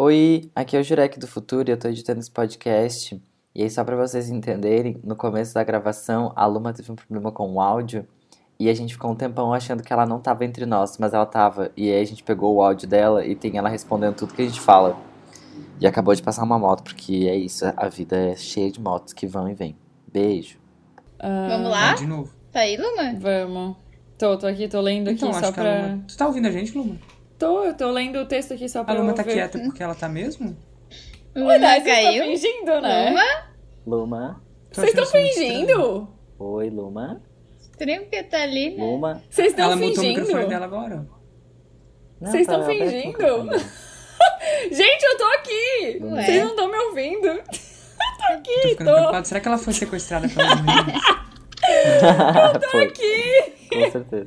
Oi, aqui é o Jurek do Futuro e eu tô editando esse podcast. E aí, só pra vocês entenderem, no começo da gravação, a Luma teve um problema com o áudio e a gente ficou um tempão achando que ela não tava entre nós, mas ela tava. E aí a gente pegou o áudio dela e tem ela respondendo tudo que a gente fala. E acabou de passar uma moto, porque é isso, a vida é cheia de motos que vão e vêm. Beijo. Vamos lá? De novo. Tá aí, Luma? Vamos. Tô aqui, tô lendo aqui Então, só acho que a pra... Luma... Tu tá ouvindo a gente, Luma? Eu tô lendo o texto aqui só pra A Luma eu tá ver. quieta porque ela tá mesmo? Luma Vocês caiu? estão fingindo, né? Luma? Luma? Vocês estão fingindo? Oi, Luma? Estranho porque tá ali, né? Luma? Vocês estão Ela mutou o fingindo? microfone dela agora. Não, Vocês tá estão aberto o fingindo? microfone. Gente, eu tô aqui! Ué. Vocês não estão me ouvindo? Eu tô Tô aqui, ficando preocupado. Será que ela foi sequestrada pelas meninas? Foi, aqui! com certeza.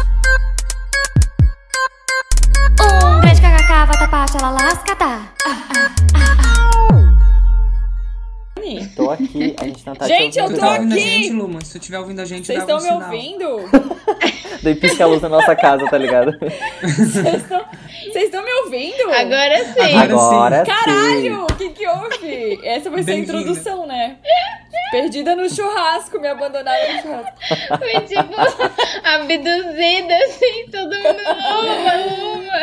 Grande kkk, vatapá, ela lascada. Tô aqui, a gente não tá Gente, te eu ouvindo. Tu tô tá ouvindo a aqui! gente, Luma? Se tu estiver ouvindo a gente, Vocês dá estão algum me sinal. ouvindo? Daí pisca a luz na nossa casa, tá ligado? Vocês estão me ouvindo? Agora sim. Agora sim. Caralho, o que houve? Essa vai ser a Bem-vinda. introdução, né? Perdida no churrasco, me abandonaram no churrasco. Foi tipo abduzida, assim, todo mundo Luma.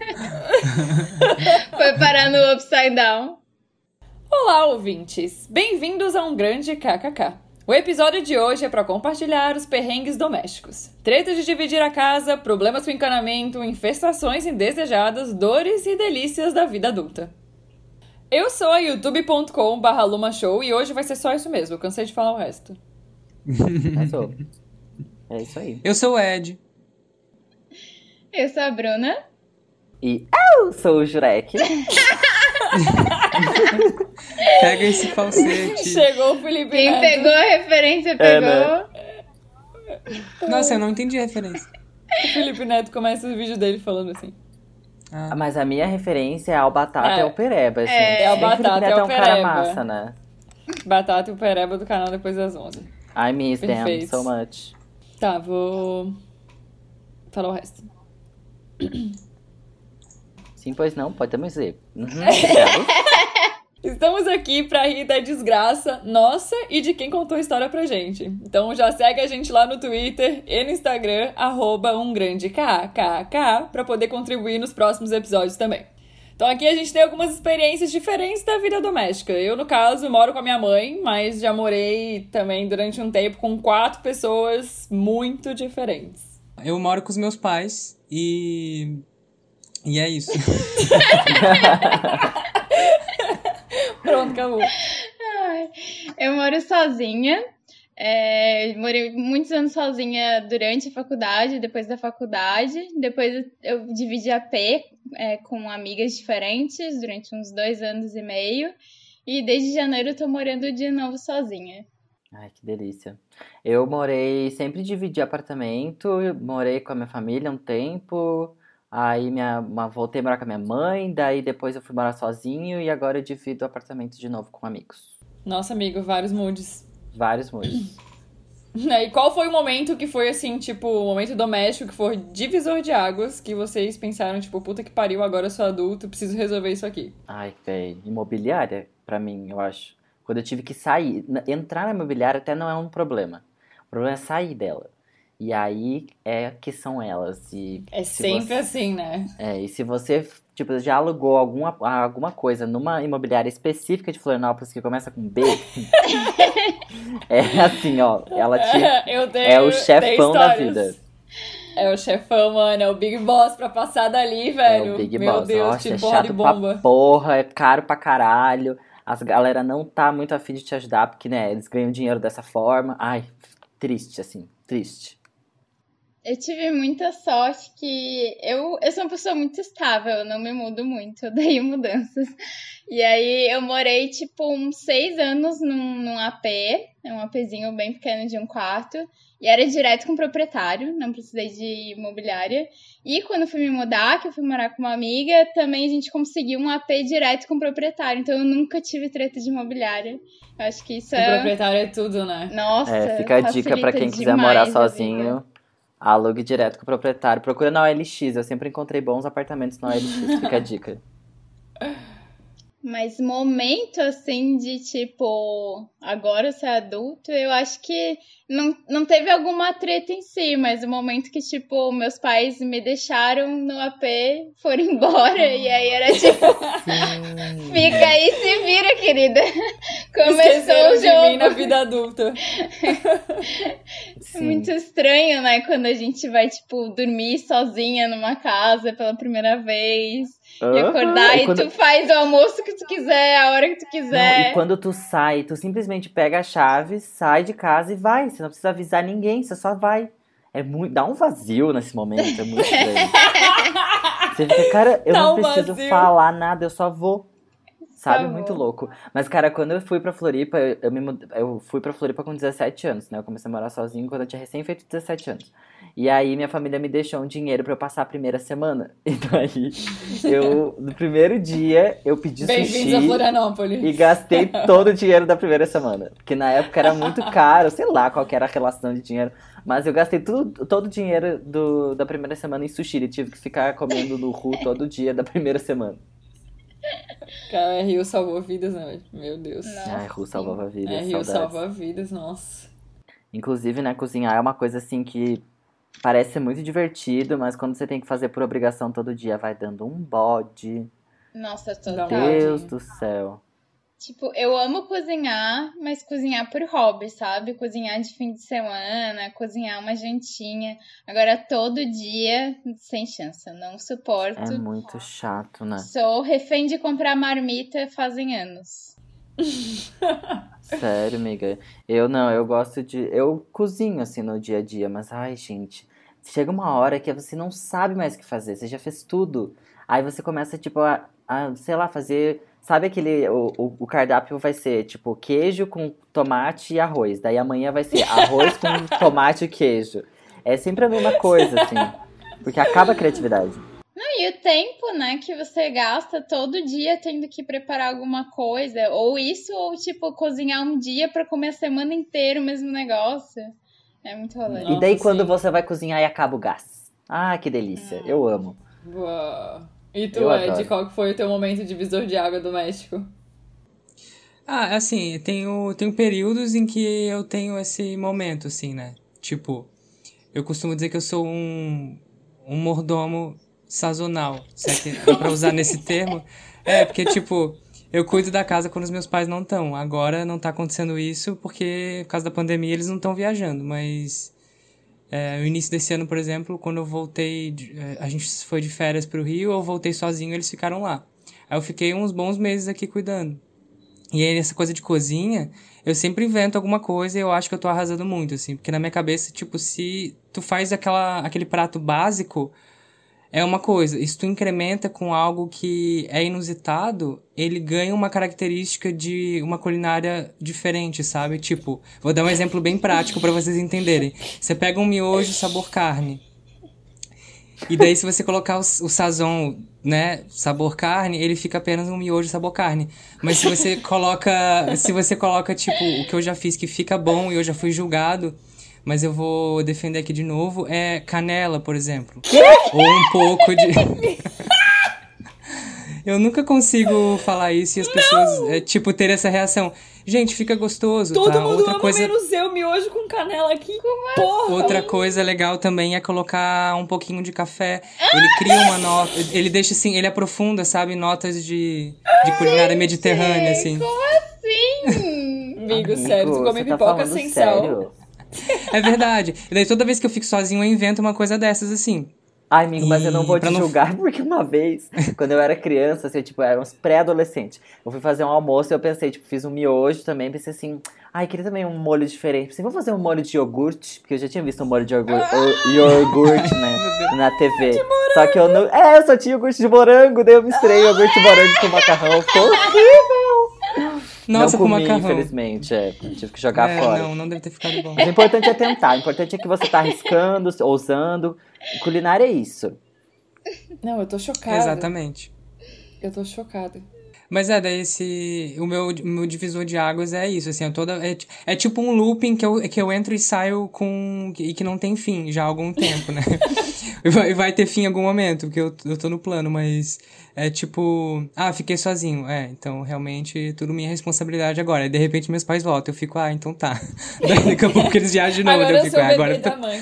Foi parar no Upside Down. Olá, ouvintes! Bem-vindos a um grande kkk. O episódio de hoje é para compartilhar os perrengues domésticos. Tretas de dividir a casa, problemas com encanamento, infestações indesejadas, dores e delícias da vida adulta. Eu sou a youtube.com/lumashow e hoje vai ser só isso mesmo, eu cansei de falar o resto. Arrasou. É isso aí. Eu sou o Ed. Eu sou a Bruna. E eu sou o Jurek. Pega esse falsete. Chegou o Felipe Quem Neto. pegou a referência pegou. né? Nossa, eu não entendi a referência. O Felipe Neto começa o vídeo dele falando assim. Ah, Mas a minha referência é ao Batata É. e ao Pereba, assim. É ao Bem que o Batata Felipe e Neto ao é um cara Pereba. massa, né? Batata e o Pereba do canal depois das 11. I miss them Perfeito. so much. Tá, vou falar o resto. Sim, pois não, pode também dizer. Uhum, obrigado. Estamos aqui pra rir da desgraça nossa e de quem contou a história pra gente. Então já segue a gente lá no Twitter e no Instagram, @umgrandekkk, pra poder contribuir nos próximos episódios também. Então aqui a gente tem algumas experiências diferentes da vida doméstica. Eu, no caso, moro com a minha mãe, mas já morei também durante um tempo com 4 pessoas muito diferentes. eu moro com os meus pais e é isso. Pronto, acabou. Ai, eu moro sozinha. Morei muitos anos sozinha durante a faculdade, depois da faculdade. Depois eu dividi AP com amigas diferentes durante uns 2 anos e meio. E desde janeiro eu tô morando de novo sozinha. Ai, que delícia. Eu sempre dividi apartamento, morei com a minha família um tempo, aí voltei a morar com a minha mãe, daí depois eu fui morar sozinho e agora eu divido apartamento de novo com amigos. Nossa, amigo, vários moods. Vários moods. E qual foi o momento que foi, assim, tipo, o momento doméstico que foi divisor de águas, que vocês pensaram, tipo, puta que pariu, agora eu sou adulto, preciso resolver isso aqui? Ai, véi, imobiliária, pra mim, eu acho. Quando eu tive que sair, entrar na imobiliária até não é um problema. O problema é sair dela. E aí que são elas. E É se sempre você- assim, né? E se você, tipo, já alugou alguma coisa numa imobiliária específica de Florianópolis que começa com B, é assim, ó, ela te... Eu tenho, é o tenho chefão da histórias. vida. É o chefão, mano, é o Big Boss pra passar dali, velho. É o Big Meu Boss. Deus, Nossa, tipo é porra de chato bomba. pra porra, é caro pra caralho. As galera não tá muito afim de te ajudar, porque, né, eles ganham dinheiro dessa forma. Ai, triste, assim, triste. Eu tive muita sorte que eu sou uma pessoa muito estável, eu não me mudo muito, eu odeio mudanças. E aí eu morei tipo uns 6 anos num AP, um APzinho bem pequeno de um quarto, e era direto com o proprietário, não precisei de imobiliária. E quando fui me mudar, que eu fui morar com uma amiga, também a gente conseguiu um AP direto com o proprietário, então eu nunca tive treta de imobiliária. Eu acho que isso O proprietário é tudo, né? Nossa, Fica a dica pra quem quiser demais morar a vida. sozinho. Alugue direto com o proprietário. Procura na OLX. Eu sempre encontrei bons apartamentos na OLX. Fica a dica. Mas momento, assim, de tipo, agora ser adulto, eu acho que não teve alguma treta em si, mas o momento que, tipo, meus pais me deixaram no AP, foram embora, e aí era tipo, fica aí, se vira, querida. Começou Esqueceram o de mim na jogo. vida adulta. Sim. Muito estranho, né? Quando a gente vai, tipo, dormir sozinha numa casa pela primeira vez. E acordar e tu faz o almoço que tu quiser, a hora que tu Não, quiser. e quando tu sai, tu simplesmente pega a chave, sai de casa e vai. Você não precisa avisar ninguém, você só vai. É muito, dá um vazio nesse momento, é muito estranho. Você fica, cara, eu Dá não um preciso vazio. falar nada, eu só vou. Sabe? Só Muito vou. louco. Mas, cara, quando eu fui pra Floripa, eu fui pra Floripa com 17 anos, né? Eu comecei a morar sozinho quando eu tinha recém feito 17 anos. E aí minha família me deixou um dinheiro pra eu passar a primeira semana. E daí, no primeiro dia, eu pedi Bem-vindos a sushi Florianópolis. e gastei todo o dinheiro da primeira semana. Porque na época era muito caro, sei lá qual que era a relação de dinheiro. Mas eu gastei todo o dinheiro da primeira semana em sushi. E tive que ficar comendo no Ru todo dia da primeira semana. Cara, Rio salvou vidas, né? Meu Deus. Nossa, Ai, Ru salvava vidas, Rio saudades. salva vidas, nossa. Inclusive, né, cozinhar é uma coisa assim que parece ser muito divertido, mas quando você tem que fazer por obrigação todo dia, vai dando um bode. Nossa, Dá total. um Deus Tadinho. do céu. Tipo, eu amo cozinhar, mas cozinhar por hobby, sabe? Cozinhar de fim de semana, cozinhar uma jantinha. Agora, todo dia, sem chance, eu não É suporto. muito chato, né? Sou refém de comprar marmita fazem anos. Sério, amiga. Eu não, eu gosto de. Eu cozinho assim no dia a dia, mas ai, gente. Chega uma hora que você não sabe mais o que fazer, você já fez tudo. Aí você começa, tipo, sei lá, fazer. Sabe aquele. O cardápio vai ser, tipo, queijo com tomate e arroz. Daí amanhã vai ser arroz com tomate e queijo. É sempre a mesma coisa, assim. Porque acaba a criatividade. Não, e o tempo, né, que você gasta todo dia tendo que preparar alguma coisa. Ou isso, ou, tipo, cozinhar um dia pra comer a semana inteira o mesmo negócio. É muito rolê. Nossa, E daí quando sim. você vai cozinhar e acaba o gás. Ah, que delícia. Eu amo. Uau. E tu, Eu Ed, adoro. qual que foi o teu momento divisor de água doméstico? Ah, assim, tenho períodos em que eu tenho esse momento, assim, né? Tipo, eu costumo dizer que eu sou um mordomo sazonal, se é que dá pra usar nesse termo. É, porque, tipo, eu cuido da casa quando os meus pais não estão. Agora não tá acontecendo isso porque, por causa da pandemia, eles não estão viajando, mas... no início desse ano, por exemplo, quando eu voltei, a gente foi de férias pro Rio, eu voltei sozinho, eles ficaram lá. Aí eu fiquei uns bons meses aqui cuidando. E aí, essa coisa de cozinha, eu sempre invento alguma coisa e eu acho que eu tô arrasando muito, assim. Porque na minha cabeça, tipo, se tu faz aquele prato básico, é uma coisa. E se tu incrementa com algo que é inusitado, ele ganha uma característica de uma culinária diferente, sabe? Tipo, vou dar um exemplo bem prático pra vocês entenderem. Você pega um miojo sabor carne. E daí, se você colocar o sazon, né, sabor carne, ele fica apenas um miojo sabor carne. Mas se você coloca, tipo, o que eu já fiz que fica bom e eu já fui julgado, mas eu vou defender aqui de novo, é canela, por exemplo. Ou um pouco de... Eu nunca consigo falar isso e as pessoas, tipo, ter essa reação. Gente, fica gostoso, Todo tá? mundo Outra ama coisa... menos eu, miojo com canela aqui. Porra! Outra coisa legal também é colocar um pouquinho de café. Ele cria uma nota, ele deixa assim, ele aprofunda, sabe, notas de culinária mediterrânea, assim. Sim! Amigo, sério, tu come você tá pipoca falando sem sal. sério? É verdade. E daí toda vez que eu fico sozinho, eu invento uma coisa dessas, assim. Ai, amigo, mas eu não vou pra te não- julgar, porque uma vez, quando eu era criança, assim, tipo, eu era uns pré-adolescente, eu fui fazer um almoço e eu pensei, tipo, fiz um miojo também, pensei assim, ai, queria também um molho diferente. Pensei, vou fazer um molho de iogurte, porque eu já tinha visto um molho de iogurte, né, na TV. Só que eu não... eu só tinha iogurte de morango, daí eu misturei iogurte de morango com macarrão, ficou horrível. Nossa, não com comi, macarrão. infelizmente, tive que jogar fora. Não deve ter ficado bom. Mas o importante é tentar, o importante é que você tá arriscando, ousando. Culinária é isso. Não, eu tô chocada. Exatamente. Eu tô chocada. Mas daí o meu divisor de águas é isso, assim, é tipo um looping que eu entro e saio e que não tem fim já há algum tempo, né? Vai ter fim em algum momento, porque eu tô no plano, mas é tipo... fiquei sozinho. Então realmente tudo minha responsabilidade agora. E de repente meus pais voltam, eu fico, então tá. Daí daqui a pouco eles viajam de novo, Agora eu fico, agora... da mãe.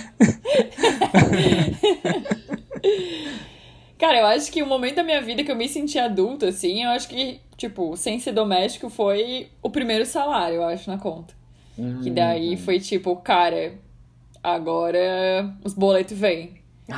Cara, eu acho que o momento da minha vida que eu me senti adulta, assim, eu acho que, tipo, sem ser doméstico, foi o primeiro salário, eu acho, na conta. Que daí foi tipo, cara, agora os boletos vêm.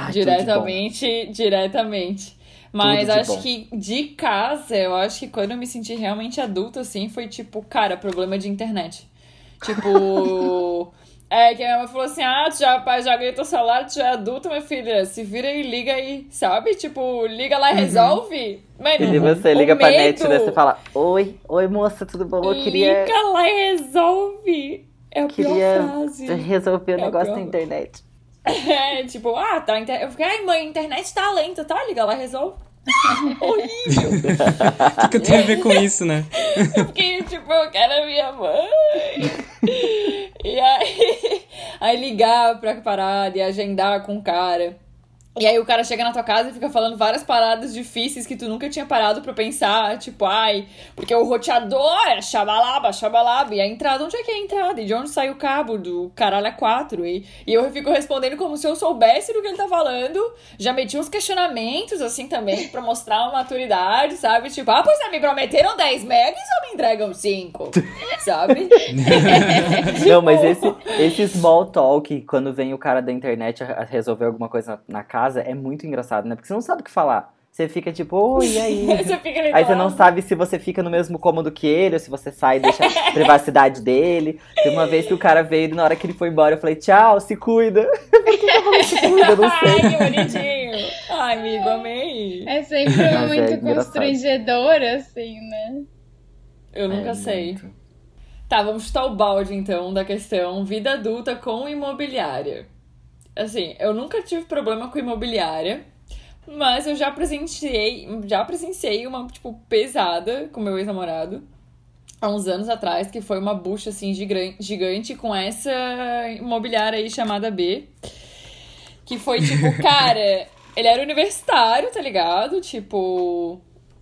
Diretamente. Mas acho que de casa, eu acho que quando eu me senti realmente adulta, assim, foi tipo, cara, problema de internet. Tipo... que a minha mãe falou assim, tu já ganhou teu salário, tu já é adulta, minha filha, se vira e liga aí, sabe? Tipo, liga lá e resolve. Mano, E você liga pra net, né? Você fala, oi moça, tudo bom? Eu queria... Liga lá e resolve. É a pior frase. Resolver o negócio da internet. Tipo, tá, eu fiquei, ai mãe, a internet tá lenta, tá? Liga lá e resolve. Horrível. O que eu tenho a ver com isso, né? Eu fiquei, tipo, eu quero a minha mãe. E aí ligar pra parada e agendar com o cara. E aí o cara chega na tua casa e fica falando várias paradas difíceis que tu nunca tinha parado pra pensar. Tipo, porque o roteador é xabalaba. E a entrada, onde é que é a entrada? E de onde sai o cabo do caralho a 4? E eu fico respondendo como se eu soubesse do que ele tá falando. Já meti uns questionamentos, assim, também, pra mostrar uma maturidade, sabe? Tipo, pois me prometeram 10 megas ou me entregam 5? Sabe? Não, mas esse small talk, quando vem o cara da internet a resolver alguma coisa na casa, é muito engraçado, né? Porque você não sabe o que falar. Você fica tipo, oi, e aí? Aí você não sabe se você fica no mesmo cômodo que ele, ou se você sai e deixa a privacidade dele. Tem uma vez que o cara veio e na hora que ele foi embora, eu falei, tchau, se cuida. Por que eu falei, se cuida? Eu não sei. Ai, que bonitinho. Ai, amigo, amei. É sempre muito constrangedor, assim, né? Eu nunca sei. Muito. Tá, vamos chutar o balde, então, da questão vida adulta com imobiliária. Assim, eu nunca tive problema com imobiliária, mas eu já presenciei uma, tipo, pesada com meu ex-namorado há uns anos atrás, que foi uma bucha, assim, gigante com essa imobiliária aí chamada B, que foi, tipo, cara, ele era universitário, tá ligado? Tipo...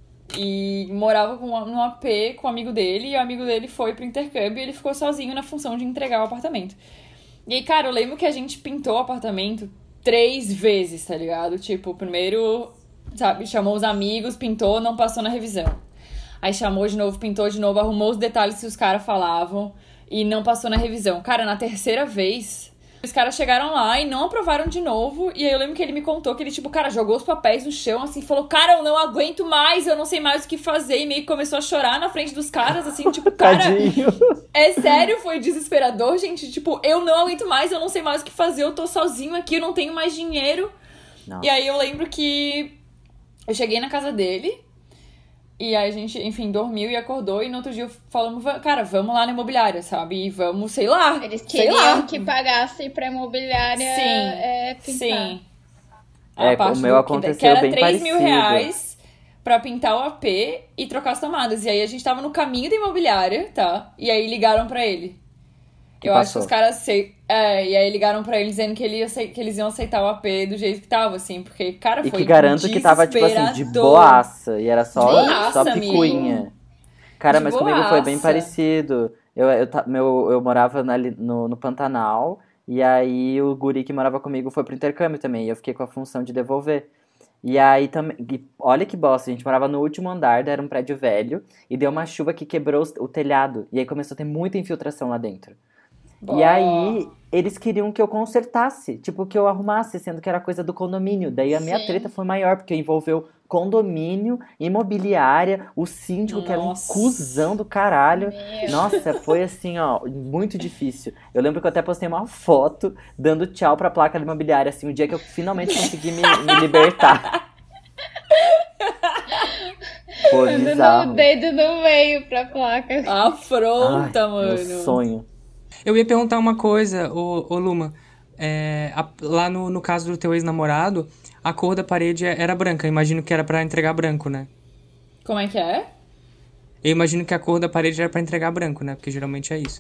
E morava num AP com um amigo dele, e o amigo dele foi pro intercâmbio e ele ficou sozinho na função de entregar o apartamento. E aí, cara, eu lembro que a gente pintou o apartamento 3 vezes, tá ligado? Tipo, primeiro, sabe, chamou os amigos, pintou, não passou na revisão. Aí chamou de novo, pintou de novo, arrumou os detalhes que os caras falavam e não passou na revisão. Cara, na terceira vez, os caras chegaram lá e não aprovaram de novo. E aí eu lembro que ele me contou que ele, tipo, cara, jogou os papéis no chão, assim, falou, cara, eu não aguento mais, eu não sei mais o que fazer. E meio que começou a chorar na frente dos caras, assim, tipo, cara... É sério, foi desesperador, gente. Tipo, eu não aguento mais, eu não sei mais o que fazer, eu tô sozinho aqui, eu não tenho mais dinheiro. Nossa. E aí eu lembro que eu cheguei na casa dele, e aí a gente, enfim, dormiu e acordou, e no outro dia falamos, cara, vamos lá na imobiliária, sabe? E vamos, sei lá. Eles queriam que pagasse pra imobiliária pintar. Sim. O meu aconteceu bem parecido. Que era 3 mil reais pra pintar o AP e trocar as tomadas. E aí a gente tava no caminho da imobiliária, tá? E aí ligaram pra ele. Acho que os caras... E aí ligaram pra ele dizendo que eles iam aceitar o AP do jeito que tava, assim. Porque, cara, foi E que garanto que tava, tipo assim, de boaça. E era só picuinha. Amigo. Cara, mas comigo foi bem parecido. Eu morava no Pantanal. E aí o guri que morava comigo foi pro intercâmbio também. E eu fiquei com a função de devolver. E aí também... Olha que bosta, a gente morava no último andar, era um prédio velho. E deu uma chuva que quebrou o telhado. E aí começou a ter muita infiltração lá dentro. Boa. E aí, eles queriam que eu consertasse, tipo, que eu arrumasse, sendo que era coisa do condomínio. Daí a minha treta foi maior, porque envolveu condomínio, imobiliária, o síndico, que era um cuzão do caralho. Nossa, foi assim, ó, muito difícil. Eu lembro que eu até postei uma foto dando tchau pra placa da imobiliária, assim, o dia que eu finalmente consegui me libertar. Foi bizarro. Dando o dedo no meio pra placa. Afronta, mano. Meu sonho. Eu ia perguntar uma coisa, ô Luma. Lá no caso do teu ex-namorado, a cor da parede era branca. Eu imagino que era pra entregar branco, né? Como é que é? Eu imagino que a cor da parede era pra entregar branco, né? Porque geralmente é isso, né?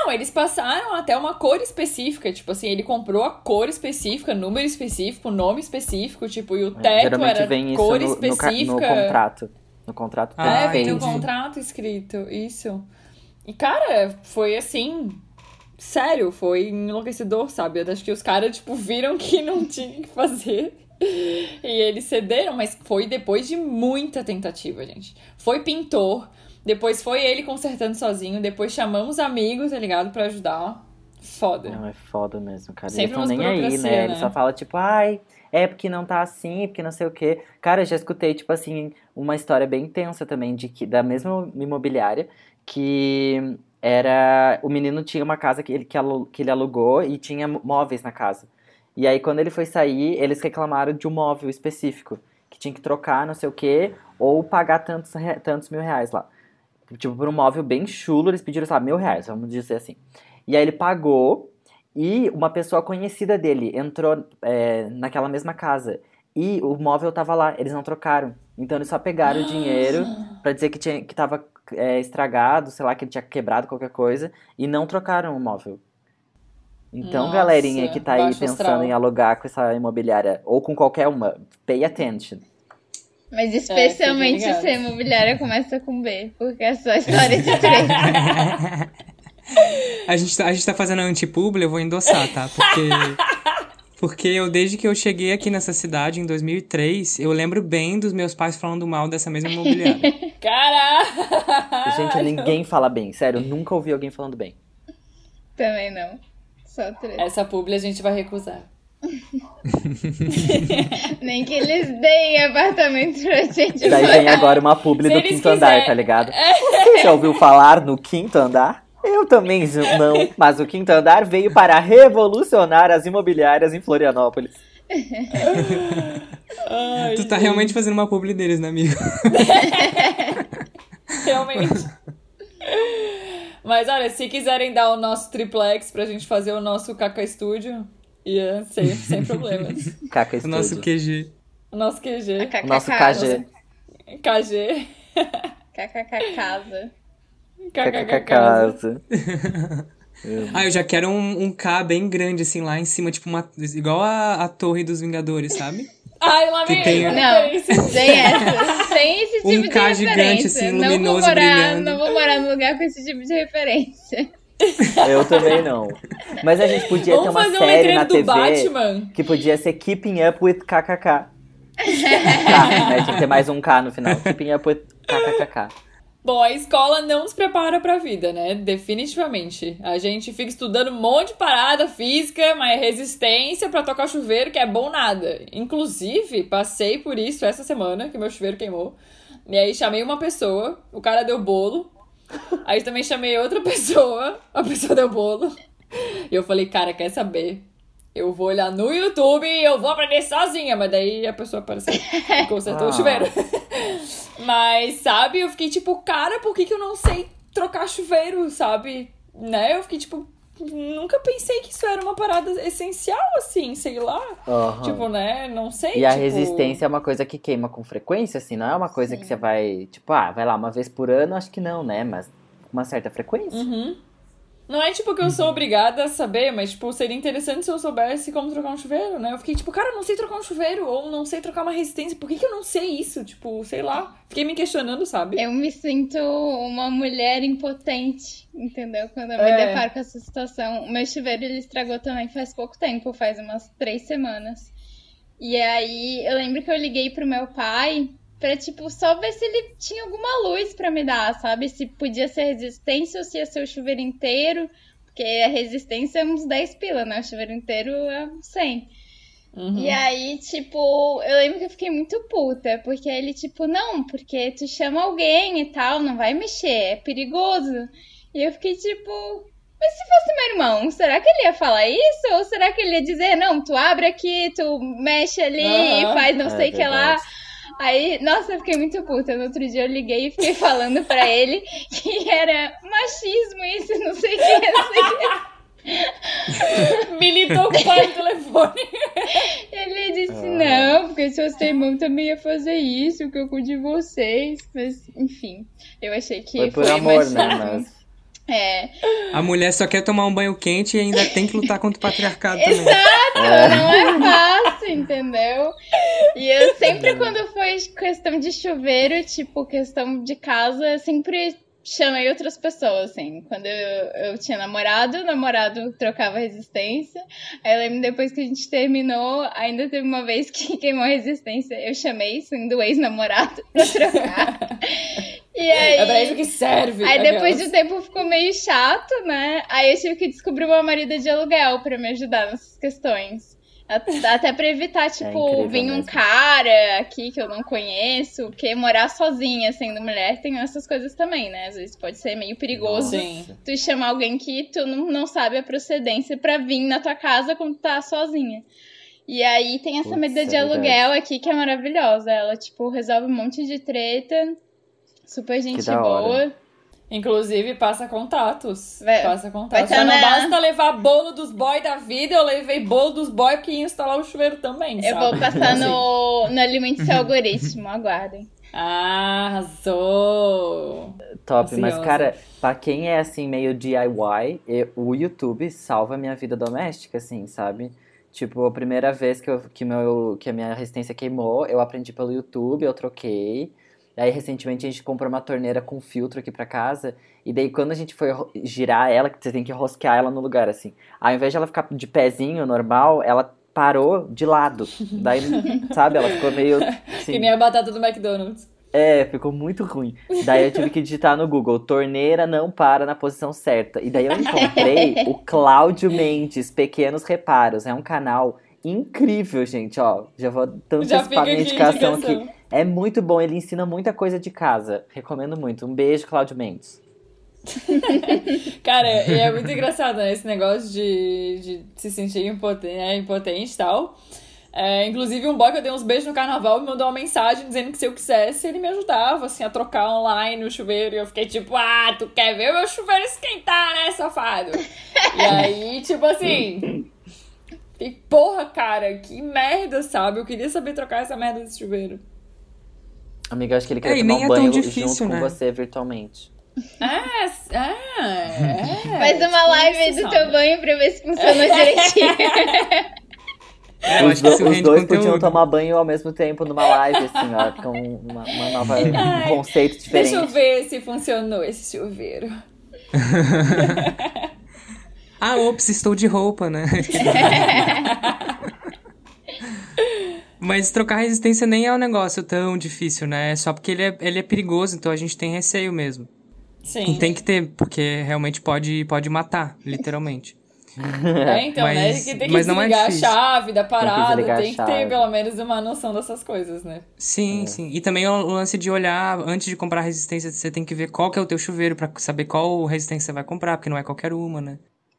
Não, eles passaram até uma cor específica, tipo assim, ele comprou a cor específica, número específico, nome específico, tipo, e o teto Geralmente era vem cor isso específica. no contrato. No contrato tem Vem no entendi. contrato escrito, isso. E, cara, foi assim, sério, foi enlouquecedor, sabe? Eu acho que os caras, tipo, viram que não tinha o que fazer e eles cederam, mas foi depois de muita tentativa, gente. Foi pintor, depois foi ele consertando sozinho, depois chamamos amigos, tá ligado? Pra ajudar. Foda. Não, é foda mesmo, cara. Sempre Eles estão umas nem aí, burocracia, né? né? Eles só falam, tipo, ai, é porque não tá assim, é porque não sei o quê. Cara, eu já escutei, tipo assim, uma história bem tensa também, da mesma imobiliária, que era... O menino tinha uma casa que ele alugou e tinha móveis na casa. E aí, quando ele foi sair, eles reclamaram de um móvel específico, que tinha que trocar, não sei o quê, ou pagar tantos R$1.000 lá. Tipo, por um móvel bem chulo, eles pediram, sei lá, R$1.000, vamos dizer assim. E aí ele pagou, e uma pessoa conhecida dele entrou naquela mesma casa. E o móvel tava lá, eles não trocaram. Então eles só pegaram o dinheiro pra dizer que tava estragado, sei lá, que ele tinha quebrado qualquer coisa, e não trocaram o móvel. Então, Nossa, galerinha que tá aí baixo pensando astral. em alugar com essa imobiliária, ou com qualquer uma, pay attention. Mas especialmente fiquem se a imobiliária começa com B, porque é só história de treta. A gente tá fazendo anti-publi, eu vou endossar, tá? Porque desde que eu cheguei aqui nessa cidade, em 2003, eu lembro bem dos meus pais falando mal dessa mesma imobiliária. Caralho! Gente, ninguém fala bem, sério, eu nunca ouvi alguém falando bem. Também não. Só treta. Essa publi a gente vai recusar. Nem que eles deem apartamento pra gente. Daí vem agora uma publi Se do eles quinto andar, quiserem. tá ligado? Você já ouviu falar no quinto andar? Eu também não, mas o quinto andar veio para revolucionar as imobiliárias em Florianópolis. Ai, Tu tá realmente fazendo uma publi deles, né, amigo? realmente. Mas olha, se quiserem dar o nosso triplex pra gente fazer o nosso Kaka Studio, ia ser sem problemas. Caca O nosso Studios. QG. O nosso QG. O nosso KG. KG. KKK casa. KKK casa. Ah, eu já quero um K bem grande, assim, lá em cima, tipo igual a Torre dos Vingadores, sabe? Ai, lá vem Que tem- ele. Não, sem essa. Sem esse tipo Um de K referência. gigante, assim, não luminoso, vou morar, brilhando. Não vou morar num lugar com esse tipo de referência. Eu também não. Mas a gente podia ter Vamos uma fazer um série na letreiro do TV Batman? que podia ser Keeping Up with KKK. K, né? Tinha que ter mais um K no final. Keeping Up with KKK. Bom, a escola não nos prepara pra vida, né? Definitivamente. A gente fica estudando um monte de parada física, mas resistência pra tocar chuveiro, que é bom nada. Inclusive, passei por isso essa semana, que meu chuveiro queimou. E aí chamei uma pessoa, o cara deu bolo. Aí também chamei outra pessoa, a pessoa deu bolo. E eu falei, cara, quer saber? Eu vou olhar no YouTube e eu vou aprender sozinha. Mas daí a pessoa apareceu e consertou o chuveiro. Mas, sabe, eu fiquei tipo, cara, por que eu não sei trocar chuveiro, sabe? Né? Eu fiquei tipo, nunca pensei que isso era uma parada essencial, assim, sei lá. Aham. Tipo, né? Não sei. E a tipo... resistência é uma coisa que queima com frequência, assim, não é uma coisa que você vai, tipo, vai lá uma vez por ano, acho que não, né? Mas com uma certa frequência. Uhum. Não é tipo que eu sou obrigada a saber, mas tipo, seria interessante se eu soubesse como trocar um chuveiro, né? Eu fiquei tipo, cara, eu não sei trocar um chuveiro, ou não sei trocar uma resistência, por que eu não sei isso? Tipo, sei lá. Fiquei me questionando, sabe? Eu me sinto uma mulher impotente, entendeu? Quando eu me deparo com essa situação. O meu chuveiro, ele estragou também faz pouco tempo, faz umas 3 semanas. E aí, eu lembro que eu liguei pro meu pai pra, tipo, só ver se ele tinha alguma luz pra me dar, sabe? Se podia ser resistência ou se ia ser o chuveiro inteiro. Porque a resistência é uns 10 pila, né? O chuveiro inteiro é 100. Uhum. E aí, tipo, eu lembro que eu fiquei muito puta, porque ele, tipo, não, porque tu chama alguém e tal, não vai mexer, é perigoso. E eu fiquei, tipo, mas se fosse meu irmão, será que ele ia falar isso? Ou será que ele ia dizer, não, tu abre aqui, tu mexe ali e faz não sei o que lá. Aí, nossa, eu fiquei muito puta. No outro dia eu liguei e fiquei falando pra ele que era machismo isso, não sei o que, não sei o que. Militou com o pai do telefone. Ele disse, não, porque seu irmão também ia fazer isso, que eu cuido de vocês. Mas, enfim, eu achei que Foi por amor, né? machismo. Mas É. A mulher só quer tomar um banho quente e ainda tem que lutar contra o patriarcado também. Exato, não é fácil, entendeu? E eu sempre, quando foi questão de chuveiro, tipo, questão de casa, eu sempre chamei outras pessoas, assim. Quando eu tinha namorado, o namorado trocava resistência. Aí eu lembro depois que a gente terminou, ainda teve uma vez que queimou a resistência. Eu chamei, sendo o ex-namorado, pra trocar. E aí, é pra isso que serve. Aí depois de um tempo ficou meio chato, né? Aí eu tive que descobrir uma marida de aluguel pra me ajudar nessas questões. Até pra evitar, tipo, vir um cara aqui que eu não conheço, porque morar sozinha, sendo mulher, tem essas coisas também, né? Às vezes pode ser meio perigoso tu chamar alguém que tu não sabe a procedência pra vir na tua casa quando tu tá sozinha. E aí tem essa medida de aluguel aqui que é maravilhosa. Ela, tipo, resolve um monte de treta, super gente boa. Inclusive, passa contatos. Passa contatos. Já não basta levar bolo dos boy da vida, eu levei bolo dos boy que ia instalar o chuveiro também, sabe? Eu vou passar no Alimente Seu Algoritmo, aguardem. Arrasou! Top, mas cara, pra quem é assim, meio DIY, o YouTube salva a minha vida doméstica, assim, sabe? Tipo, a primeira vez que a minha resistência queimou, eu aprendi pelo YouTube, eu troquei. Aí, recentemente, a gente comprou uma torneira com filtro aqui pra casa. E daí, quando a gente foi girar ela, que você tem que rosquear ela no lugar, assim. Ao invés de ela ficar de pezinho, normal, ela parou de lado. Daí, sabe, ela ficou meio... Assim, que nem a batata do McDonald's. ficou muito ruim. Daí, eu tive que digitar no Google, torneira não para na posição certa. E daí, eu encontrei o Cláudio Mendes, Pequenos Reparos. É um canal incrível, gente, ó. Já vou antecipar minha indicação aqui. É muito bom, ele ensina muita coisa de casa. Recomendo muito. Um beijo, Cláudio Mendes. Cara, é muito engraçado, né? Esse negócio de se sentir impotente e tal. Inclusive, um boy que eu dei uns beijos no carnaval me mandou uma mensagem dizendo que se eu quisesse, ele me ajudava, assim, a trocar online o chuveiro. E eu fiquei tipo, tu quer ver o meu chuveiro esquentar, né, safado? E aí, tipo assim... E porra, cara, que merda, sabe? Eu queria saber trocar essa merda desse chuveiro. Amiga, acho que ele queria tomar um banho junto com né? você virtualmente. Faz uma live do teu banho pra ver se funciona direitinho. Os dois podiam tomar banho ao mesmo tempo numa live, assim, ó. Fica um conceito diferente. Deixa eu ver se funcionou esse chuveiro. Ops, estou de roupa, né? Mas trocar resistência nem é um negócio tão difícil, né? É só porque ele é perigoso, então a gente tem receio mesmo. Sim. Tem que ter, porque realmente pode matar, literalmente. Então, né? Que tem que desligar a chave da parada, tem que ter pelo menos uma noção dessas coisas, né? Sim, sim. E também o lance de olhar, antes de comprar resistência, você tem que ver qual que é o teu chuveiro pra saber qual resistência você vai comprar, porque não é qualquer uma, né?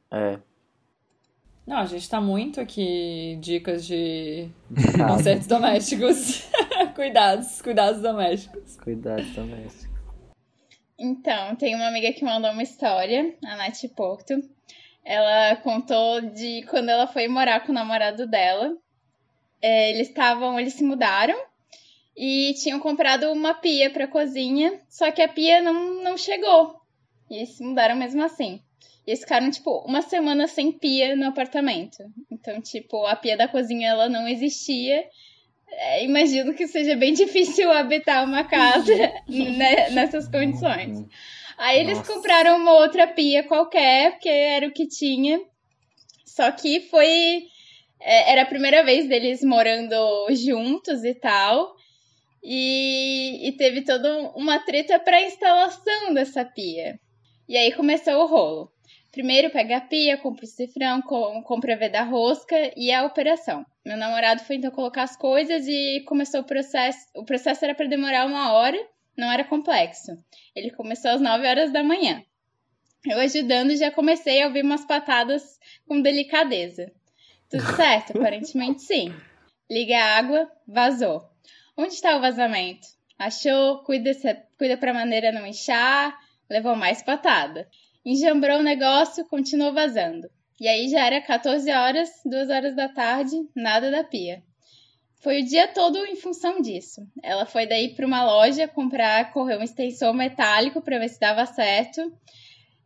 Não, a gente tá muito aqui dicas de consertos domésticos. Cuidados domésticos. Cuidados domésticos. Então, tem uma amiga que mandou uma história, a Nath Porto. Ela contou de quando ela foi morar com o namorado dela. Eles se mudaram e tinham comprado uma pia pra cozinha, só que a pia não chegou. E eles se mudaram mesmo assim. E eles ficaram, tipo, uma semana sem pia no apartamento. Então, tipo, a pia da cozinha, ela não existia. Imagino que seja bem difícil habitar uma casa nessas condições. Aí eles compraram uma outra pia qualquer, porque era o que tinha. Só que era a primeira vez deles morando juntos e tal. E teve toda uma treta para a instalação dessa pia. E aí começou o rolo. Primeiro pega a pia, compra o cifrão, compra a veda-rosca e a operação. Meu namorado foi então colocar as coisas e começou o processo. O processo era para demorar 1 hora, não era complexo. Ele começou às 9 horas da manhã. Eu ajudando já comecei a ouvir umas patadas com delicadeza. Tudo certo? Aparentemente sim. Liga a água, vazou. Onde está o vazamento? Achou, cuida pra maneira não inchar, levou mais patada. Enjambrou o negócio, continuou vazando. E aí já era 14 horas, 2 horas da tarde, nada da pia. Foi o dia todo em função disso. Ela foi daí para uma loja correr um extensor metálico para ver se dava certo.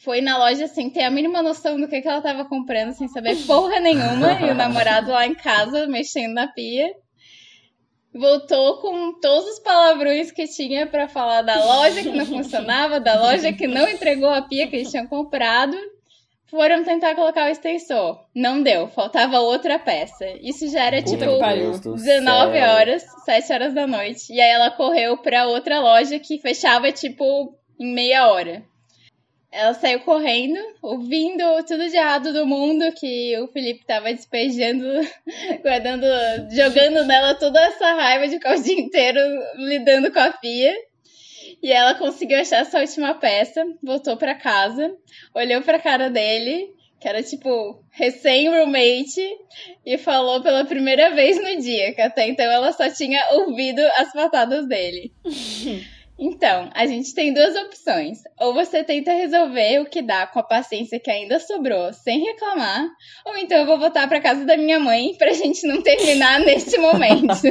foi na loja sem ter a mínima noção do que ela tava comprando, sem saber porra nenhuma, e o namorado lá em casa, mexendo na pia. Voltou com todos os palavrões que tinha pra falar da loja que não funcionava, da loja que não entregou a pia que eles tinham comprado. Foram tentar colocar o extensor. Não deu, faltava outra peça. Isso já era tipo 19 horas, 7 horas da noite. E aí ela correu pra outra loja que fechava tipo em meia hora. Ela saiu correndo, ouvindo tudo de errado do mundo que o Felipe tava despejando, guardando, jogando nela toda essa raiva de ficar o dia inteiro lidando com a pia. E ela conseguiu achar essa última peça, voltou pra casa, olhou pra cara dele, que era tipo recém-roommate, e falou pela primeira vez no dia, que até então ela só tinha ouvido as patadas dele. Então, a gente tem duas opções. Ou você tenta resolver o que dá com a paciência que ainda sobrou, sem reclamar, ou então eu vou voltar pra casa da minha mãe pra gente não terminar nesse momento.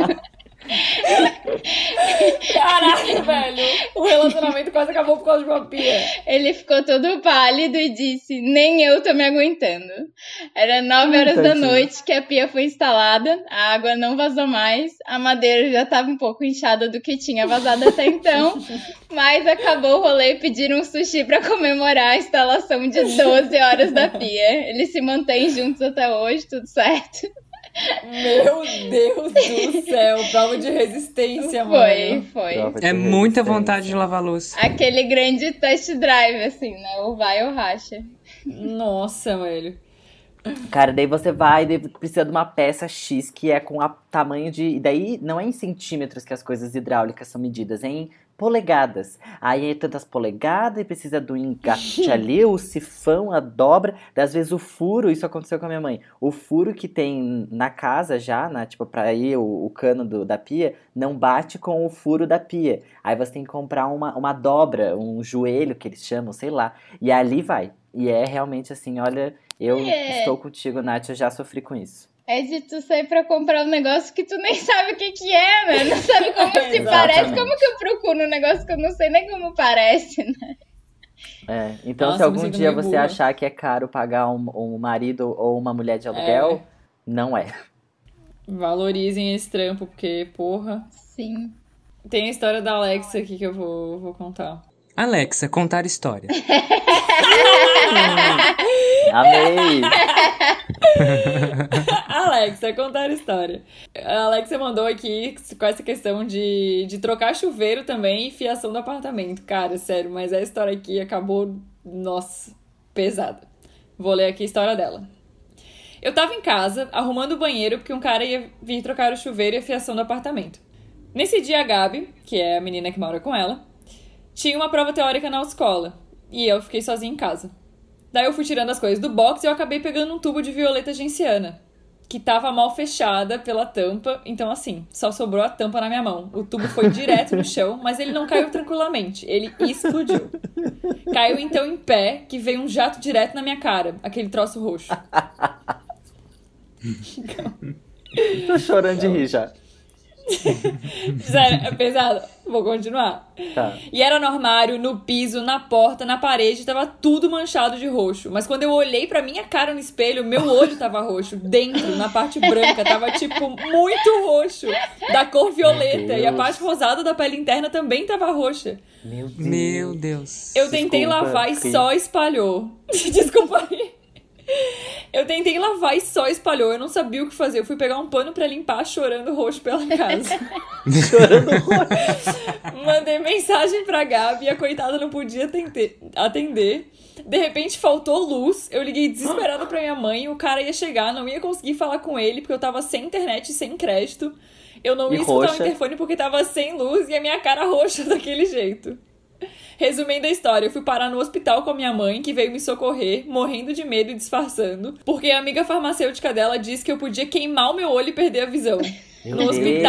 Caralho, velho. O relacionamento quase acabou por causa de uma pia. Ele ficou todo pálido e disse: nem eu tô me aguentando. Era 9 horas da noite que a pia foi instalada, a água não vazou mais, a madeira já tava um pouco inchada do que tinha vazado até então, mas acabou o rolê e pediram um sushi pra comemorar a instalação de 12 horas da pia. Eles se mantêm juntos até hoje, tudo certo. Meu Deus do céu, prova de resistência, mano. Foi. É muita vontade de lavar a louça. Aquele grande test drive, assim, né? Ou vai ou racha. Nossa, velho. Cara, daí você vai, daí precisa de uma peça X que é com o tamanho de... E daí não é em centímetros que as coisas hidráulicas são medidas, é em polegadas. Aí é tantas polegadas e precisa do engate ali, o sifão, a dobra. Daí, às vezes o furo, isso aconteceu com a minha mãe, o furo que tem na casa já, tipo, pra ir o cano da pia, não bate com o furo da pia. Aí você tem que comprar uma dobra, um joelho que eles chamam, sei lá. E ali vai. E é realmente assim, olha, eu estou contigo, Nath, eu já sofri com isso. É de tu sair pra comprar um negócio que tu nem sabe o que é, né? Não sabe como se parece. Como que eu procuro um negócio que eu não sei nem como parece, né? Então se algum dia você achar que é caro pagar um marido ou uma mulher de aluguel, não é. Valorizem esse trampo, porque, porra... Sim. Tem a história da Alexa aqui que eu vou contar. Alexa, contar história. Amei! Alexa, contar história. A Alexa mandou aqui com essa questão de trocar chuveiro também e fiação do apartamento. Cara, sério, mas a história aqui acabou, nossa, pesada. Vou ler aqui a história dela. Eu tava em casa, arrumando o banheiro, porque um cara ia vir trocar o chuveiro e a fiação do apartamento. Nesse dia, a Gabi, que é a menina que mora com ela, tinha uma prova teórica na autoescola. E eu fiquei sozinha em casa. Daí eu fui tirando as coisas do box e eu acabei pegando um tubo de violeta genciana, que tava mal fechada pela tampa, então assim, só sobrou a tampa na minha mão. O tubo foi direto no chão, mas ele não caiu tranquilamente, ele explodiu. Caiu então em pé, que veio um jato direto na minha cara, aquele troço roxo. Tô chorando de rir já. Sério, é pesado. Vou continuar. Tá. E era no armário, no piso, na porta, na parede, tava tudo manchado de roxo. Mas quando eu olhei pra minha cara no espelho, meu olho tava roxo. Dentro, na parte branca, tava tipo muito roxo, da cor violeta. E a parte rosada da pele interna também tava roxa. Meu Deus. Eu tentei lavar e só espalhou. Desculpa aí. Eu tentei lavar e só espalhou. Eu não sabia o que fazer. Eu fui pegar um pano pra limpar, chorando roxo pela casa. Chorando roxo. Mandei mensagem pra Gabi e a coitada não podia atender. De repente faltou luz. Eu liguei desesperada pra minha mãe. O cara ia chegar, não ia conseguir falar com ele porque eu tava sem internet e sem crédito. Eu não ia escutar o interfone porque tava sem luz e a minha cara roxa daquele jeito. Resumindo a história, eu fui parar no hospital com a minha mãe, que veio me socorrer, morrendo de medo e disfarçando, porque a amiga farmacêutica dela disse que eu podia queimar o meu olho e perder a visão. No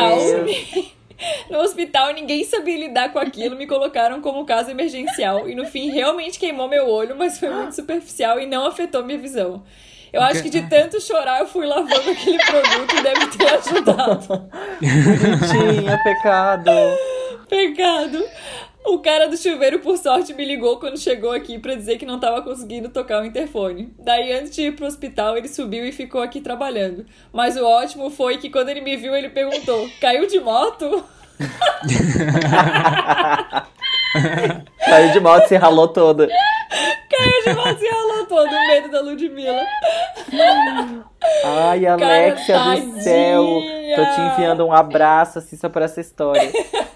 hospital, ninguém sabia lidar com aquilo, me colocaram como caso emergencial, e no fim realmente queimou meu olho, mas foi muito superficial e não afetou minha visão. Eu acho que de tanto chorar eu fui lavando aquele produto e deve ter ajudado. Bonitinha, pecado. Pecado. O cara do chuveiro, por sorte, me ligou quando chegou aqui pra dizer que não tava conseguindo tocar o interfone. Daí, antes de ir pro hospital, ele subiu e ficou aqui trabalhando. Mas o ótimo foi que quando ele me viu, ele perguntou: caiu de moto? Caiu de moto e se ralou toda. Caiu de moto e ralou todo, o medo da Ludmilla. Ai, Alexia Cara, do céu. Tô te enviando um abraço assim só por essa história.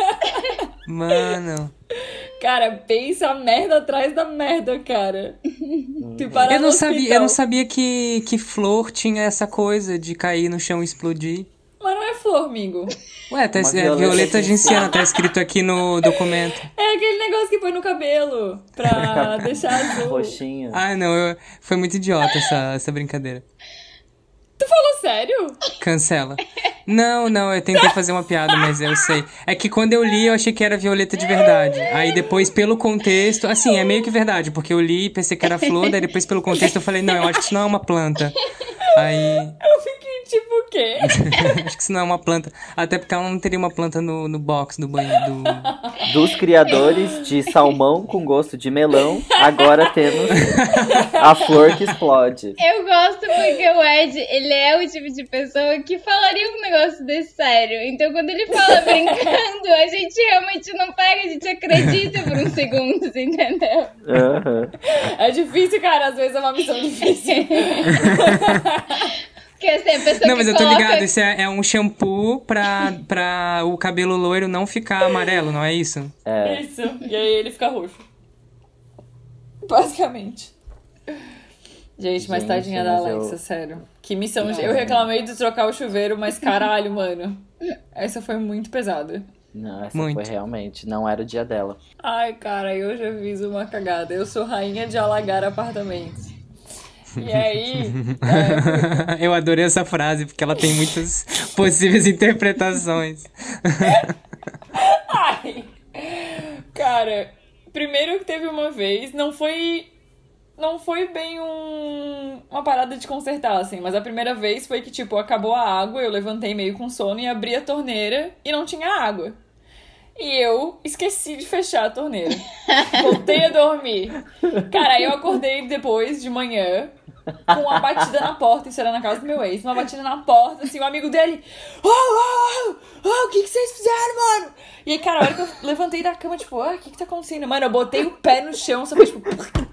Mano. Cara, pensa a merda atrás da merda, cara. Tu parar Eu no hospital. não sabia que flor tinha essa coisa de cair no chão e explodir. Mas não é flor, amigo. Ué, tá, Uma violeta violeta genciana, tá escrito aqui no documento. É aquele negócio que põe no cabelo pra deixar azul. Roxinho. Ah, não, foi muito idiota essa brincadeira. Tu falou sério? Cancela. Não, eu tentei fazer uma piada, mas eu sei. É que quando eu li, eu achei que era violeta de verdade. Aí depois, pelo contexto... Assim, é meio que verdade, porque eu li e pensei que era flor, daí depois pelo contexto eu falei, não, eu acho que isso não é uma planta. Aí... Eu fiquei tipo, o quê? Acho que isso não é uma planta. Até porque ela não teria uma planta no box do banheiro. Dos criadores de salmão com gosto de melão, agora temos a flor que explode. Eu gosto porque o Ed, ele é o tipo de pessoa que falaria um negócio desse sério. Então, quando ele fala brincando, a gente realmente não pega, a gente acredita por uns segundos, entendeu? Uhum. É difícil, cara. Às vezes é uma missão difícil. Porque assim, a pessoa Não, que mas eu tô coloca... ligado, isso é um shampoo pra o cabelo loiro não ficar amarelo, não é isso? É. Isso. E aí ele fica roxo. Basicamente. Gente, mas Gente, tadinha da mas Alexa, sério. Que missão. Eu reclamei de trocar o chuveiro, mas caralho, mano. Essa foi muito pesada. Não, essa Muito. foi realmente, não era o dia dela. Ai, cara, eu já fiz uma cagada. Eu sou rainha de alagar apartamentos. E aí... Eu adorei essa frase, porque ela tem muitas possíveis interpretações. Ai! Cara, primeiro que teve uma vez, não foi bem uma parada de consertar, assim, mas a primeira vez foi que, tipo, acabou a água, eu levantei meio com sono e abri a torneira e não tinha água. E eu esqueci de fechar a torneira. Voltei a dormir. Cara, eu acordei depois, de manhã, com uma batida na porta, isso era na casa do meu ex, uma batida na porta, assim, o amigo dele, o que vocês fizeram, mano? E aí, cara, a hora que eu levantei da cama, tipo, o que tá acontecendo? Mano, eu botei o pé no chão, só foi, tipo...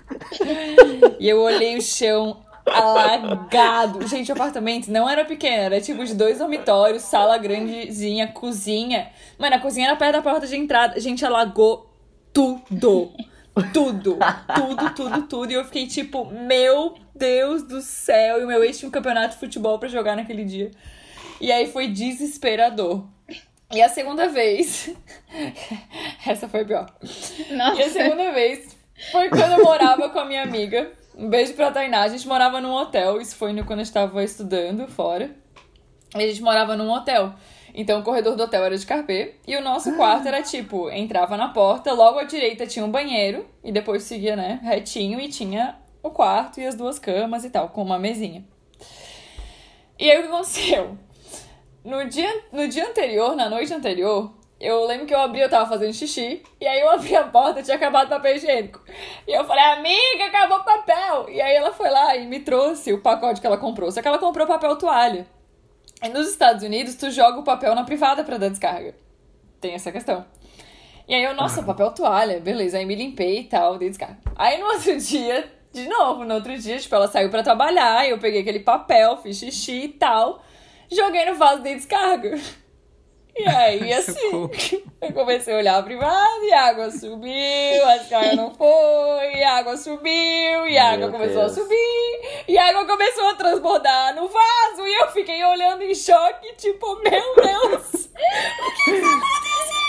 E eu olhei o chão alagado. Gente, o apartamento não era pequeno, era tipo de 2 dormitórios, sala grandezinha, cozinha. Mano, a cozinha era perto da porta de entrada. Gente, alagou tudo. Tudo. E eu fiquei tipo, meu Deus do céu. E o meu ex tinha um campeonato de futebol pra jogar naquele dia. E aí foi desesperador. E a segunda vez... Essa foi pior. Nossa. E a segunda vez foi quando eu morava com a minha amiga. Um beijo pra Tainá. A gente morava num hotel. Isso foi quando eu estava estudando fora. E a gente morava num hotel. Então o corredor do hotel era de carpê. E o nosso quarto era tipo, entrava na porta, logo à direita tinha um banheiro. E depois seguia, né, retinho. E tinha o quarto e as 2 camas e tal, com uma mesinha. E aí o que aconteceu? No dia anterior, na noite anterior, eu lembro que eu tava fazendo xixi. E aí eu abri a porta, tinha acabado o papel higiênico. E eu falei, amiga, acabou o papel. E aí ela foi lá e me trouxe o pacote que ela comprou. Só que ela comprou papel toalha. E nos Estados Unidos, tu joga o papel na privada pra dar descarga. Tem essa questão. E aí eu, nossa, papel toalha, beleza. Aí me limpei e tal, dei descarga. Aí no outro dia, de novo, tipo, ela saiu pra trabalhar, eu peguei aquele papel, fiz xixi e tal, joguei no vaso, dei descarga. E aí, assim, eu comecei a olhar a privada e a água subiu, a descarga não foi, e a água subiu, e a água começou a subir, e a água começou a transbordar no vaso, e eu fiquei olhando em choque, tipo, meu Deus, o que tá acontecendo?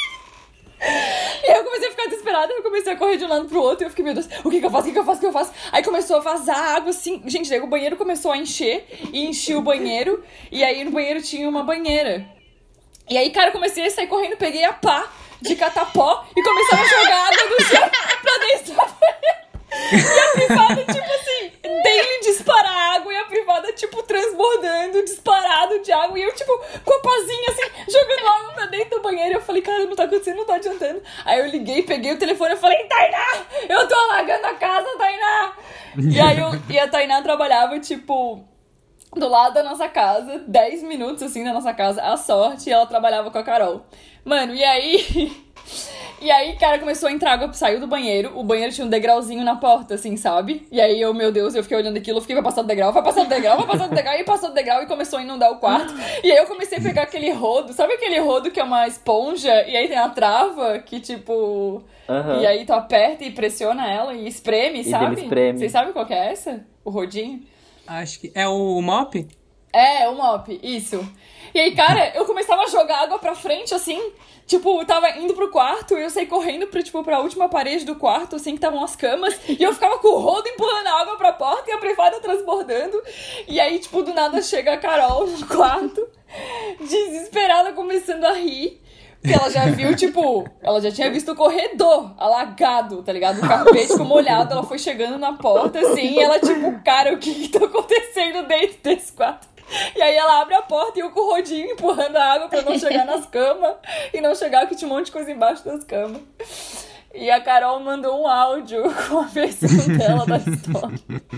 E aí eu comecei a ficar desesperada, eu comecei a correr de um lado pro outro, e eu fiquei, meu Deus, o que eu faço? Aí começou a vazar água, assim, gente, daí o banheiro começou a encher, e enchi o banheiro, e aí no banheiro tinha uma banheira. E aí, cara, eu comecei a sair correndo, peguei a pá de catapó e começava a jogar água no chão pra dentro da banheira. E a privada, tipo assim, dele disparar água e a privada, tipo, transbordando, disparado de água. E eu, tipo, com a pazinha, assim, jogando água pra dentro do banheiro. E eu falei, cara, não tá acontecendo tá adiantando. Aí eu liguei, peguei o telefone e falei, Tainá, eu tô alagando a casa, Tainá. E a Tainá trabalhava, tipo, do lado da nossa casa, 10 minutos, assim, da nossa casa, à sorte, e ela trabalhava com a Carol. Mano, e aí... E aí, cara, começou a entrar água, saiu do banheiro, o banheiro tinha um degrauzinho na porta, assim, sabe? E aí, meu Deus, eu fiquei olhando aquilo, vai passar do degrau, vai passar do degrau, e passou do degrau e começou a inundar o quarto. E aí eu comecei a pegar aquele rodo, sabe aquele rodo que é uma esponja e aí tem a trava que, tipo... E aí tu aperta e pressiona ela e espreme, sabe? Espreme. Vocês sabem qual que é essa? O rodinho? Acho que é o mop? É, o mop, isso. E aí, cara, eu começava a jogar água pra frente, assim... Tipo, eu tava indo pro quarto e eu saí correndo pra última parede do quarto, assim, que estavam as camas. E eu ficava com o rodo empurrando a água pra porta e a privada transbordando. E aí, tipo, do nada chega a Carol no quarto, desesperada, começando a rir. Porque ela já viu, tipo, ela já tinha visto o corredor alagado, tá ligado? O carpete ficou molhado, ela foi chegando na porta, assim, e ela, tipo, cara, o que tá acontecendo dentro desse quarto? E aí ela abre a porta e eu com o rodinho empurrando a água pra não chegar nas camas e não chegar que tinha um monte de coisa embaixo das camas. E a Carol mandou um áudio com a versão dela da história.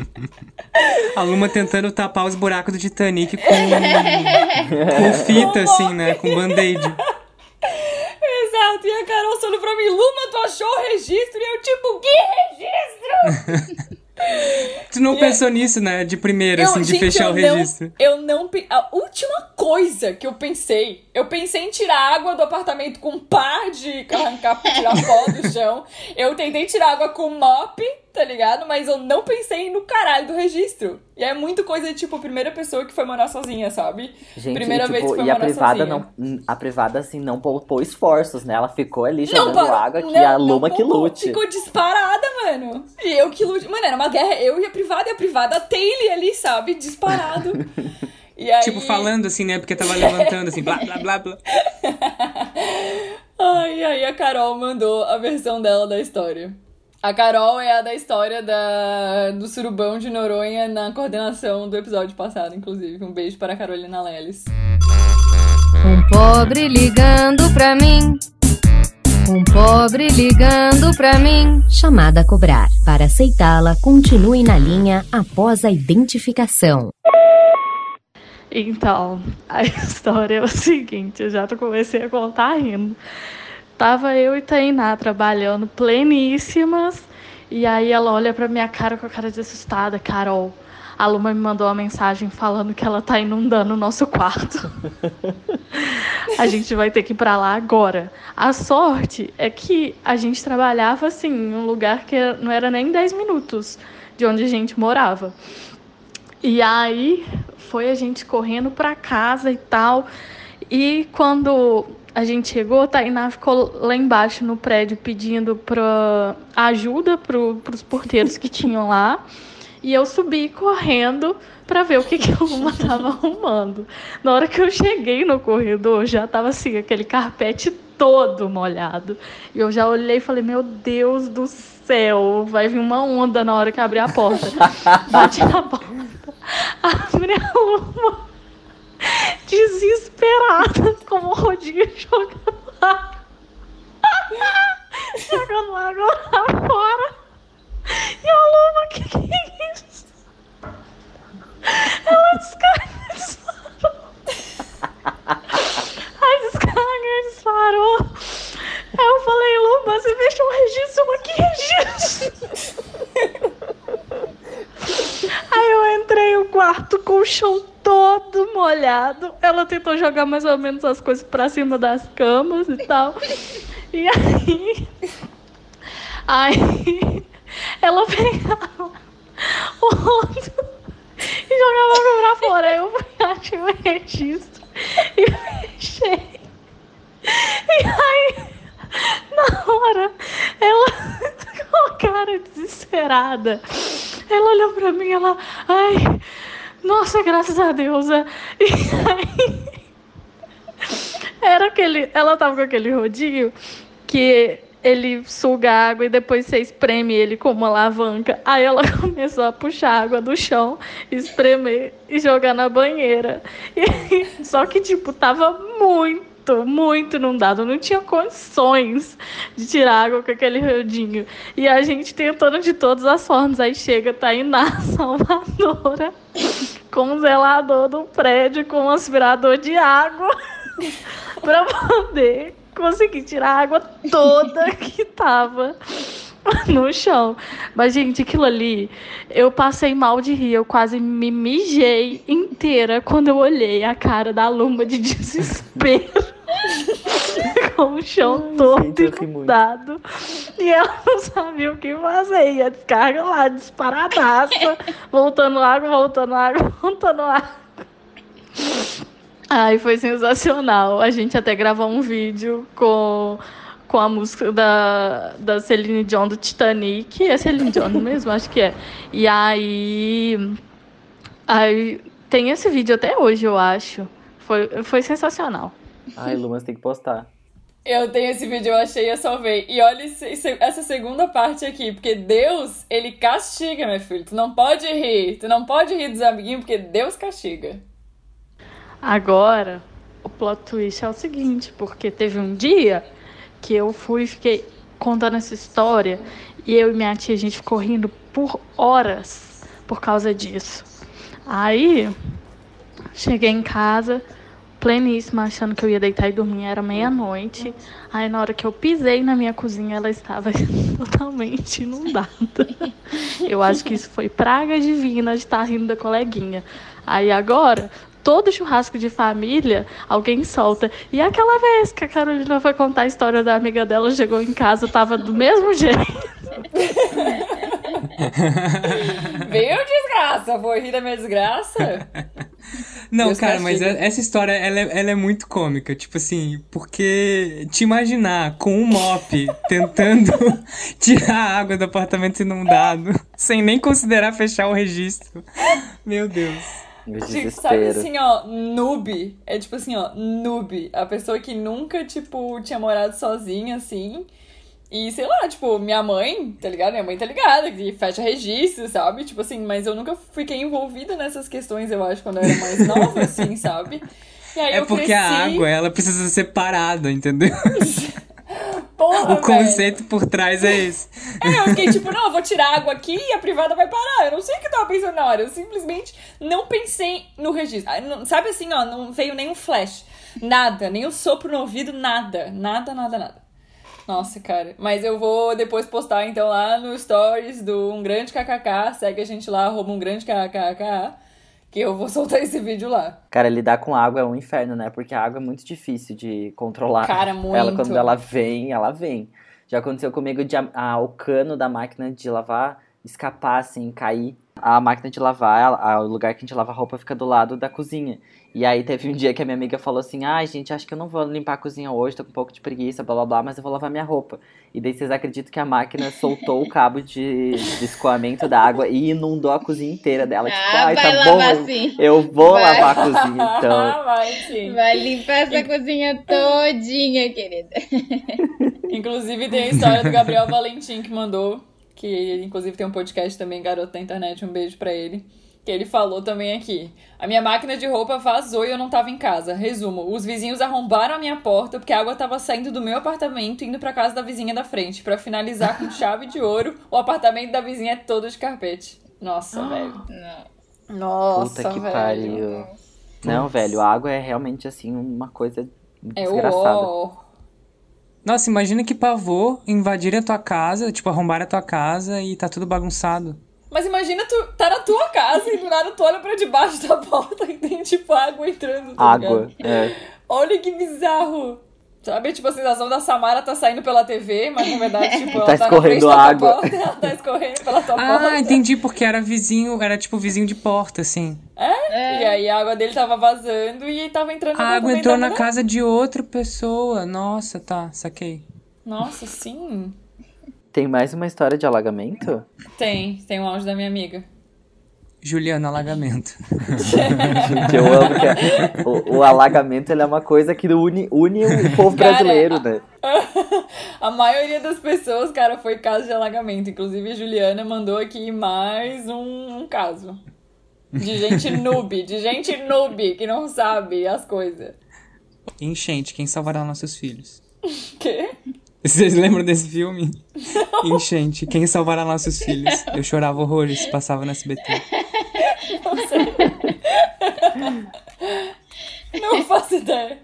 A Luma tentando tapar os buracos do Titanic com fita, assim, né? Com band-aid. Exato, e a Carol falando pra mim, Luma, tu achou o registro? E eu tipo, que registro? Tu não pensou nisso, né? De primeira, assim, de fechar o registro. A última coisa que eu pensei em tirar água do apartamento com pá de arrancar, tirar pó do chão. Eu tentei tirar água com mop, tá ligado? Mas eu não pensei no caralho do registro. E é muito coisa de, tipo, primeira pessoa que foi morar sozinha, sabe? Gente, primeira vez que foi e morar sozinha. A privada, assim, não poupou esforços, né? Ela ficou ali jogando água que a Luma que lute. Ficou disparada, mano. E eu que lute. Mano, era uma guerra, eu e a privada Taylor ali, sabe? Disparado. E aí... Tipo, falando assim, né? Porque tava levantando assim, blá, blá, blá, blá. Ai, aí a Carol mandou a versão dela da história. A Carol é a da história do surubão de Noronha na coordenação do episódio passado, inclusive. Um beijo para a Carolina Leles. Um pobre ligando pra mim. Um pobre ligando pra mim. Chamada a cobrar. Para aceitá-la, continue na linha após a identificação. Então, a história é o seguinte, eu já comecei a contar rindo. Tava eu e Tainá trabalhando pleníssimas, e aí ela olha pra minha cara com a cara de assustada. Carol, a Luma me mandou uma mensagem falando que ela tá inundando o nosso quarto. A gente vai ter que ir pra lá agora. A sorte é que a gente trabalhava assim, em um lugar que não era nem 10 minutos de onde a gente morava. E aí foi a gente correndo pra casa e tal. E quando a gente chegou, a Tainá ficou lá embaixo no prédio pedindo ajuda pros porteiros que tinham lá. E eu subi correndo pra ver o que a Luma tava arrumando. Na hora que eu cheguei no corredor, já tava assim, aquele carpete todo molhado. E eu já olhei e falei, meu Deus do céu, vai vir uma onda na hora que abrir a porta. Bate na porta, abre a Luma, desesperada, com o rodinho jogando água. Jogando água lá fora. E a Luma, que é isso? Ela disparou. A descarga disparou. Aí eu falei, Luma, você deixou um registro? Que registro? Aí eu entrei no quarto com o chão todo molhado. Ela tentou jogar mais ou menos as coisas pra cima das camas e tal. E aí ela pegava o rodo e jogava pra fora. Eu achei o registro e fechei. E aí, na hora, ela com a cara desesperada, ela olhou pra mim e ela, ai, nossa, graças a Deus. E aí, ela tava com aquele rodinho que ele suga a água e depois você espreme ele com uma alavanca. Aí ela começou a puxar a água do chão, espremer e jogar na banheira. Só que, tipo, tava muito muito inundado. Não tinha condições de tirar água com aquele rodinho. E a gente tentando de todas as formas. Aí chega Tainá Salvadora com um zelador do prédio, com um aspirador de água para poder conseguir tirar a água toda que tava no chão. Mas, gente, aquilo ali, eu passei mal de rir. Eu quase me mijei inteira quando eu olhei a cara da Luma de desespero. Com o chão todo inundado. E ela não sabia o que fazer. E a descarga lá, disparadaça. Voltando água, voltando água, voltando água. Ai, foi sensacional. A gente até gravou um vídeo com a música da Celine Dion do Titanic. É Celine Dion mesmo? Acho que é. E aí tem esse vídeo até hoje, eu acho. Foi sensacional. Ai, Lu, mas tem que postar. Eu tenho esse vídeo, eu achei, eu salvei. E olha essa segunda parte aqui, porque Deus, ele castiga, meu filho. Tu não pode rir dos amiguinhos, porque Deus castiga. Agora, o plot twist é o seguinte, porque teve um dia que eu fiquei contando essa história e eu e minha tia, a gente ficou rindo por horas por causa disso. Aí, cheguei em casa, pleníssima, achando que eu ia deitar e dormir, era meia-noite. Aí, na hora que eu pisei na minha cozinha, ela estava totalmente inundada. Eu acho que isso foi praga divina de estar rindo da coleguinha. Aí, agora, todo churrasco de família, alguém solta. E aquela vez que a Carolina foi contar a história da amiga dela, chegou em casa, tava do mesmo jeito. Veio desgraça, foi rir da minha desgraça? Não, Deus cara, castiga. mas essa história, ela é muito cômica, tipo assim, porque te imaginar com um mop tentando tirar a água do apartamento inundado, sem nem considerar fechar o registro. Meu Deus. Tipo, sabe assim, ó, noob. É tipo assim, ó, noob. A pessoa que nunca, tipo, tinha morado sozinha, assim. E, sei lá, tipo, minha mãe, tá ligado? Minha mãe tá ligada, que fecha registro, sabe? Tipo assim, mas eu nunca fiquei envolvida nessas questões, eu acho, quando eu era mais nova, assim, sabe? E aí eu porque cresci... a água, ela precisa ser parada, entendeu? Porra, o conceito por trás é esse. Eu fiquei tipo, não, eu vou tirar água aqui e a privada vai parar. Eu não sei o que eu tava pensando na hora. Eu simplesmente não pensei no registro. Sabe assim, ó, não veio nem um flash. Nada, nem um sopro no ouvido, nada. Nada. Nossa, cara. Mas eu vou depois postar, então, lá no Stories do Um Grande KKK. Segue a gente lá, @Um Grande KKK. Que eu vou soltar esse vídeo lá. Cara, lidar com água é um inferno, né? Porque a água é muito difícil de controlar. Cara, muito. Ela, quando ela vem, ela vem. Já aconteceu comigo de o cano da máquina de lavar escapar, assim, cair. A máquina de lavar, o lugar que a gente lava roupa fica do lado da cozinha. E aí teve um dia que a minha amiga falou assim, ai, gente, acho que eu não vou limpar a cozinha hoje, tô com um pouco de preguiça, blá blá blá, mas eu vou lavar minha roupa. E daí vocês acreditam que a máquina soltou o cabo de escoamento da água e inundou a cozinha inteira dela. Tipo, ai, vai tá bom, lavar sim. eu vou lavar a cozinha, então. Vai sim. Vai limpar essa cozinha todinha, querida. Inclusive tem a história do Gabriel Valentim que mandou, que inclusive tem um podcast também, Garoto da Internet, um beijo pra ele, que ele falou também aqui. A minha máquina de roupa vazou e eu não tava em casa. Resumo, os vizinhos arrombaram a minha porta porque a água tava saindo do meu apartamento e indo pra casa da vizinha da frente. Pra finalizar com chave de ouro, o apartamento da vizinha é todo de carpete. Nossa, velho. Não. Nossa, Puta que velho. pariu. Não, velho, a água é realmente, assim, uma coisa É desgraçada. Nossa, imagina que pavor invadir a tua casa, tipo, arrombar a tua casa e tá tudo bagunçado. Mas imagina tu tá na tua casa e do nada tu olha pra debaixo da porta e tem, tipo, água entrando. Tá Água, ligado? é. Olha que bizarro. Sabe, tipo, a sensação da Samara tá saindo pela TV, mas na verdade, tipo, ela Tá tá na frente escorrendo da tua água. porta, ela tá escorrendo pela tua porta. Ah, entendi, porque era vizinho, era tipo vizinho de porta, assim. E aí a água dele tava vazando e tava entrando no A água apartamento entrou da na mulher. casa de outra pessoa. Nossa, tá, saquei. Nossa, sim. Tem mais uma história de alagamento? Tem um áudio da minha amiga. Juliana, alagamento. Gente, eu amo que o alagamento ele é uma coisa que une o povo Cara, brasileiro, né? A maioria das pessoas, cara, foi caso de alagamento. Inclusive a Juliana mandou aqui mais um caso. De gente noob que não sabe as coisas. Enchente, quem salvará nossos filhos? Quê? Vocês lembram desse filme? Enchente, quem salvará nossos filhos? Eu chorava horrores, passava no SBT. Não sei. Não faço ideia.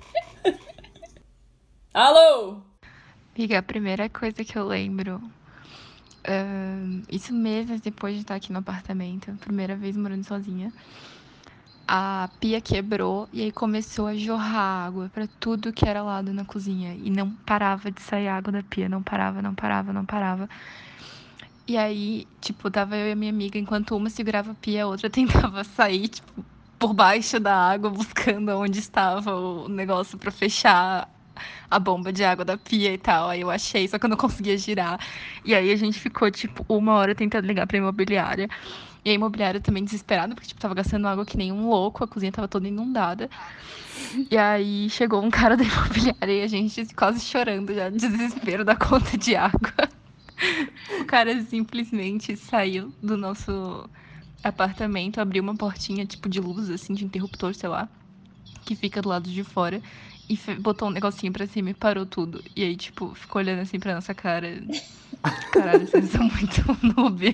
Alô? Amiga, a primeira coisa que eu lembro, isso meses depois de estar aqui no apartamento, primeira vez morando sozinha, a pia quebrou e aí começou a jorrar água pra tudo que era lado na cozinha. E não parava de sair água da pia, não parava. E aí, tipo, tava eu e a minha amiga, enquanto uma segurava a pia, a outra tentava sair, tipo, por baixo da água, buscando onde estava o negócio pra fechar a bomba de água da pia e tal. Aí eu achei, só que eu não conseguia girar. E aí a gente ficou, tipo, 1 hora tentando ligar pra imobiliária. E a imobiliária também desesperada, porque, tipo, tava gastando água que nem um louco, a cozinha tava toda inundada. E aí chegou um cara da imobiliária e a gente quase chorando já, de desespero da conta de água. O cara simplesmente saiu do nosso apartamento, abriu uma portinha, tipo, de luz, assim, de interruptor, sei lá, que fica do lado de fora, e botou um negocinho pra cima e parou tudo. E aí, tipo, ficou olhando assim pra nossa cara. Caralho, vocês são muito noob.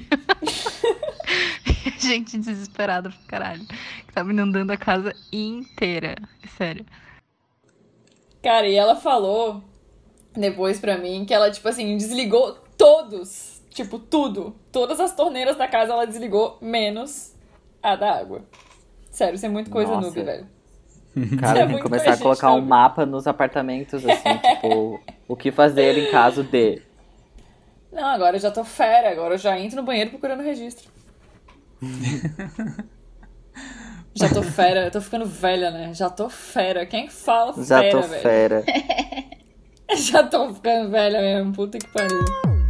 E a gente desesperada pra caralho. Que tava inundando a casa inteira. Sério. Cara, e ela falou depois pra mim que ela, tipo assim, desligou todos. Tipo, tudo. Todas as torneiras da casa ela desligou, menos a da água. Sério, isso é muito coisa noob, velho. Cara, tem que começar a colocar um mapa nos apartamentos, assim, tipo, o que fazer em caso de... Não, agora eu já tô fera, agora eu já entro no banheiro procurando registro. Já tô fera, eu tô ficando velha, né? Já tô fera. Quem fala fera, já tô velho? fera. Já tô ficando velha mesmo, puta que pariu.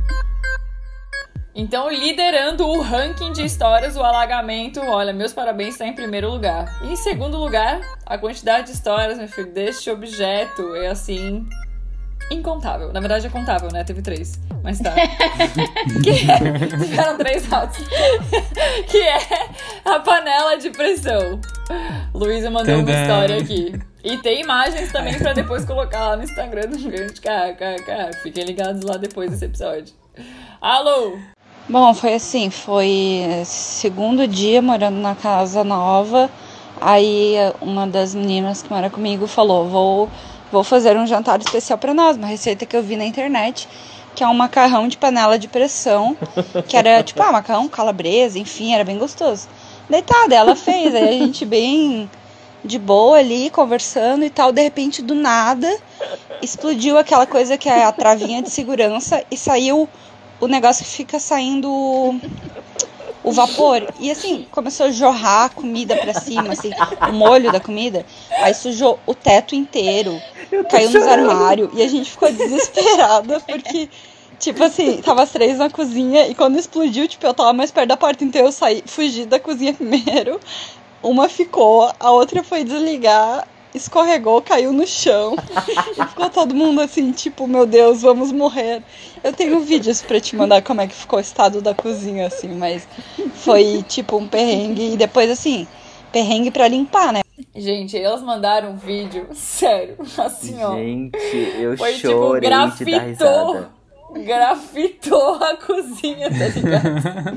Então, liderando o ranking de histórias, o alagamento, olha, meus parabéns, está em primeiro lugar. E em segundo lugar, a quantidade de histórias, meu filho, deste objeto é assim... incontável. Na verdade é contável, né? Teve 3. Mas tá. Tiveram 3 altos. Que é a panela de pressão. Luísa mandou uma história aqui. E tem imagens também pra depois colocar lá no Instagram do Grande KKK. Fiquem ligados lá depois desse episódio. Alô? Bom, foi assim, foi segundo dia morando na casa nova. Aí uma das meninas que mora comigo falou, vou fazer um jantar especial pra nós, uma receita que eu vi na internet, que é um macarrão de panela de pressão, que era tipo, macarrão calabresa, enfim, era bem gostoso. Deitada, ela fez, aí a gente bem de boa ali, conversando e tal, de repente, do nada, explodiu aquela coisa que é a travinha de segurança e saiu o negócio que fica saindo o vapor, e assim, começou a jorrar a comida pra cima, assim, o molho da comida, aí sujou o teto inteiro, caiu nos armários, e a gente ficou desesperada, porque, tipo assim, tava as 3 na cozinha, e quando explodiu, tipo, eu tava mais perto da porta, então eu fugi da cozinha primeiro, uma ficou, a outra foi desligar, escorregou, caiu no chão, e ficou todo mundo assim, tipo, meu Deus, vamos morrer. Eu tenho vídeos pra te mandar como é que ficou o estado da cozinha, assim, mas foi tipo um perrengue, e depois assim, perrengue pra limpar, né? Gente, elas mandaram um vídeo, sério, assim, ó. Gente, eu foi, chorei tipo, de dar risada. Grafitou a cozinha, tá ligado?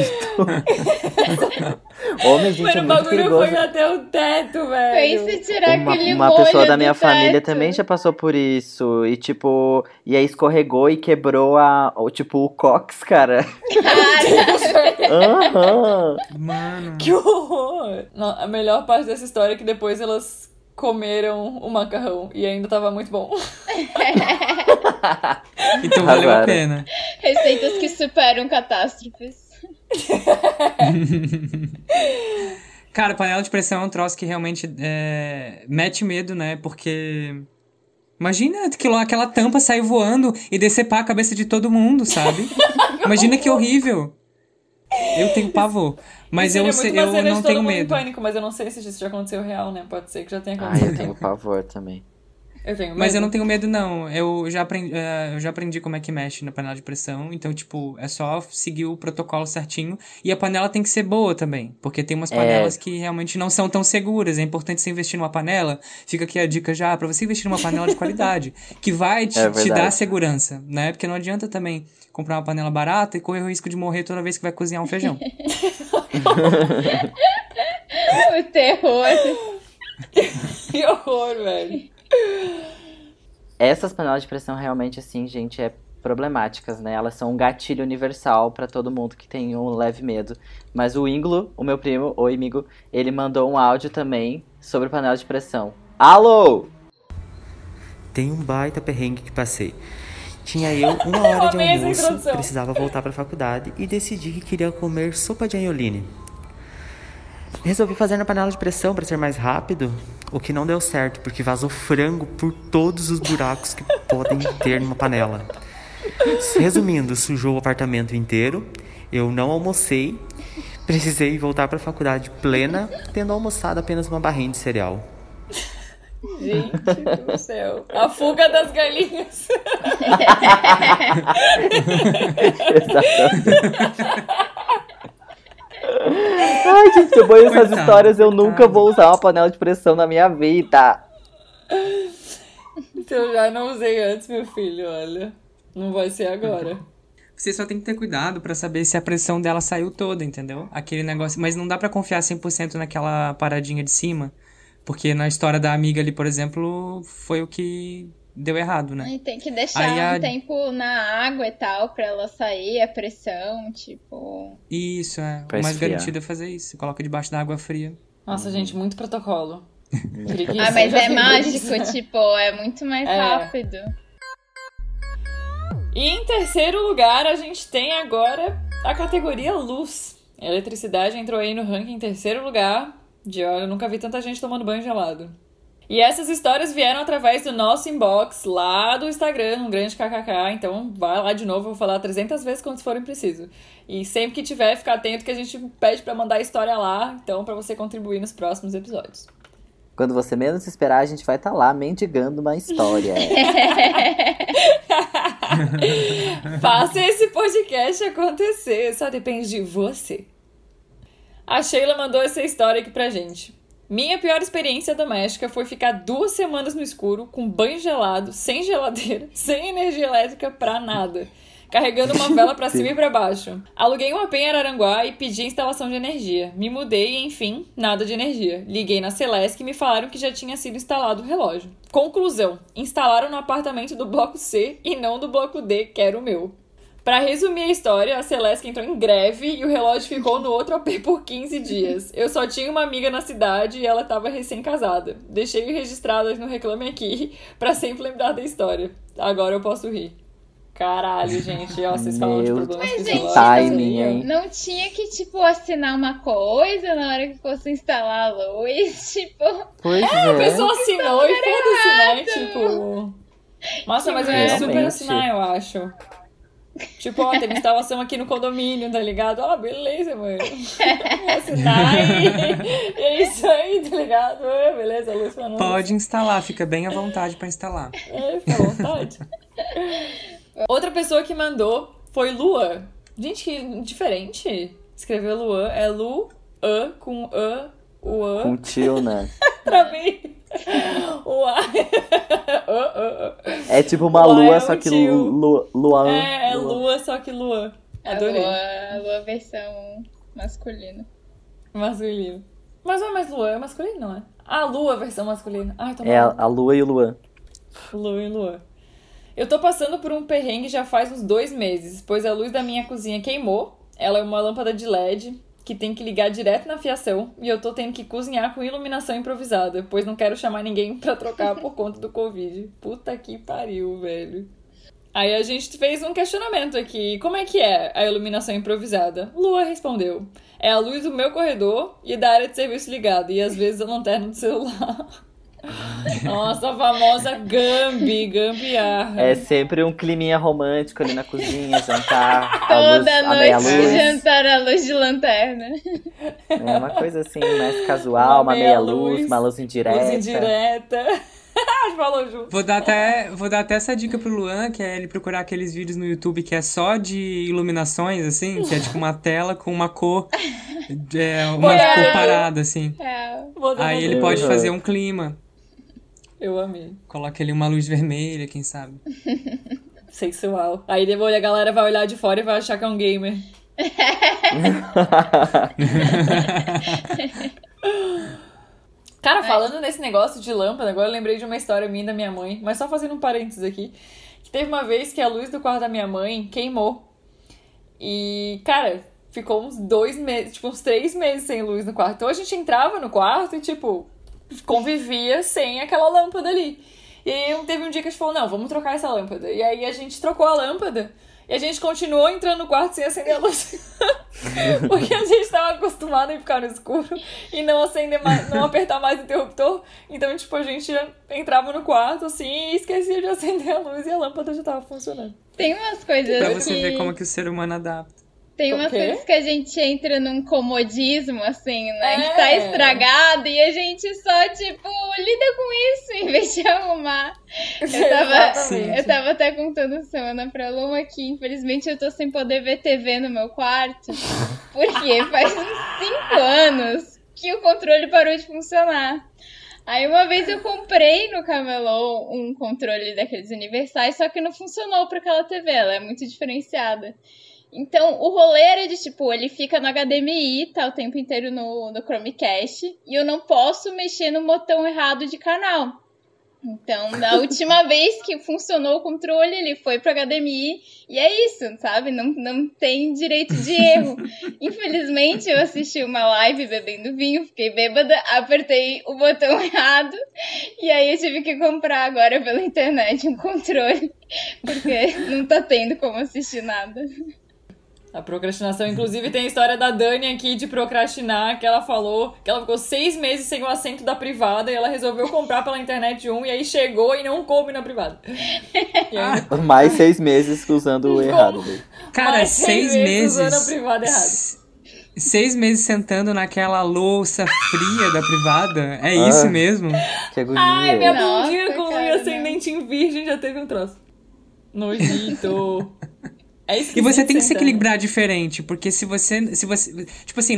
Homem, gente, mano, é o muito bagulho perigoso. foi até o teto, velho. Pensa em tirar aquele Uma molho pessoa da minha do família teto. também já passou por isso. E tipo, e aí escorregou e quebrou o cox, cara. Aham. Mano. Que horror! Não, a melhor parte dessa história é que depois elas comeram o macarrão e ainda tava muito bom. Então valeu a pena. Receitas que superam catástrofes. Cara, panela de pressão é um troço que realmente mete medo, né? Porque... imagina que aquela tampa sair voando e decepar a cabeça de todo mundo, sabe? Imagina que horrível. Eu tenho pavor. Mas eu não tenho medo. Pânico, mas eu não sei se isso já aconteceu real, né? Pode ser que já tenha Ah, acontecido. eu tenho pavor também. Eu tenho medo. Mas eu não tenho medo, não. Eu já aprendi como é que mexe na panela de pressão. Então, tipo, é só seguir o protocolo certinho. E a panela tem que ser boa também. Porque tem umas panelas que realmente não são tão seguras. É importante você investir numa panela. Fica aqui a dica já pra você investir numa panela de qualidade. Que vai te dar segurança, né? Porque não adianta também comprar uma panela barata e correr o risco de morrer toda vez que vai cozinhar um feijão. O terror. Que horror, velho. Essas panelas de pressão realmente, assim, gente, problemáticas, né? Elas são um gatilho universal pra todo mundo que tem um leve medo. Mas o Inglo, o meu primo, oi, amigo, ele mandou um áudio também sobre panela de pressão. Alô! Tem um baita perrengue que passei. Tinha eu 1 hora de almoço, precisava voltar pra faculdade e decidi que queria comer sopa de agnolini. Resolvi fazer na panela de pressão para ser mais rápido, o que não deu certo, porque vazou frango por todos os buracos que podem ter numa panela. Resumindo, sujou o apartamento inteiro, eu não almocei, precisei voltar para a faculdade plena, tendo almoçado apenas uma barrinha de cereal. Gente do céu. A fuga das galinhas. Exatamente. Ai, gente, depois dessas histórias eu nunca vou usar uma panela de pressão na minha vida. Eu já não usei antes, meu filho, olha. Não vai ser agora. Você só tem que ter cuidado pra saber se a pressão dela saiu toda, entendeu? Aquele negócio. Mas não dá pra confiar 100% naquela paradinha de cima. Porque na história da amiga ali, por exemplo, foi o que deu errado, né? E tem que deixar um tempo na água e tal, pra ela sair a pressão, tipo... Isso, é. O mais garantido é fazer isso. Você coloca debaixo da água fria. Nossa, gente, muito protocolo. Ah, mas é mágico, tipo, é muito mais rápido. E em terceiro lugar, a gente tem agora a categoria luz. A eletricidade entrou aí no ranking em terceiro lugar. Olha, eu nunca vi tanta gente tomando banho gelado. E essas histórias vieram através do nosso inbox lá do Instagram, um grande kkk. Então vai lá de novo, eu vou falar 300 vezes quando forem preciso. E sempre que tiver, fica atento que a gente pede pra mandar a história lá, então pra você contribuir nos próximos episódios. Quando você menos esperar, a gente vai estar lá mendigando uma história. Faça esse podcast acontecer, só depende de você. A Sheila mandou essa história aqui pra gente. Minha pior experiência doméstica foi ficar 2 semanas no escuro, com banho gelado, sem geladeira, sem energia elétrica pra nada, carregando uma vela pra cima e pra baixo. Aluguei um AP em Araranguá e pedi instalação de energia. Me mudei e, enfim, nada de energia. Liguei na Celesc e me falaram que já tinha sido instalado o relógio. Conclusão, instalaram no apartamento do bloco C e não do bloco D, que era o meu. Pra resumir a história, a Celeste entrou em greve e o relógio ficou no outro AP por 15 dias. Eu só tinha uma amiga na cidade e ela tava recém-casada. Deixei registrado no Reclame Aqui pra sempre lembrar da história. Agora eu posso rir. Caralho, gente. Ó, vocês falam de problemas fisiológicos. Timing, hein? Não tinha que, tipo, assinar uma coisa na hora que fosse instalar a luz, tipo... Pois a pessoa assinou e foda-se, né? Tipo... Nossa, mas eu ia super assinar, eu acho. Tipo, ó, teve instalação aqui no condomínio, tá ligado? Ó, beleza, mano. Vou assinar e é isso aí, tá ligado? Beleza, a luz pra nós. Pode instalar, fica bem à vontade pra instalar. Fica à vontade. Outra pessoa que mandou foi Lua. Gente, que diferente. Escreveu Luan, é Lu-an com o com tio, né? Travei. É tipo uma lua, só que Luan. É lua, só que Luan. Adorei. A lua versão masculina. Masculino. Mas não é mais Luan, é masculino, não é? Ah, lua versão masculina. Ai, tô é a lua e o Luan. Lua e Luan. Eu tô passando por um perrengue já faz uns 2 meses, pois a luz da minha cozinha queimou. Ela é uma lâmpada de LED que tem que ligar direto na fiação e eu tô tendo que cozinhar com iluminação improvisada, pois não quero chamar ninguém pra trocar por conta do Covid. Puta que pariu, velho. Aí a gente fez um questionamento aqui. Como é que é a iluminação improvisada? Lua respondeu. É a luz do meu corredor e da área de serviço ligada, e às vezes a lanterna do celular. Nossa, a famosa gambiarra. É sempre um climinha romântico ali na cozinha, jantar. Toda noite jantar à luz de lanterna. É uma coisa assim, mais casual, uma meia luz, uma luz indireta. Luz indireta. Falou junto. Vou dar até essa dica pro Luan, que é ele procurar aqueles vídeos no YouTube que é só de iluminações, assim, que é tipo uma tela com uma cor, uma cor parada, assim. Aí ele pode fazer um clima. Eu amei. Coloca ali uma luz vermelha, quem sabe. Sensual. Aí depois a galera vai olhar de fora e vai achar que é um gamer. Cara, falando nesse negócio de lâmpada, agora eu lembrei de uma história minha e da minha mãe, mas só fazendo um parênteses aqui, que teve uma vez que a luz do quarto da minha mãe queimou. E, cara, ficou uns 2 meses, tipo, uns 3 meses sem luz no quarto. Então a gente entrava no quarto e, tipo, convivia sem aquela lâmpada ali. E aí teve um dia que a gente falou, não, vamos trocar essa lâmpada. E aí a gente trocou a lâmpada. E a gente continuou entrando no quarto sem acender a luz. Porque a gente tava acostumado a ficar no escuro e não acender mais, não apertar mais o interruptor. Então, tipo, a gente entrava no quarto, assim, e esquecia de acender a luz e a lâmpada já tava funcionando. Tem umas coisas pra você ver como que o ser humano adapta. Tem umas coisas que a gente entra num comodismo, assim, né? Que tá estragado e a gente só, tipo, lida com isso em vez de arrumar. Eu tava até contando semana pra Luma que, infelizmente, eu tô sem poder ver TV no meu quarto. Porque faz uns 5 anos que o controle parou de funcionar. Aí uma vez eu comprei no Camelô um controle daqueles universais, só que não funcionou pra aquela TV, ela é muito diferenciada. Então, o rolê era de, tipo, ele fica no HDMI, tá o tempo inteiro no Chromecast, e eu não posso mexer no botão errado de canal. Então, da última vez que funcionou o controle, ele foi pro HDMI, e é isso, sabe? Não tem direito de erro. Infelizmente, eu assisti uma live bebendo vinho, fiquei bêbada, apertei o botão errado, e aí eu tive que comprar agora pela internet um controle, porque não tá tendo como assistir nada. A procrastinação, inclusive, tem a história da Dani aqui de procrastinar, que ela falou que ela ficou 6 meses sem o assento da privada e ela resolveu comprar pela internet e aí chegou e não coube na privada. Aí... Mais 6 meses usando o errado. Cara, mais 6 meses usando a privada errada. 6 meses sentando naquela louça fria da privada? É isso mesmo? Que agonia. Ai, minha bundinha com unha ascendente em virgem já teve um troço. Nojito. É e você tem que se equilibrar diferente, porque se você tipo assim,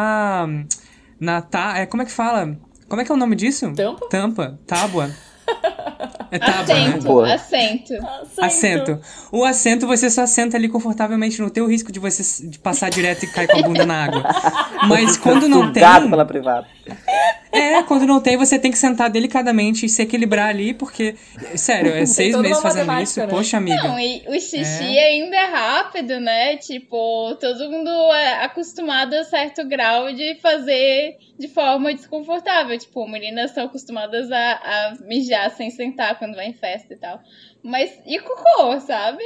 como é que fala? Como é que é o nome disso? Tampa? Tábua? É tábua, assento. O assento você só senta ali confortavelmente, no teu risco de você passar direto e cair com a bunda na água. Mas quando não tem... pela privada. Quando não tem, você tem que sentar delicadamente e se equilibrar ali, porque, sério, é 6 meses fazendo isso, né? Poxa, amiga. Não, e o xixi ainda é rápido, né? Tipo, todo mundo é acostumado a certo grau de fazer de forma desconfortável. Tipo, meninas são acostumadas a mijar sem sentar quando vai em festa e tal. Mas, e cocô, sabe?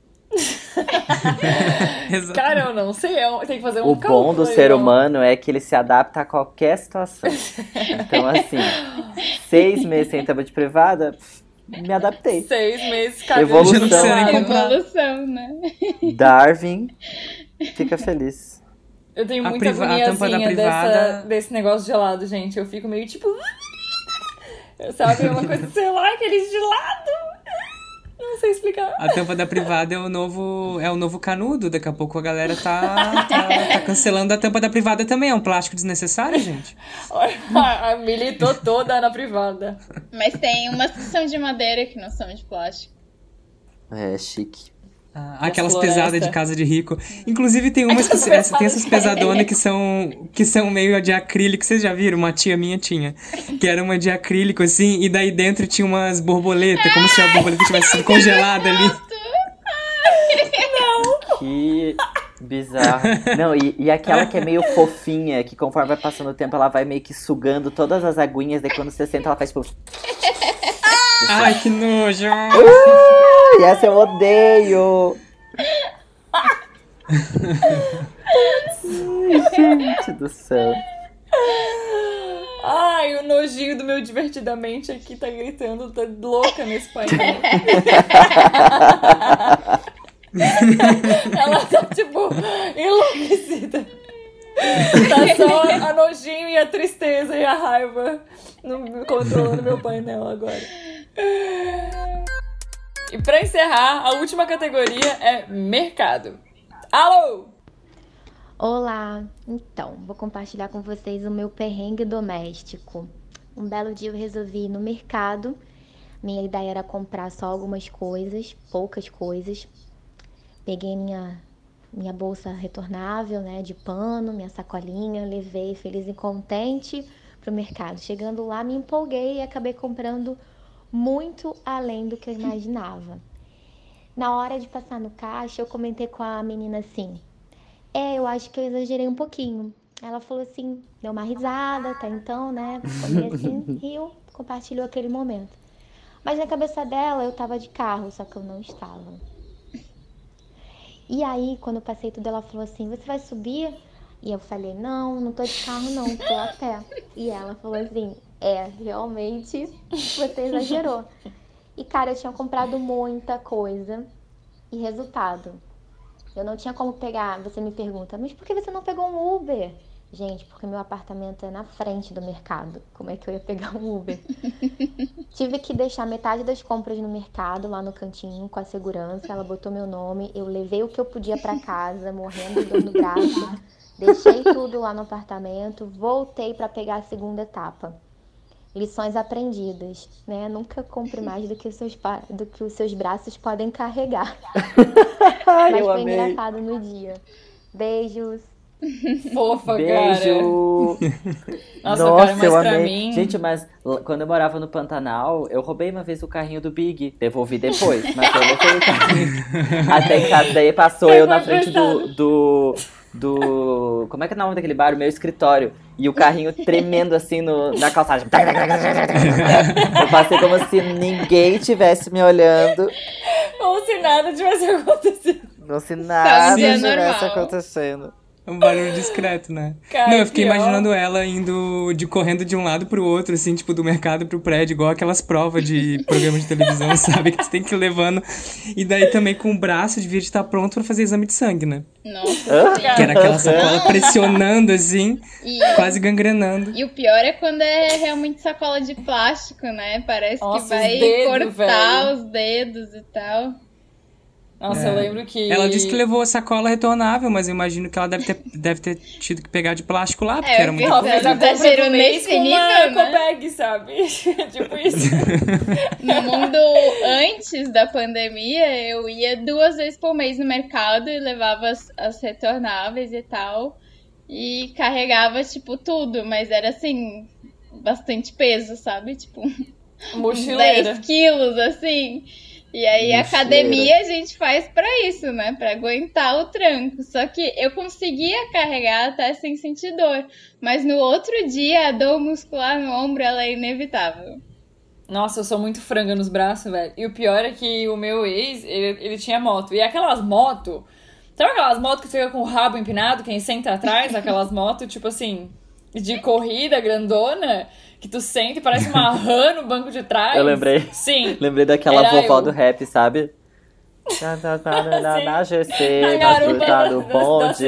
Cara, eu não sei, tem que fazer o bom do ser humano é que ele se adapta a qualquer situação. Então, assim, 6 meses sem tampa de privada, me adaptei. 6 meses, cara. Evolução, né? Darwin, fica feliz. Eu tenho muita agoniazinha desse negócio gelado, gente. Eu fico meio tipo... Sabe, uma coisa, sei lá, aquele gelado... Não sei explicar. A tampa da privada é o novo canudo. Daqui a pouco a galera tá cancelando a tampa da privada também. É um plástico desnecessário, gente. A militou toda na privada. Mas tem umas que são de madeira que não são de plástico. É chique. Aquelas pesadas de casa de rico. Inclusive tem umas que tem essas pesadonas que são meio de acrílico. Vocês já viram? Uma tia minha tinha. Que era uma de acrílico, assim, e daí dentro tinha umas borboletas, como se a borboleta tivesse sido congelada ali. Não! Que bizarro. Não, e aquela que é meio fofinha, que conforme vai passando o tempo, ela vai meio que sugando todas as aguinhas, daí quando você senta, ela faz tipo... Ai, que nojo! E essa eu odeio! Gente do céu. Ai, o nojinho do meu Divertidamente aqui tá gritando, tá louca nesse painel. Ela tá, tipo, enlouquecida. Tá só a nojinho e a tristeza e a raiva controlando meu painel agora. E pra encerrar, a última categoria é mercado. Alô! Olá! Então, vou compartilhar com vocês o meu perrengue doméstico. Um belo dia eu resolvi ir no mercado. Minha ideia era comprar só algumas coisas, poucas coisas. Peguei minha bolsa retornável, né, de pano, minha sacolinha, levei feliz e contente pro mercado. Chegando lá, me empolguei e acabei comprando muito além do que eu imaginava. Na hora de passar no caixa, eu comentei com a menina assim: eu acho que eu exagerei um pouquinho. Ela falou assim, deu uma risada, até então, né? Foi assim, riu, compartilhou aquele momento. Mas na cabeça dela, eu tava de carro, só que eu não estava. E aí, quando eu passei tudo, ela falou assim: você vai subir? E eu falei: não tô de carro não, tô a pé. E ela falou assim: realmente, você exagerou. E, cara, eu tinha comprado muita coisa. E resultado, eu não tinha como pegar. Você me pergunta: mas por que você não pegou um Uber? Gente, porque meu apartamento é na frente do mercado. Como é que eu ia pegar um Uber? Tive que deixar metade das compras no mercado, lá no cantinho, com a segurança. Ela botou meu nome, eu levei o que eu podia pra casa, morrendo de dor no braço. Deixei tudo lá no apartamento, voltei pra pegar a segunda etapa. Lições aprendidas, né? Nunca compre mais do que os seus braços podem carregar. Mas foi engraçado no dia. Beijos. Fofa, beijo. Nossa, Nossa, cara, mas eu pra amei. mim... Gente, mas quando eu morava no Pantanal, eu roubei uma vez o carrinho do Big. Devolvi depois, mas eu levei o carrinho. Até em casa, daí passou eu na frente do... Como é que é o nome daquele bar? O meu escritório. E o carrinho tremendo assim na calçada. Eu passei como se ninguém tivesse me olhando. Como se nada tivesse acontecido. Como se nada tivesse acontecendo. Um barulho discreto, né? Cara, não, eu fiquei pior. imaginando ela correndo de um lado pro outro, assim, tipo, do mercado pro prédio, igual aquelas provas de programa de televisão, sabe? Que você tem que ir levando. E daí também com o braço devia estar pronto pra fazer exame de sangue, né? Nossa, que era aquela sacola pressionando, assim, quase gangrenando. E o pior é quando é realmente sacola de plástico, né? Parece que vai cortar os dedos e tal. Nossa, eu lembro que... Ela disse que levou a sacola retornável, mas eu imagino que ela deve ter tido que pegar de plástico lá, porque era muito... Ela fez a compra do mês com uma ecobag, sabe? Tipo isso. No mundo antes da pandemia, eu ia 2 vezes por mês no mercado e levava as retornáveis e tal. E carregava, tipo, tudo. Mas era, assim, bastante peso, sabe? Tipo, mochileira. 10 quilos, assim... E aí, a academia a gente faz pra isso, né? Pra aguentar o tranco. Só que eu conseguia carregar até sem sentir dor. Mas no outro dia, a dor muscular no ombro, ela é inevitável. Nossa, eu sou muito franga nos braços, velho. E o pior é que o meu ex, ele tinha moto. E aquelas motos... Sabe aquelas motos que você fica com o rabo empinado, quem senta atrás? Aquelas motos, tipo assim, de corrida grandona... Que tu sente, parece uma rã no banco de trás. Eu lembrei. Sim. Lembrei daquela vovó do rap, sabe? Na GC, na do bonde.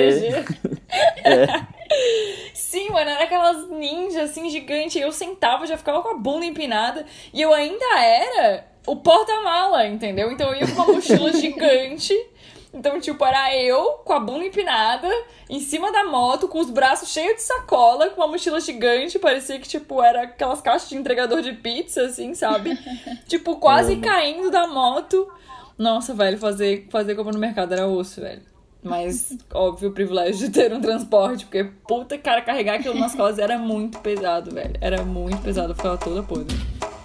Sim, mano, era aquelas ninjas, assim, gigantes. Eu sentava, já ficava com a bunda empinada. E eu ainda era o porta-mala, entendeu? Então eu ia com uma mochila gigante. Então, tipo, era eu com a bunda empinada, em cima da moto, com os braços cheios de sacola, com uma mochila gigante, parecia que, tipo, era aquelas caixas de entregador de pizza, assim, sabe? Tipo, quase caindo da moto. Nossa, velho, fazer compra no mercado era osso, velho. Mas, óbvio, o privilégio de ter um transporte, porque, puta, cara, carregar aquilo nas costas era muito pesado, velho. Era muito pesado, eu ficava toda podre.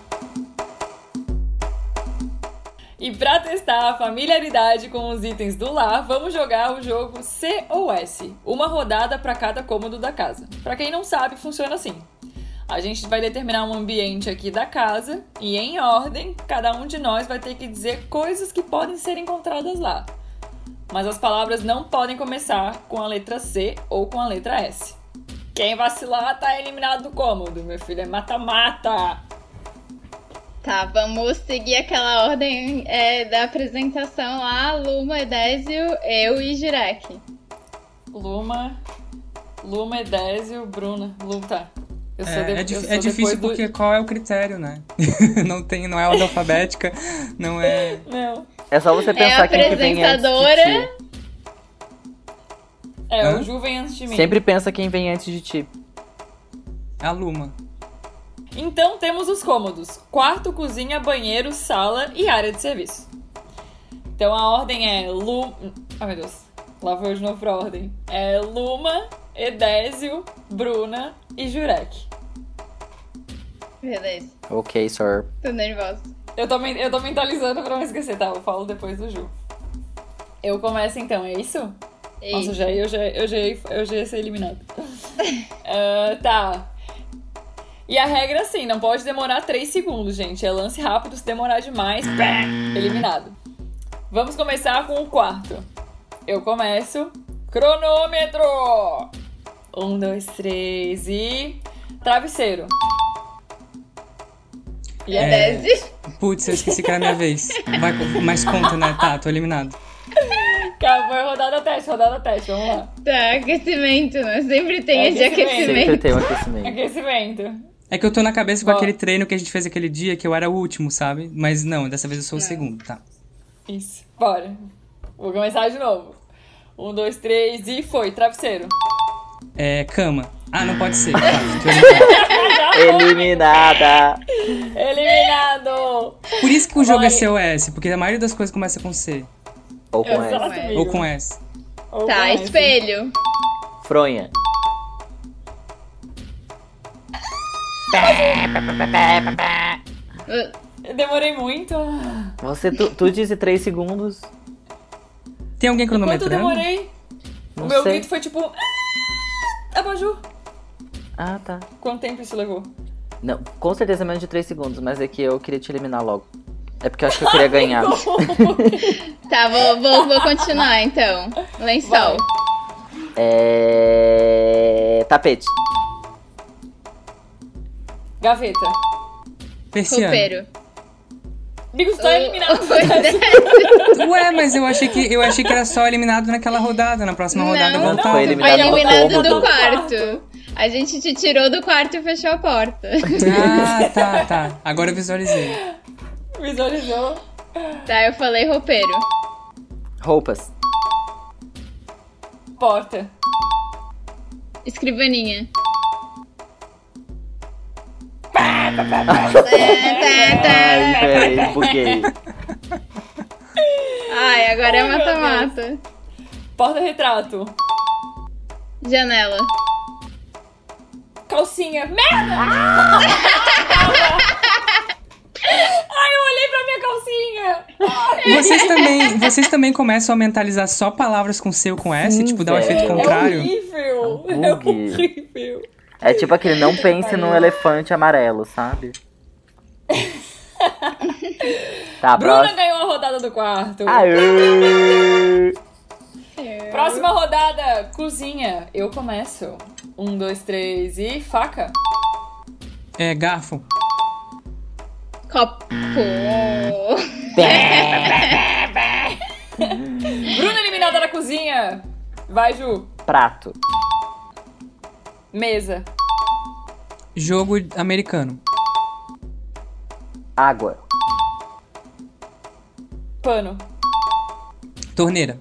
E pra testar a familiaridade com os itens do lar, vamos jogar o jogo C ou S, uma rodada para cada cômodo da casa. Pra quem não sabe, funciona assim. A gente vai determinar um ambiente aqui da casa e, em ordem, cada um de nós vai ter que dizer coisas que podem ser encontradas lá. Mas as palavras não podem começar com a letra C ou com a letra S. Quem vacilar tá eliminado do cômodo, meu filho, é mata-mata! Tá, vamos seguir aquela ordem da apresentação lá. Luma, Edésio, eu e Jirek. Luma, Edésio, Bruna. Tá. É difícil porque qual é o critério, né? Não é ordem alfabética, não é... Não. É só você pensar quem que vem antes de ti. O Ju vem antes de mim. Sempre pensa quem vem antes de ti. A Luma. Então temos os cômodos: quarto, cozinha, banheiro, sala e área de serviço. Então a ordem é Ai, meu Deus. Lá vou eu de novo pra ordem. É Luma, Edésio, Bruna e Jurek. Beleza. Ok, sir. Tô nervosa. Eu tô mentalizando pra não esquecer, tá? Eu falo depois do Ju. Eu começo então, é isso? Nossa, eu já ia ser eliminado. Tá. E a regra, assim, não pode demorar 3 segundos, gente. É lance rápido, se demorar demais, eliminado. Vamos começar com o quarto. Eu começo. Cronômetro! 1, 2, 3 e... Travesseiro. E a 10. Putz, eu esqueci que era a minha vez. Mas conta, né? Tá, tô eliminado. Calma, foi rodada teste, vamos lá. Tá, aquecimento, né? Sempre tem esse aquecimento. Sempre tem um aquecimento. Aquecimento. É que eu tô na cabeça com aquele treino que a gente fez aquele dia, que eu era o último, sabe? Mas não, dessa vez eu sou o segundo, tá? Isso, bora. Vou começar de novo. 1, 2, 3 e foi. Travesseiro. Cama. Ah, não pode ser. Eliminada. Eliminado. Por isso que o jogo é COS, porque a maioria das coisas começa com C. Ou com S. Ou com S. Tá, espelho. Fronha. Eu demorei muito. Tu disse 3 segundos. Tem alguém cronometrando? Quanto eu demorei? Não o meu sei. grito foi tipo... Abajur. Ah, tá. Quanto tempo isso levou? Não, com certeza menos de 3 segundos, mas é que eu queria te eliminar logo. É porque eu acho que eu queria ganhar. Tá, vou continuar então. Lençol. Tapete. Gaveta. Persiano. Roupeiro. Amigo, você tá eliminado. Ué, mas eu achei que era só eliminado naquela rodada. Na próxima rodada eu voltava. Foi eliminado do quarto. A gente te tirou do quarto e fechou a porta. Ah, tá. Agora eu visualizei. Visualizou. Tá, eu falei roupeiro. Roupas. Porta. Escrivaninha. Ai, peraí, buguei. Ai, agora é mata-mata. Porta-retrato. Janela. Calcinha. Merda! Ai, eu olhei pra minha calcinha. Vocês também começam a mentalizar só palavras com C ou com S? Tipo, dá um efeito contrário? É horrível. É horrível. É tipo aquele não pense num elefante amarelo, sabe? Tá, Bruna ganhou a rodada do quarto. Aê! Próxima rodada, cozinha. Eu começo. 1, 2, 3 e faca. Garfo. Copo. Bruna eliminada na cozinha. Vai, Ju. Prato. Mesa. Jogo americano. Água. Pano. Torneira.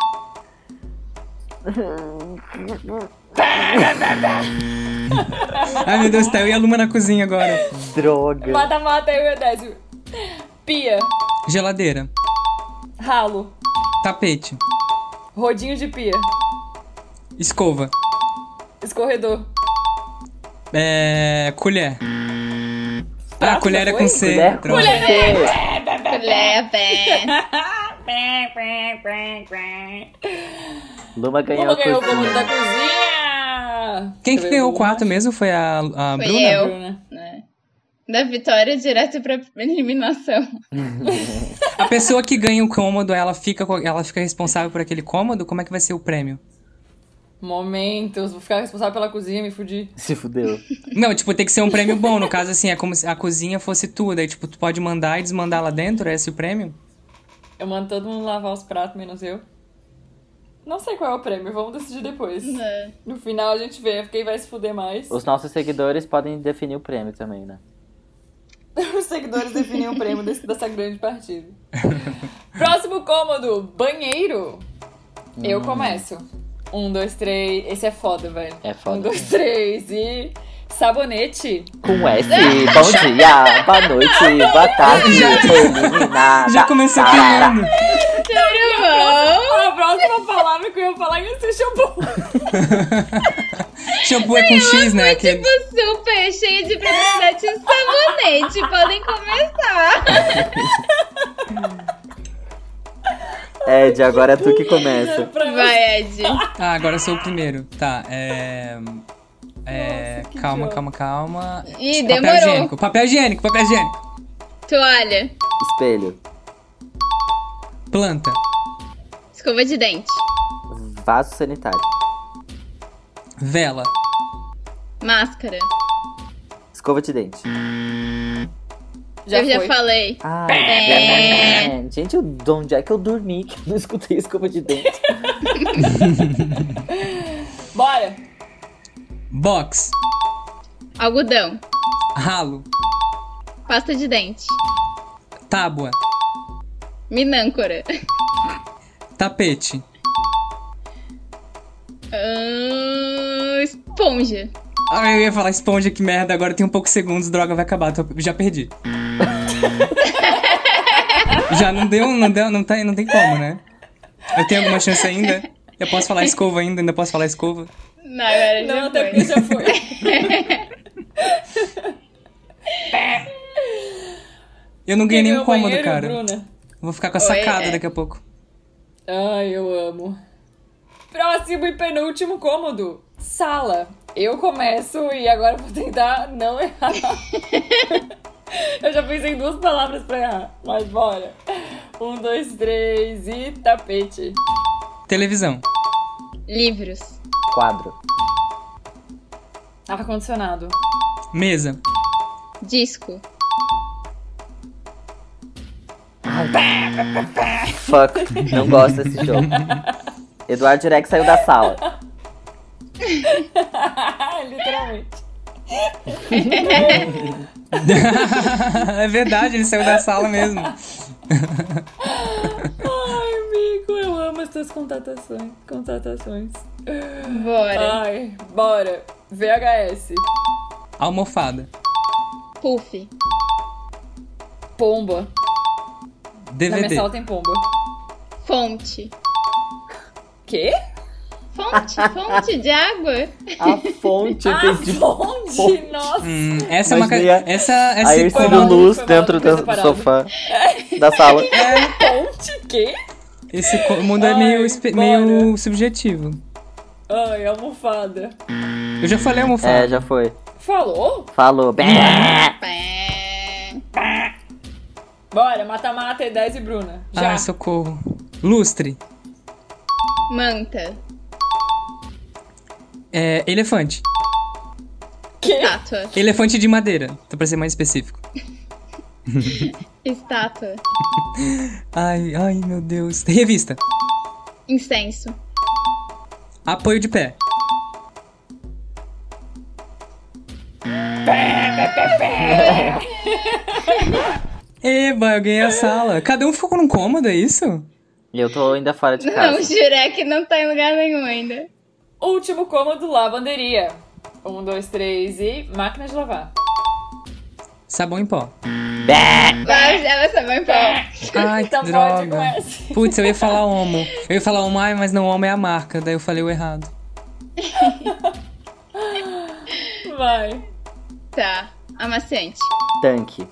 Ai, meu Deus, tá eu e a Luma na cozinha agora. Droga. Mata-mata, eu e o Edésio. Pia. Geladeira. Ralo. Tapete. Rodinho de pia. Escova. Escorredor. Colher. Prato colher é com C. Colher com C. Luma ganhou Luma ganhou o cozinha. comando da cozinha. Quem que ganhou o quarto mesmo? Foi a Foi Bruna? eu. Bruna. Né? Da vitória direto pra eliminação. A pessoa que ganha o cômodo, ela fica responsável por aquele cômodo? Como é que vai ser o prêmio? Momentos, vou ficar responsável pela cozinha, me fudi. Se fudeu. Não, tipo, tem que ser um prêmio bom. No caso, assim, é como se a cozinha fosse tudo. Aí, tipo, tu pode mandar e desmandar lá dentro? É esse o prêmio? Eu mando todo mundo lavar os pratos, menos eu. Não sei qual é o prêmio, vamos decidir depois. No final a gente vê quem vai se fuder mais. Os nossos seguidores podem definir o prêmio também, né? Os seguidores definem o prêmio dessa grande partida. Próximo cômodo, banheiro. Eu começo. 1, 2, 3. Esse é foda, velho. É foda. 1, 2, 3 e... sabonete. Com S. Bom dia, boa noite, boa tarde, eliminada. Já começou queimando. A próxima palavra que eu ia falar ia ser shampoo. Shampoo é com X, né? Tipo, super cheia de propriedade de sabonete. Podem começar. Ed, agora é tu que começa. Vai, Ed. Ah, agora eu sou o primeiro. Tá, calma. Ih, Papel demorou. Papel higiênico. Toalha. Espelho. Planta. Escova de dente. Vaso sanitário. Vela. Máscara. Escova de dente. Eu já falei. Gente, onde é que eu dormi que eu não escutei escova de dente? Bora. Box. Algodão. Ralo. Pasta de dente. Tábua. Minâncora. Tapete. Esponja. Ah, eu ia falar esponja, que merda. Agora tem um poucos segundos, droga, vai acabar. Já perdi. Já não tem como, né? Eu tenho alguma chance ainda? Eu posso falar escova ainda posso falar escova? Não, agora já até porque já foi. Eu não ganhei nenhum cômodo, banheiro, cara. Bruna? Vou ficar com a sacada daqui a pouco. Ai, eu amo. Próximo e penúltimo cômodo. Sala. Eu começo e agora vou tentar não errar. Eu já pensei em 2 palavras pra errar, mas bora. 1, 2, 3 e tapete. Televisão. Livros. Quadro. Ar-condicionado. Mesa. Disco. Fuck, não gosto desse jogo. Eduardo Direct saiu da sala. Literalmente. É verdade, ele saiu da sala mesmo. Ai, amigo, eu amo essas contratações. Bora. Ai, bora. VHS. Almofada. Puff. Pomba. DVD. Na minha sala tem pomba. Fonte. Quê? Fonte de água. A fonte. Fonte, nossa. Essa é uma... Aí eu tenho luz dentro do sofá da sala. Fonte, quê? Esse mundo é meio subjetivo. Ai, almofada. Eu já falei almofada. É, já foi. Falou? Falou. Bora, mata-mata, E10 e Bruna. Já. Ai, socorro. Lustre. Manta. Elefante. Estátua. Elefante de madeira, pra ser mais específico. Estátua. Ai, meu Deus. Revista. Incenso. Apoio de pé. Eba, eu ganhei a sala. Cada um ficou num cômodo, é isso? E eu tô ainda fora de casa. Não, o Jurek não tá em lugar nenhum ainda. Último cômodo, lavanderia. 1, 2, 3 e máquina de lavar. Sabão em pó. Vai, sabão em pó. Ai, que droga. Putz, eu ia falar Omo. Mas não, Omo é a marca. Daí eu falei o errado. Vai. Tá. Amaciante. Tanque.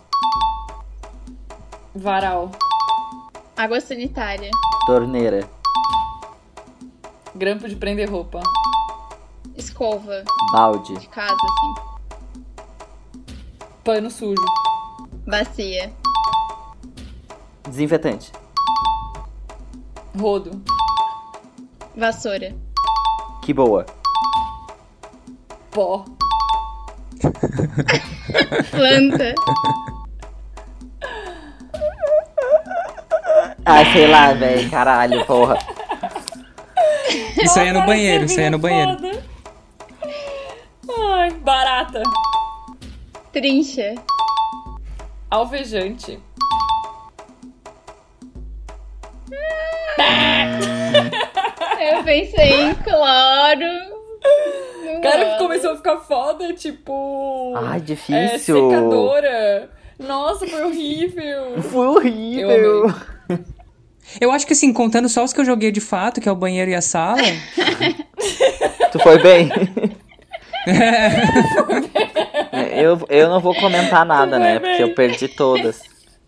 Varal. Água sanitária. Torneira. Grampo de prender roupa. Escova. Balde. De casa, assim. Pano sujo. Bacia. Desinfetante. Rodo. Vassoura. Que boa. Pó. Planta. Ah, sei lá, velho. Caralho, porra. Isso aí é no banheiro, isso aí é no banheiro. Foda. Ai, barata. Trincha. Alvejante. Eu pensei em cloro. Cara, começou a ficar foda, tipo... Ai, difícil. Secadora. Nossa, foi horrível. Foi horrível. Eu acho que assim, contando só os que eu joguei de fato, que é o banheiro e a sala... Tu foi bem? Eu não vou comentar nada, né? Porque eu perdi todas.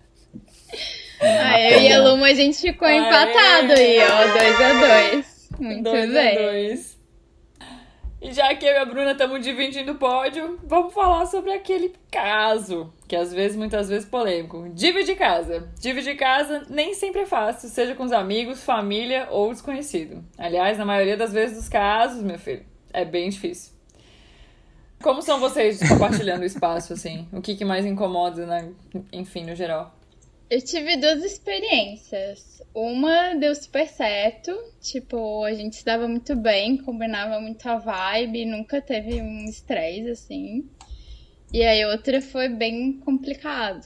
Eu e a Luma, a gente ficou empatado aí, ó. 2-2. Muito bem. 2-2. E já que eu e a Bruna estamos dividindo o pódio, vamos falar sobre aquele caso, que às vezes, muitas vezes, polêmico. Dividir casa. Dividir casa nem sempre é fácil, seja com os amigos, família ou desconhecido. Aliás, na maioria das vezes dos casos, meu filho, é bem difícil. Como são vocês compartilhando o espaço, assim? O que mais incomoda, né? Enfim, no geral? Eu tive 2 experiências. Uma deu super certo, tipo, a gente se dava muito bem, combinava muito a vibe, nunca teve um estresse, assim. E aí outra foi bem complicado.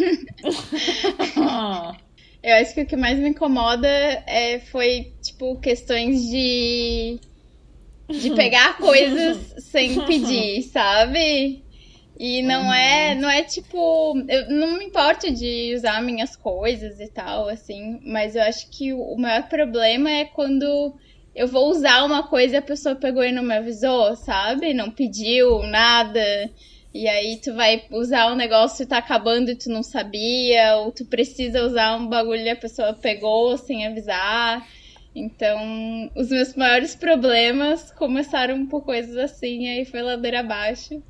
Eu acho que o que mais me incomoda foi, tipo, questões de pegar coisas sem pedir, sabe? E não é tipo... Eu não me importo de usar minhas coisas e tal, assim. Mas eu acho que o maior problema é quando eu vou usar uma coisa e a pessoa pegou e não me avisou, sabe? Não pediu nada. E aí tu vai usar um negócio e tá acabando e tu não sabia. Ou tu precisa usar um bagulho e a pessoa pegou sem avisar. Então, os meus maiores problemas começaram por coisas assim. E aí foi ladeira abaixo.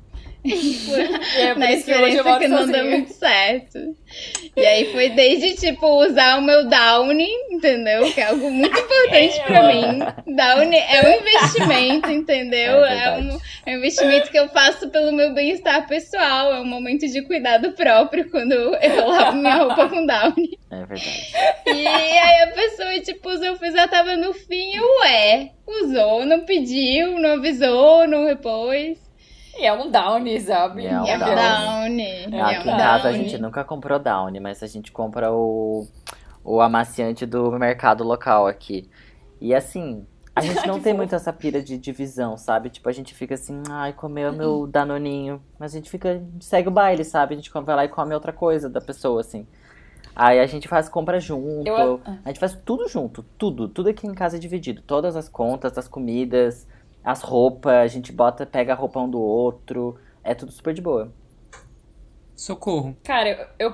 Na experiência que não deu muito certo. E aí foi desde, tipo, usar o meu Downy, entendeu? Que é algo muito importante pra mim. Downy é um investimento, entendeu? É um investimento que eu faço pelo meu bem-estar pessoal. É um momento de cuidado próprio quando eu lavo minha roupa com Downy. É verdade. E aí a pessoa, tipo, usou, já tava no fim, usou, não pediu, não avisou, não repôs. E é um Downy, sabe? É um Downy. Aqui em casa a gente nunca comprou Downy, mas a gente compra o amaciante do mercado local aqui. E assim, a gente não tem muito essa pira de divisão, sabe? Tipo, a gente fica assim, ai, comeu meu Danoninho. Mas a gente segue o baile, sabe? A gente vai lá e come outra coisa da pessoa, assim. Aí a gente faz compra junto, a gente faz tudo junto, tudo aqui em casa é dividido. Todas as contas, as comidas... As roupas, a gente pega a roupa um do outro. É tudo super de boa. Socorro. Cara, eu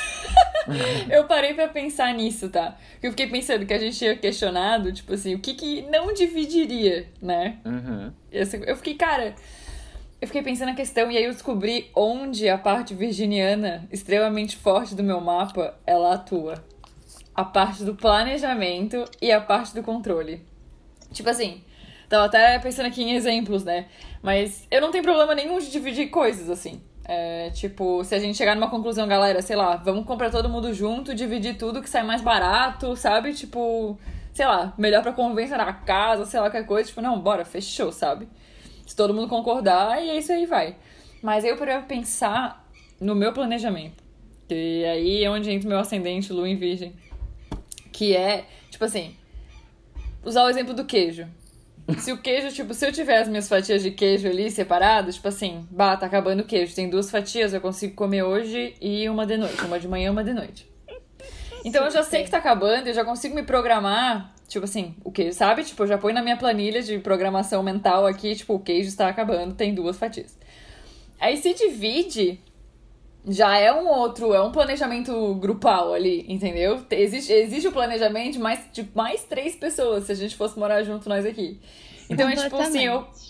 parei pra pensar nisso, tá? Porque eu fiquei pensando que a gente tinha questionado, tipo assim, o que não dividiria, né? Uhum. Eu fiquei pensando na questão e aí eu descobri onde a parte virginiana, extremamente forte do meu mapa, ela atua. A parte do planejamento e a parte do controle. Tipo assim... Tava até pensando aqui em exemplos, né? Mas eu não tenho problema nenhum de dividir coisas, assim. Tipo, se a gente chegar numa conclusão, galera, sei lá, vamos comprar todo mundo junto, dividir tudo que sai mais barato, sabe? Tipo, sei lá, melhor pra convivência na casa, sei lá, qualquer coisa. Tipo, não, bora, fechou, sabe? Se todo mundo concordar, e é isso aí, vai. Mas aí eu parei pensar no meu planejamento. E aí é onde entra o meu ascendente, Lua em Virgem. Que é, tipo assim, usar o exemplo do queijo. Se o queijo, tipo, se eu tiver as minhas fatias de queijo ali separadas, tipo assim, tá acabando o queijo, tem 2 fatias, eu consigo comer hoje e uma de noite, uma de manhã e uma de noite. Então eu já sei que tá acabando, eu já consigo me programar, tipo assim, o queijo, sabe? Tipo, eu já ponho na minha planilha de programação mental aqui, tipo, o queijo está acabando, tem 2 fatias. Aí se divide, já é um planejamento grupal ali, entendeu? Existe o planejamento de mais 3 pessoas, se a gente fosse morar junto nós aqui. Então é tipo assim,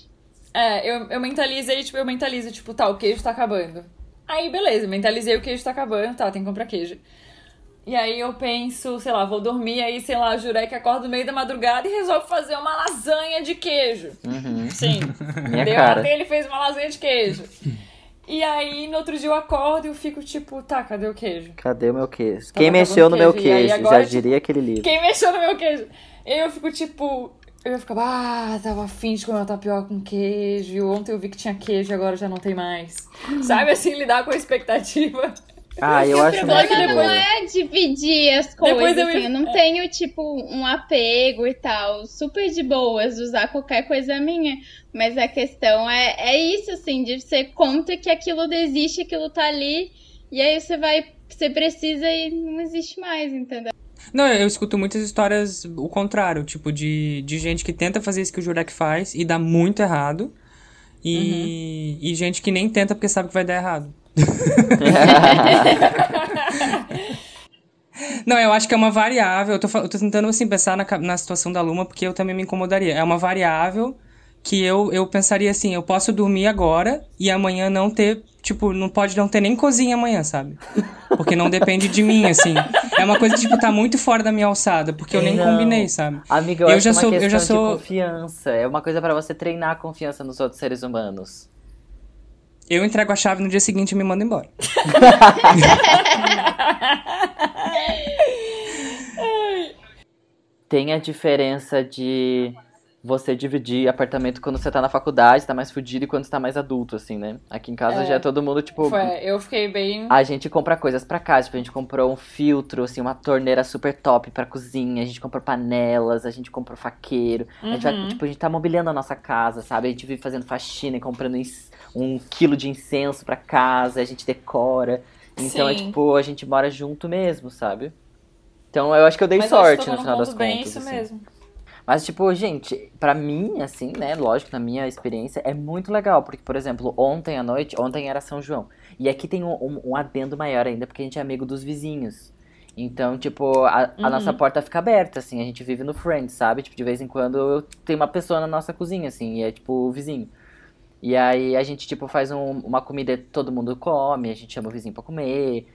eu mentalizo, tipo, tá, o queijo tá acabando. Aí, beleza, mentalizei o queijo tá acabando, tá, tem que comprar queijo. E aí eu penso, sei lá, vou dormir, aí, sei lá, jurei que acordo no meio da madrugada e resolve fazer uma lasanha de queijo. Uhum. Sim. Ele fez uma lasanha de queijo. E aí, no outro dia eu acordo e eu fico tipo, tá, cadê o queijo? Cadê o meu queijo? Quem mexeu no meu queijo? Agora, já diria aquele livro. Quem mexeu no meu queijo? E aí eu fico tipo, eu ficava, tava afim de comer uma tapioca com queijo. E ontem eu vi que tinha queijo, agora já não tem mais. Sabe, assim, lidar com a expectativa. Eu acho que não é dividir as coisas, eu não tenho, tipo, um apego e tal, super de boas, usar qualquer coisa minha, mas a questão é isso, assim, de você conta que aquilo existe, aquilo tá ali, e aí você precisa e não existe mais, entendeu? Não, eu escuto muitas histórias o contrário, tipo, de gente que tenta fazer isso que o Jurek faz e dá muito errado, e gente que nem tenta porque sabe que vai dar errado. Não, eu acho que é uma variável. Eu tô tentando assim pensar na situação da Luma, porque eu também me incomodaria. É uma variável que eu pensaria assim, eu posso dormir agora e amanhã não ter, tipo, não pode não ter nem cozinha amanhã, sabe? Porque não depende de mim, assim. É uma coisa que, tipo, tá muito fora da minha alçada, porque eu nem combinei, sabe? Amiga, eu acho que é uma questão de confiança. É uma coisa pra você treinar a confiança nos outros seres humanos. Eu entrego a chave no dia seguinte e me mando embora. Tem a diferença de você dividir apartamento quando você tá na faculdade, tá mais fudido, e quando você tá mais adulto, assim, né? Aqui em casa já é todo mundo, tipo... Eu fiquei bem... A gente compra coisas pra casa, tipo, a gente comprou um filtro, assim, uma torneira super top pra cozinha, a gente comprou panelas, a gente comprou faqueiro, a gente vai, tipo, a gente tá mobiliando a nossa casa, sabe? A gente vive fazendo faxina e comprando 1 quilo de incenso pra casa, a gente decora. Então, tipo, a gente mora junto mesmo, sabe? Então, eu acho que eu dei sorte no final das contas. Bem isso assim. Mesmo. Mas, tipo, gente, pra mim, assim, né, lógico, na minha experiência, é muito legal. Porque, por exemplo, ontem era São João. E aqui tem um adendo maior ainda, porque a gente é amigo dos vizinhos. Então, tipo, a nossa porta fica aberta, assim, a gente vive no Friends, sabe? Tipo, de vez em quando tem uma pessoa na nossa cozinha, assim, e é, tipo, o vizinho. E aí a gente, tipo, faz uma comida e todo mundo come, a gente chama o vizinho pra comer.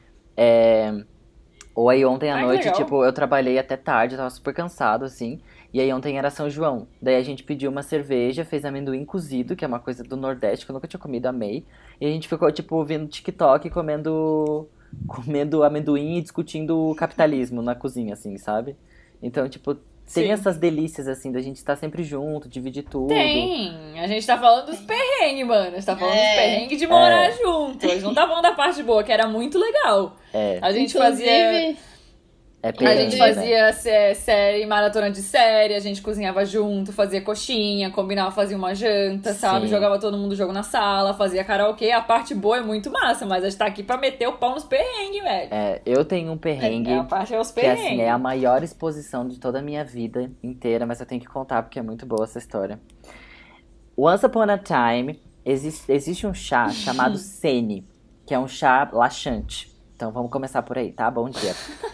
Ou aí ontem à noite, tipo, eu trabalhei até tarde, eu tava super cansado, assim. E aí ontem era São João. Daí a gente pediu uma cerveja, fez amendoim cozido, que é uma coisa do Nordeste, que eu nunca tinha comido, amei. E a gente ficou, tipo, vendo TikTok, comendo amendoim e discutindo o capitalismo na cozinha, assim, sabe? Então, tipo, tem essas delícias, assim, da gente estar sempre junto, dividir tudo. Tem! A gente tá falando dos perrengues, mano. A gente tá falando dos perrengues de morar junto. A gente não tá falando da parte boa, que era muito legal. A gente fazia... a gente fazia série, maratona de série, a gente cozinhava junto, fazia coxinha, combinava, fazia uma janta, sabe? Jogava todo mundo jogo na sala, fazia karaokê. A parte boa é muito massa, mas a gente tá aqui pra meter o pau nos perrengues, velho. Eu tenho um perrengue a parte é os que perrengues. assim, é a maior exposição de toda a minha vida inteira, mas eu tenho que contar porque é muito boa essa história. Once upon a time, existe um chá chamado Sene, que é um chá laxante. Então vamos começar por aí, tá? Bom dia.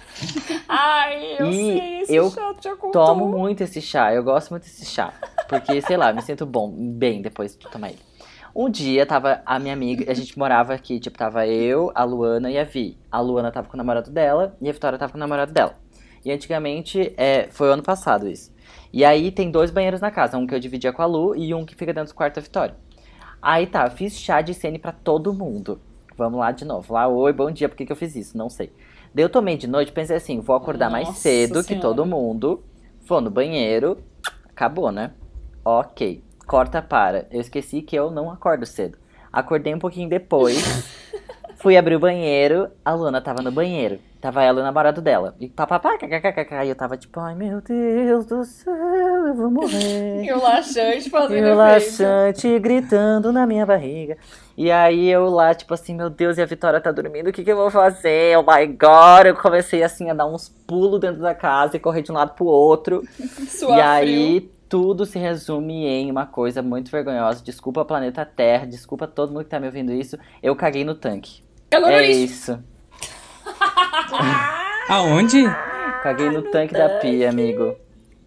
Ai, eu sei, esse chá já contou. Tomo muito esse chá, eu gosto muito desse chá. Porque, sei lá, me sinto bem depois de tomar ele. Um dia tava a minha amiga, a gente morava aqui, tipo, tava eu, a Luana e a Vi. A Luana tava com o namorado dela e a Vitória tava com o namorado dela. E antigamente, foi o ano passado isso. E aí tem 2 banheiros na casa, um que eu dividia com a Lu e um que fica dentro do quarto da Vitória. Aí tá, eu fiz chá de Sene pra todo mundo. Vamos lá de novo. Lá, oi, bom dia, por que eu fiz isso? Não sei. Daí eu tomei de noite, pensei assim, vou acordar mais cedo que todo mundo. Vou no banheiro, acabou, né? Ok, corta para. Eu esqueci que eu não acordo cedo. Acordei um pouquinho depois, fui abrir o banheiro, a Luana tava no banheiro. Tava ela e o namorado dela. E papapá, e eu tava tipo, ai meu Deus do céu, eu vou morrer. E o laxante fazendo efeito. E o laxante gritando na minha barriga. E aí eu lá, tipo assim, meu Deus, e a Vitória tá dormindo, o que eu vou fazer? Oh my God! Eu comecei assim a dar uns pulos dentro da casa e correr de um lado pro outro. Suar e aí tudo se resume em uma coisa muito vergonhosa. Desculpa planeta Terra, desculpa todo mundo que tá me ouvindo isso. Eu caguei no tanque. Isso. Aonde? Caguei no tanque da pia, amigo.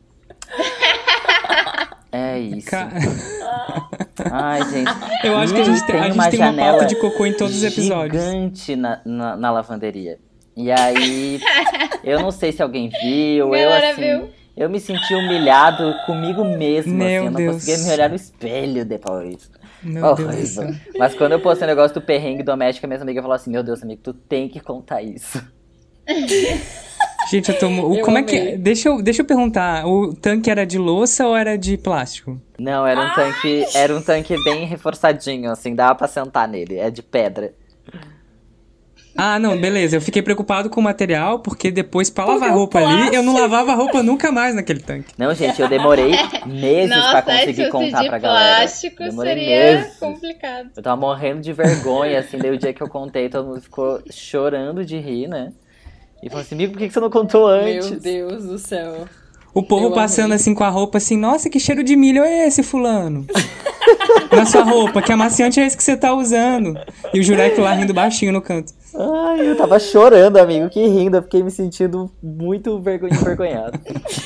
É isso. Ai, gente. Eu acho que a gente tem uma pauta de cocô em todos os episódios. Gigante na lavanderia. E aí, eu não sei se alguém viu. Eu me senti humilhado comigo mesmo. Meu assim, eu não conseguia me olhar no espelho depois. Meu Deus. Mas quando eu postei o negócio do perrengue doméstico, a minha amiga falou assim, meu Deus, amigo, tu tem que contar isso. Gente, como é que... Deixa eu perguntar. O tanque era de louça ou era de plástico? Não, era um tanque bem reforçadinho, assim, dava pra sentar nele. É de pedra. Ah, não, beleza. Eu fiquei preocupado com o material, porque depois pra lavar roupa ali, eu não lavava roupa nunca mais naquele tanque. Não, gente, eu demorei meses pra conseguir contar pra galera. Plástico seria complicado. Eu tava morrendo de vergonha, assim, daí o dia que eu contei, todo mundo ficou chorando de rir, né? E falou assim, amigo, por que você não contou antes? Meu Deus do céu. O povo passando assim com a roupa, assim, nossa, que cheiro de milho é esse, fulano? Na sua roupa, que amaciante é esse que você tá usando? E o Jurek lá rindo baixinho no canto. Ai, eu tava chorando, amigo, que rindo, eu fiquei me sentindo muito envergonhado.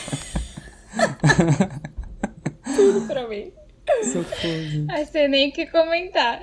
Tudo pra mim. Socorro. Ai, sem nem o que comentar.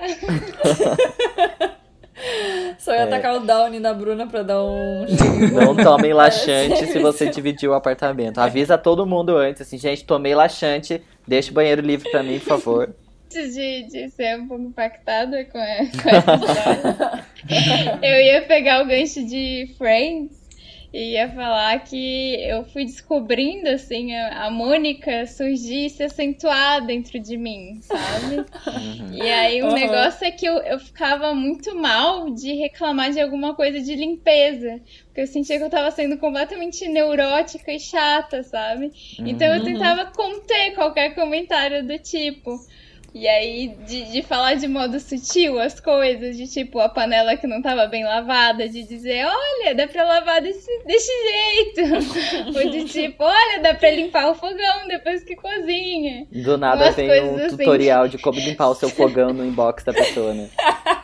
Só ia atacar o Downy na Bruna pra dar um... Não tomem laxante se você dividir o apartamento. Avisa todo mundo antes, assim, gente, tomei laxante, deixa o banheiro livre pra mim, por favor. Antes de ser um pouco impactada com essa história, eu ia pegar o gancho de Friends e ia falar que eu fui descobrindo, assim, a Mônica surgir e se acentuar dentro de mim, sabe? E aí o negócio é que eu ficava muito mal de reclamar de alguma coisa de limpeza, porque eu sentia que eu tava sendo completamente neurótica e chata, sabe? Então eu tentava conter qualquer comentário do tipo... E aí, de falar de modo sutil as coisas, de tipo, a panela que não tava bem lavada, de dizer, olha, dá pra lavar desse jeito. Ou de tipo, olha, dá pra limpar o fogão depois que cozinha. Do nada vem um tutorial de como limpar o seu fogão no inbox da pessoa, né?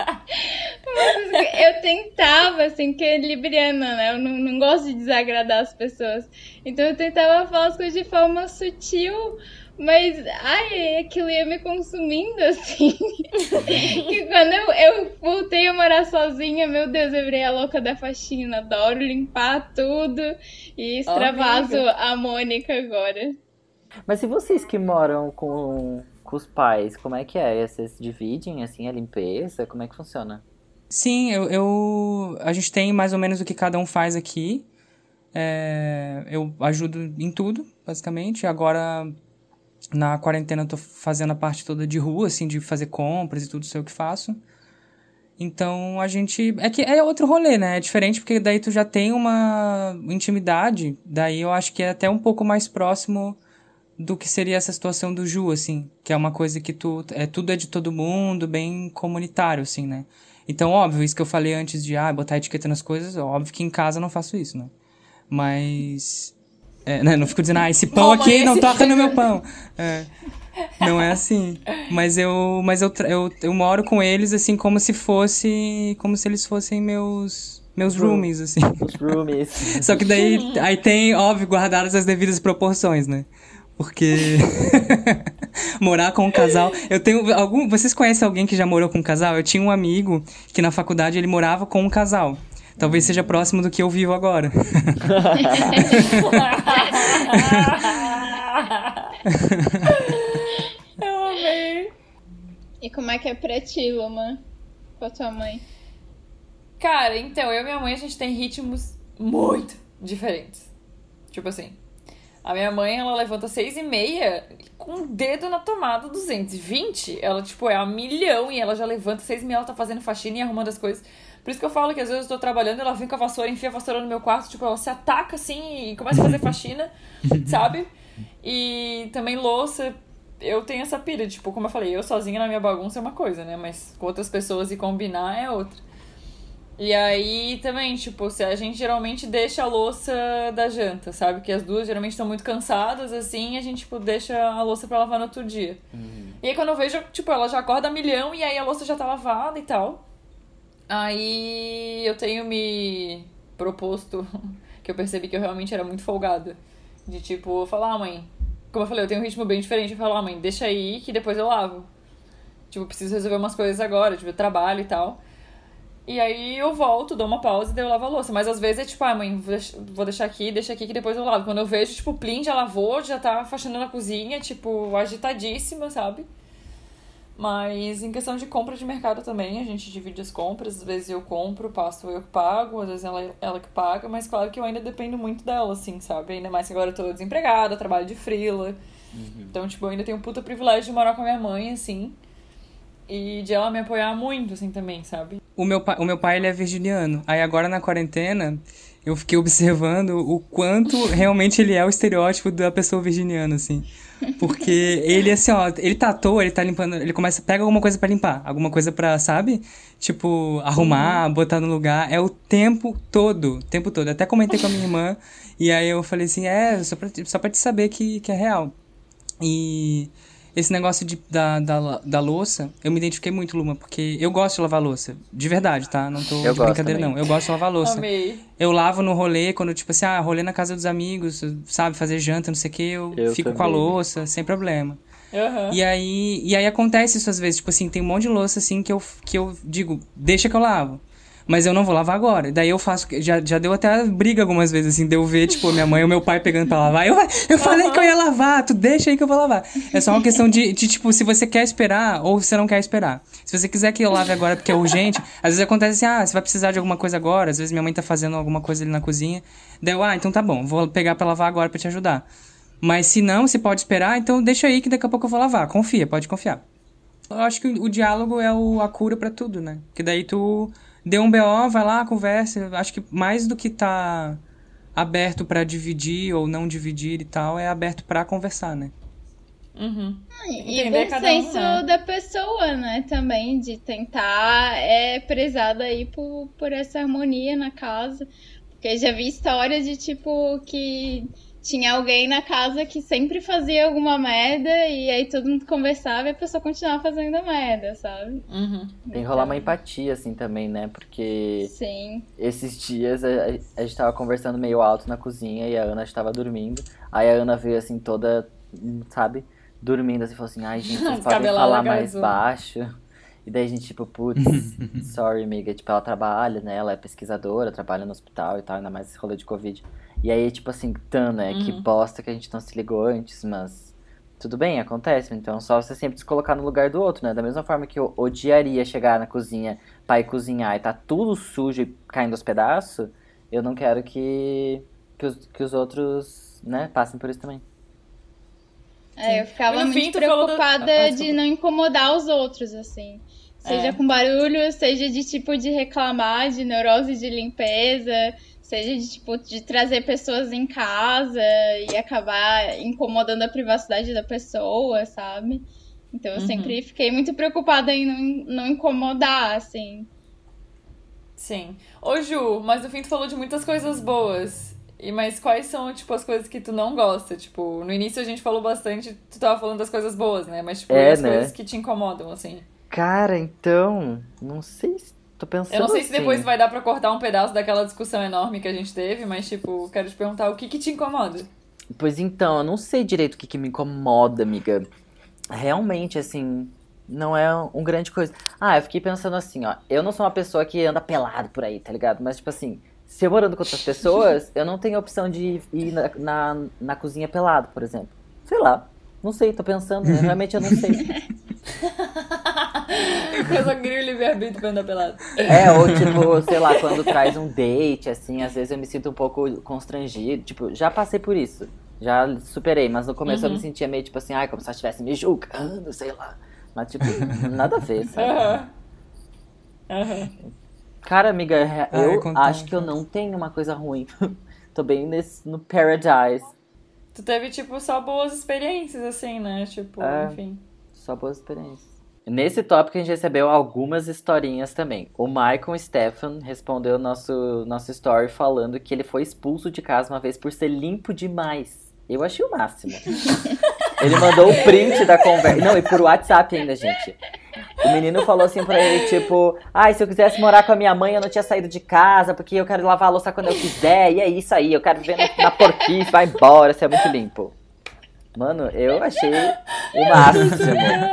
Eu tentava, assim, porque é libriana, né? Eu não gosto de desagradar as pessoas. Então eu tentava falar as coisas de forma sutil, mas, aquilo ia me consumindo, assim. Que quando eu voltei a morar sozinha, meu Deus, eu virei a louca da faxina. Adoro limpar tudo e extravaso a Mônica agora. Mas e vocês que moram com os pais, como é que é? Vocês dividem, assim, a limpeza? Como é que funciona? Sim, a gente tem mais ou menos o que cada um faz aqui. Eu ajudo em tudo, basicamente. Agora... Na quarentena eu tô fazendo a parte toda de rua, assim, de fazer compras e tudo, sei o que faço. Então, a gente... É que é outro rolê, né? É diferente porque daí tu já tem uma intimidade. Daí eu acho que é até um pouco mais próximo do que seria essa situação do Ju, assim. Que é uma coisa que tudo é de todo mundo, bem comunitário, assim, né? Então, óbvio, isso que eu falei antes de botar etiqueta nas coisas, óbvio que em casa eu não faço isso, né? Mas... né? Não fico dizendo, esse pão aqui não toca no meu pão. Não é assim. Mas eu moro com eles, assim, como se eles fossem meus roomies, assim. Os roomies. Só que daí, aí tem, óbvio, guardadas as devidas proporções, né? Porque morar com um casal... Vocês conhecem alguém que já morou com um casal? Eu tinha um amigo que na faculdade ele morava com um casal. Talvez seja próximo do que eu vivo agora. Eu amei. E como é que é pra ti, Luma? Com a tua mãe? Cara, então, eu e minha mãe, a gente tem ritmos muito diferentes. Tipo assim, a minha mãe, ela levanta 6h30 com o dedo na tomada 220. Ela, tipo, é a milhão e ela já levanta 6h30, ela tá fazendo faxina e arrumando as coisas. Por isso que eu falo que às vezes eu tô trabalhando, ela vem com a vassoura, enfia a vassoura no meu quarto, tipo, ela se ataca assim e começa a fazer faxina, sabe? E também louça, eu tenho essa pira, tipo, como eu falei, eu sozinha na minha bagunça é uma coisa, né? Mas com outras pessoas e combinar é outra. E aí também, tipo, a gente geralmente deixa a louça da janta, sabe? Que as duas geralmente estão muito cansadas, assim, a gente, tipo, deixa a louça pra lavar no outro dia. E aí quando eu vejo, tipo, ela já acorda a milhão e aí a louça já tá lavada e tal. Aí eu tenho me proposto, que eu percebi que eu realmente era muito folgada. De tipo, falar, mãe, como eu falei, eu tenho um ritmo bem diferente. Eu falo, mãe, deixa aí que depois eu lavo. Tipo, preciso resolver umas coisas agora, tipo, eu trabalho e tal. E aí eu volto, dou uma pausa e daí eu lavo a louça. Mas às vezes é tipo, mãe, vou deixa aqui que depois eu lavo. Quando eu vejo, tipo, o Plin já lavou, já tá faxinando a cozinha, tipo, agitadíssima, sabe? Mas em questão de compra de mercado também, a gente divide as compras. Às vezes eu compro, passo eu que pago, às vezes ela que paga. Mas claro que eu ainda dependo muito dela, assim, sabe? Ainda mais que agora eu tô desempregada, trabalho de freela. Então, tipo, eu ainda tenho um puta privilégio de morar com a minha mãe, assim. E de ela me apoiar muito, assim, também, sabe? O meu pai, ele é virginiano. Aí agora na quarentena, eu fiquei observando o quanto realmente ele é o estereótipo da pessoa virginiana, assim. Porque ele, assim, ó, ele tá à toa, ele tá limpando, ele pega alguma coisa pra limpar, alguma coisa pra, sabe? Tipo, arrumar, botar no lugar, é o tempo todo. Até comentei com a minha irmã, e aí eu falei assim, só pra te saber que é real. E esse negócio da louça, eu me identifiquei muito, Luma, porque eu gosto de lavar louça. De verdade, tá? Não tô de brincadeira, não. Eu gosto de lavar louça. Amei. Eu lavo no rolê, quando, tipo assim, rolê na casa dos amigos, sabe? Fazer janta, não sei o que, eu fico também com a louça, sem problema. Uhum. E aí acontece isso às vezes, tipo assim, tem um monte de louça, assim, que eu digo, deixa que eu lavo. Mas eu não vou lavar agora. Daí eu faço... Já deu até briga algumas vezes, assim, de eu ver, tipo, minha mãe ou meu pai pegando pra lavar. Eu falei que eu ia lavar, tu deixa aí que eu vou lavar. É só uma questão de, tipo, se você quer esperar ou se você não quer esperar. Se você quiser que eu lave agora porque é urgente, às vezes acontece assim, você vai precisar de alguma coisa agora. Às vezes minha mãe tá fazendo alguma coisa ali na cozinha. Daí eu, então tá bom, vou pegar pra lavar agora pra te ajudar. Mas se não, se pode esperar, então deixa aí que daqui a pouco eu vou lavar. Confia, pode confiar. Eu acho que o diálogo é a cura pra tudo, né? Que daí tu... Deu um BO, vai lá, conversa. Acho que mais do que tá aberto pra dividir ou não dividir e tal, é aberto pra conversar, né? Uhum. E bom senso da pessoa, né? Também, de tentar prezar aí por essa harmonia na casa. Porque já vi histórias de, tipo, que tinha alguém na casa que sempre fazia alguma merda e aí todo mundo conversava e a pessoa continuava fazendo a merda, sabe? Uhum. Tem que rolar uma empatia, assim, também, né? Porque Sim. Esses dias a gente tava conversando meio alto na cozinha e a Ana estava dormindo. Aí a Ana veio, assim, toda, sabe, dormindo, assim, falou assim, ai, gente, vocês podem falar mais baixo. E daí a gente, tipo, putz, sorry, amiga. Tipo, ela trabalha, né? Ela é pesquisadora, trabalha no hospital e tal, ainda mais esse rolê de Covid. E aí, tipo assim, né? Que bosta que a gente não se ligou antes, mas tudo bem, acontece. Então, só você sempre se colocar no lugar do outro, né? Da mesma forma que eu odiaria chegar na cozinha pra ir cozinhar e tá tudo sujo e caindo aos pedaços, eu não quero que os outros, né, passem por isso também. Eu ficava muito preocupada de não incomodar os outros, assim. Seja com barulho, seja de tipo de reclamar, de neurose de limpeza, seja de tipo de trazer pessoas em casa e acabar incomodando a privacidade da pessoa, sabe? Então eu sempre fiquei muito preocupada em não incomodar, assim. Sim. Ô Ju, mas no fim tu falou de muitas coisas boas. Mas quais são, tipo, as coisas que tu não gosta? Tipo, no início a gente falou bastante, tu tava falando das coisas boas, né? Mas, tipo, as coisas que te incomodam, assim. Cara, então, não sei, tô pensando eu não sei assim. se depois vai dar pra cortar um pedaço daquela discussão enorme que a gente teve, mas, tipo, quero te perguntar o que te incomoda? Pois então, eu não sei direito o que me incomoda, amiga. Realmente, assim, não é um grande coisa. Eu fiquei pensando assim, ó, eu não sou uma pessoa que anda pelado por aí, tá ligado? Mas, tipo assim, se eu morando com outras pessoas, eu não tenho a opção de ir na cozinha pelado, por exemplo. Sei lá, não sei, tô pensando, né? Realmente eu não sei. Eu só queria o livre-arbítrio pra andar pelado. Ou tipo, sei lá, quando traz um date, assim, às vezes eu me sinto um pouco constrangido. Tipo, já passei por isso, já superei, mas no começo eu me sentia meio tipo assim, como se ela estivesse me julgando, sei lá. Mas tipo, nada a ver, sabe? Cara, amiga, eu acho que eu não tenho uma coisa ruim. Tô bem no paradise. Tu teve, tipo, só boas experiências, assim, né? Tipo, enfim. Só boas experiências. Nesse tópico a gente recebeu algumas historinhas também. O Michael Stefan respondeu nosso story falando que ele foi expulso de casa uma vez por ser limpo demais. Eu achei o máximo. Ele mandou o print da conversa. Não, e por WhatsApp ainda, gente. O menino falou assim pra ele, tipo, se eu quisesse morar com a minha mãe, eu não tinha saído de casa, porque eu quero lavar a louça quando eu quiser, e é isso aí, eu quero viver na porquice, vai embora, você é muito limpo. Mano, eu achei o máximo.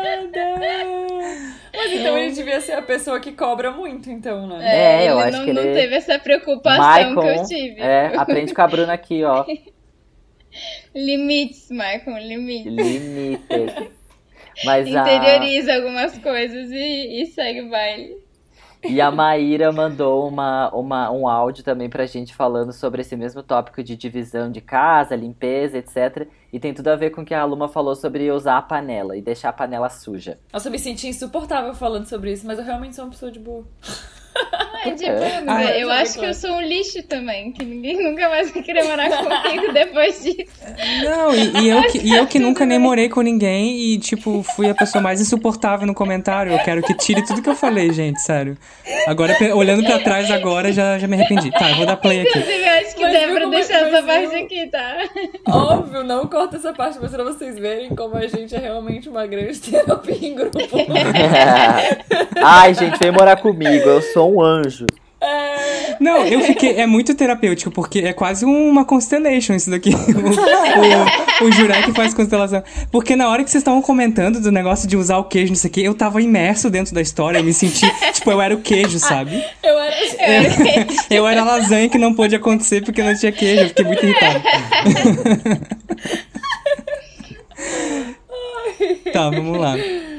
Mas então ele devia ser a pessoa que cobra muito, então, né? Eu acho que ele... não teve essa preocupação que eu tive. Aprende com a Bruna aqui, ó. Limites, Michael, limites. Limites. Mas interioriza algumas coisas e segue o baile. E a Maíra mandou um áudio também pra gente falando sobre esse mesmo tópico de divisão de casa, limpeza, etc. E tem tudo a ver com o que a Aluma falou sobre usar a panela e deixar a panela suja. Nossa, eu me senti insuportável falando sobre isso, mas eu realmente sou uma pessoa de boa. Eu acho que eu sou um lixo também, que ninguém nunca mais vai querer morar comigo depois disso. Não, e eu que nunca nem morei com ninguém e, tipo, fui a pessoa mais insuportável no comentário. Eu quero que tire tudo que eu falei, gente, sério. Agora, olhando pra trás agora, já me arrependi. Tá, eu vou dar play aqui. Inclusive, eu acho que dá pra deixar essa parte aqui, tá? Óbvio, não corta essa parte, mas pra vocês verem como a gente é realmente uma grande terapia em grupo. Ai, gente, vem morar comigo, eu sou um anjo. Não, eu fiquei... É muito terapêutico, porque é quase uma constellation isso daqui. O Jurek faz constelação. Porque na hora que vocês estavam comentando do negócio de usar o queijo nisso aqui, eu tava imerso dentro da história, eu me senti... Tipo, eu era o queijo, sabe? Eu era a lasanha que não pôde acontecer porque não tinha queijo. Eu fiquei muito irritado. Tá, vamos lá.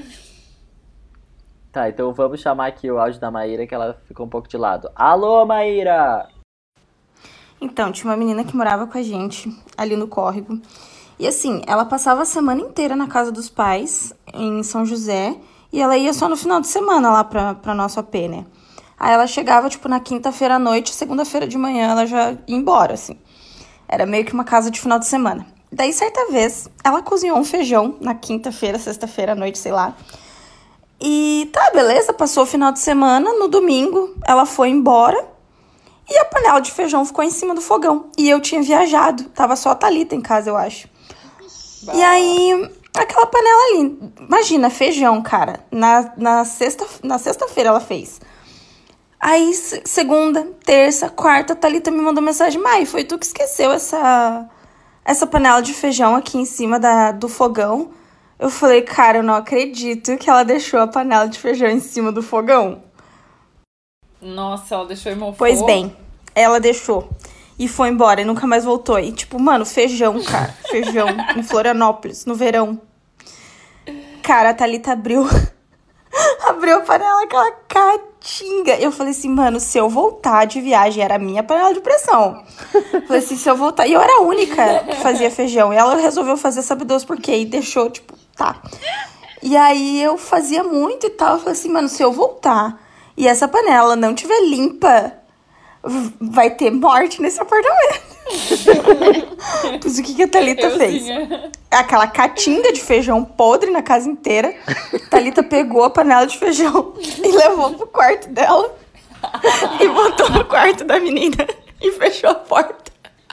Tá, então vamos chamar aqui o áudio da Maíra, que ela ficou um pouco de lado. Alô, Maíra! Então, tinha uma menina que morava com a gente ali no córrego. E assim, ela passava a semana inteira na casa dos pais, em São José, e ela ia só no final de semana lá pra nosso AP, né? Aí ela chegava, tipo, na quinta-feira à noite, segunda-feira de manhã ela já ia embora, assim. Era meio que uma casa de final de semana. Daí, certa vez, ela cozinhou um feijão na quinta-feira, sexta-feira à noite, sei lá. E tá, beleza, passou o final de semana, no domingo ela foi embora e a panela de feijão ficou em cima do fogão. E eu tinha viajado, tava só a Thalita em casa, eu acho. E aí, aquela panela ali, imagina, feijão, cara, na sexta-feira ela fez. Aí, segunda, terça, quarta, a Thalita me mandou mensagem: Mai, foi tu que esqueceu essa panela de feijão aqui em cima do fogão? Eu falei, cara, eu não acredito que ela deixou a panela de feijão em cima do fogão. Nossa, ela deixou e mofou. Pois bem, ela deixou. E foi embora e nunca mais voltou. E tipo, mano, feijão, cara. Feijão em Florianópolis, no verão. Cara, a Thalita abriu a panela, aquela catinga. Eu falei assim, mano, se eu voltar de viagem, era a minha panela de pressão. Falei assim, se eu voltar... E eu era a única que fazia feijão. E ela resolveu fazer, sabe Deus por quê? E deixou, tipo, tá. E aí eu fazia muito e tal. Eu falei assim, mano, se eu voltar e essa panela não tiver limpa, vai ter morte nesse apartamento. Pois o que a Thalita fez? Aquela catinga de feijão podre na casa inteira. Thalita pegou a panela de feijão e levou pro quarto dela e botou no quarto da menina e fechou a porta.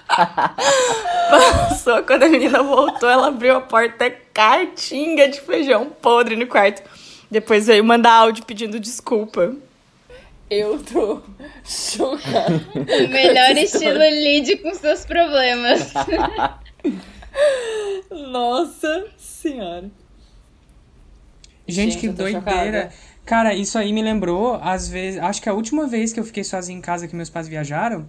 Passou, quando a menina voltou, ela abriu a porta, catinga de feijão podre no quarto. Depois veio mandar áudio pedindo desculpa. Eu tô chocada. O melhor estilo lide com seus problemas. Nossa senhora. Gente, que doideira. Chocada. Cara, isso aí me lembrou, às vezes... Acho que a última vez que eu fiquei sozinho em casa que meus pais viajaram,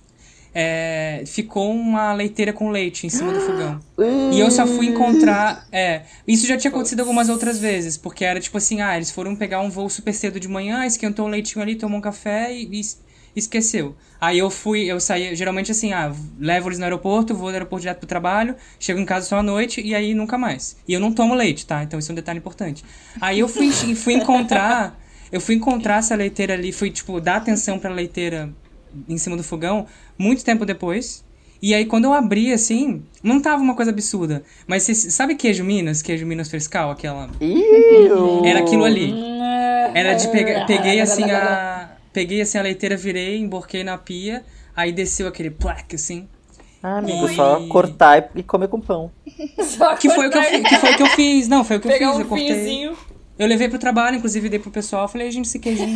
ficou uma leiteira com leite em cima do fogão. E eu só fui encontrar... isso já tinha acontecido algumas outras vezes, porque era tipo assim, eles foram pegar um voo super cedo de manhã, esquentou um leitinho ali, tomou um café e esqueceu. Aí eu saí, geralmente assim, levo eles no aeroporto, vou do aeroporto direto pro trabalho, chego em casa só à noite e aí nunca mais. E eu não tomo leite, tá? Então isso é um detalhe importante. Aí eu fui encontrar essa leiteira ali, fui tipo dar atenção pra leiteira em cima do fogão muito tempo depois. E aí quando eu abri assim, não tava uma coisa absurda, mas sabe queijo Minas frescal, aquela... Era aquilo ali. Era de peguei assim a leiteira, virei, emborquei na pia, aí desceu aquele plaque assim. Amigo, só cortar e comer com pão. Que foi o que eu fiz. Não, foi o que eu fiz. Pegar eu cortei. Finzinho. Eu levei pro trabalho, inclusive dei pro pessoal. Falei, gente, esse queijinho.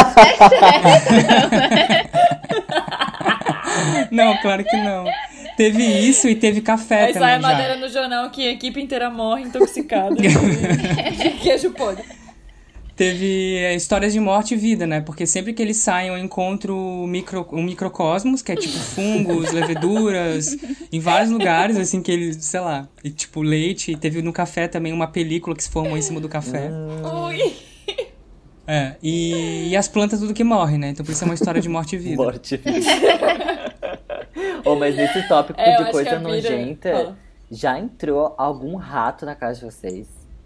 Não, claro que não. Teve isso e teve café aí também. Aí sai a matéria no jornal que a equipe inteira morre intoxicada de queijo podre. teve histórias de morte e vida, né? Porque sempre que eles saem eu encontro um microcosmos, que é tipo fungos, leveduras, em vários lugares, assim, que eles, sei lá, e tipo leite. E teve no café também uma película que se formou em cima do café. Ui! E as plantas tudo que morre, né? Então por isso é uma história de morte e vida. Morte e vida. Mas nesse tópico de coisa nojenta, já entrou algum rato na casa de vocês?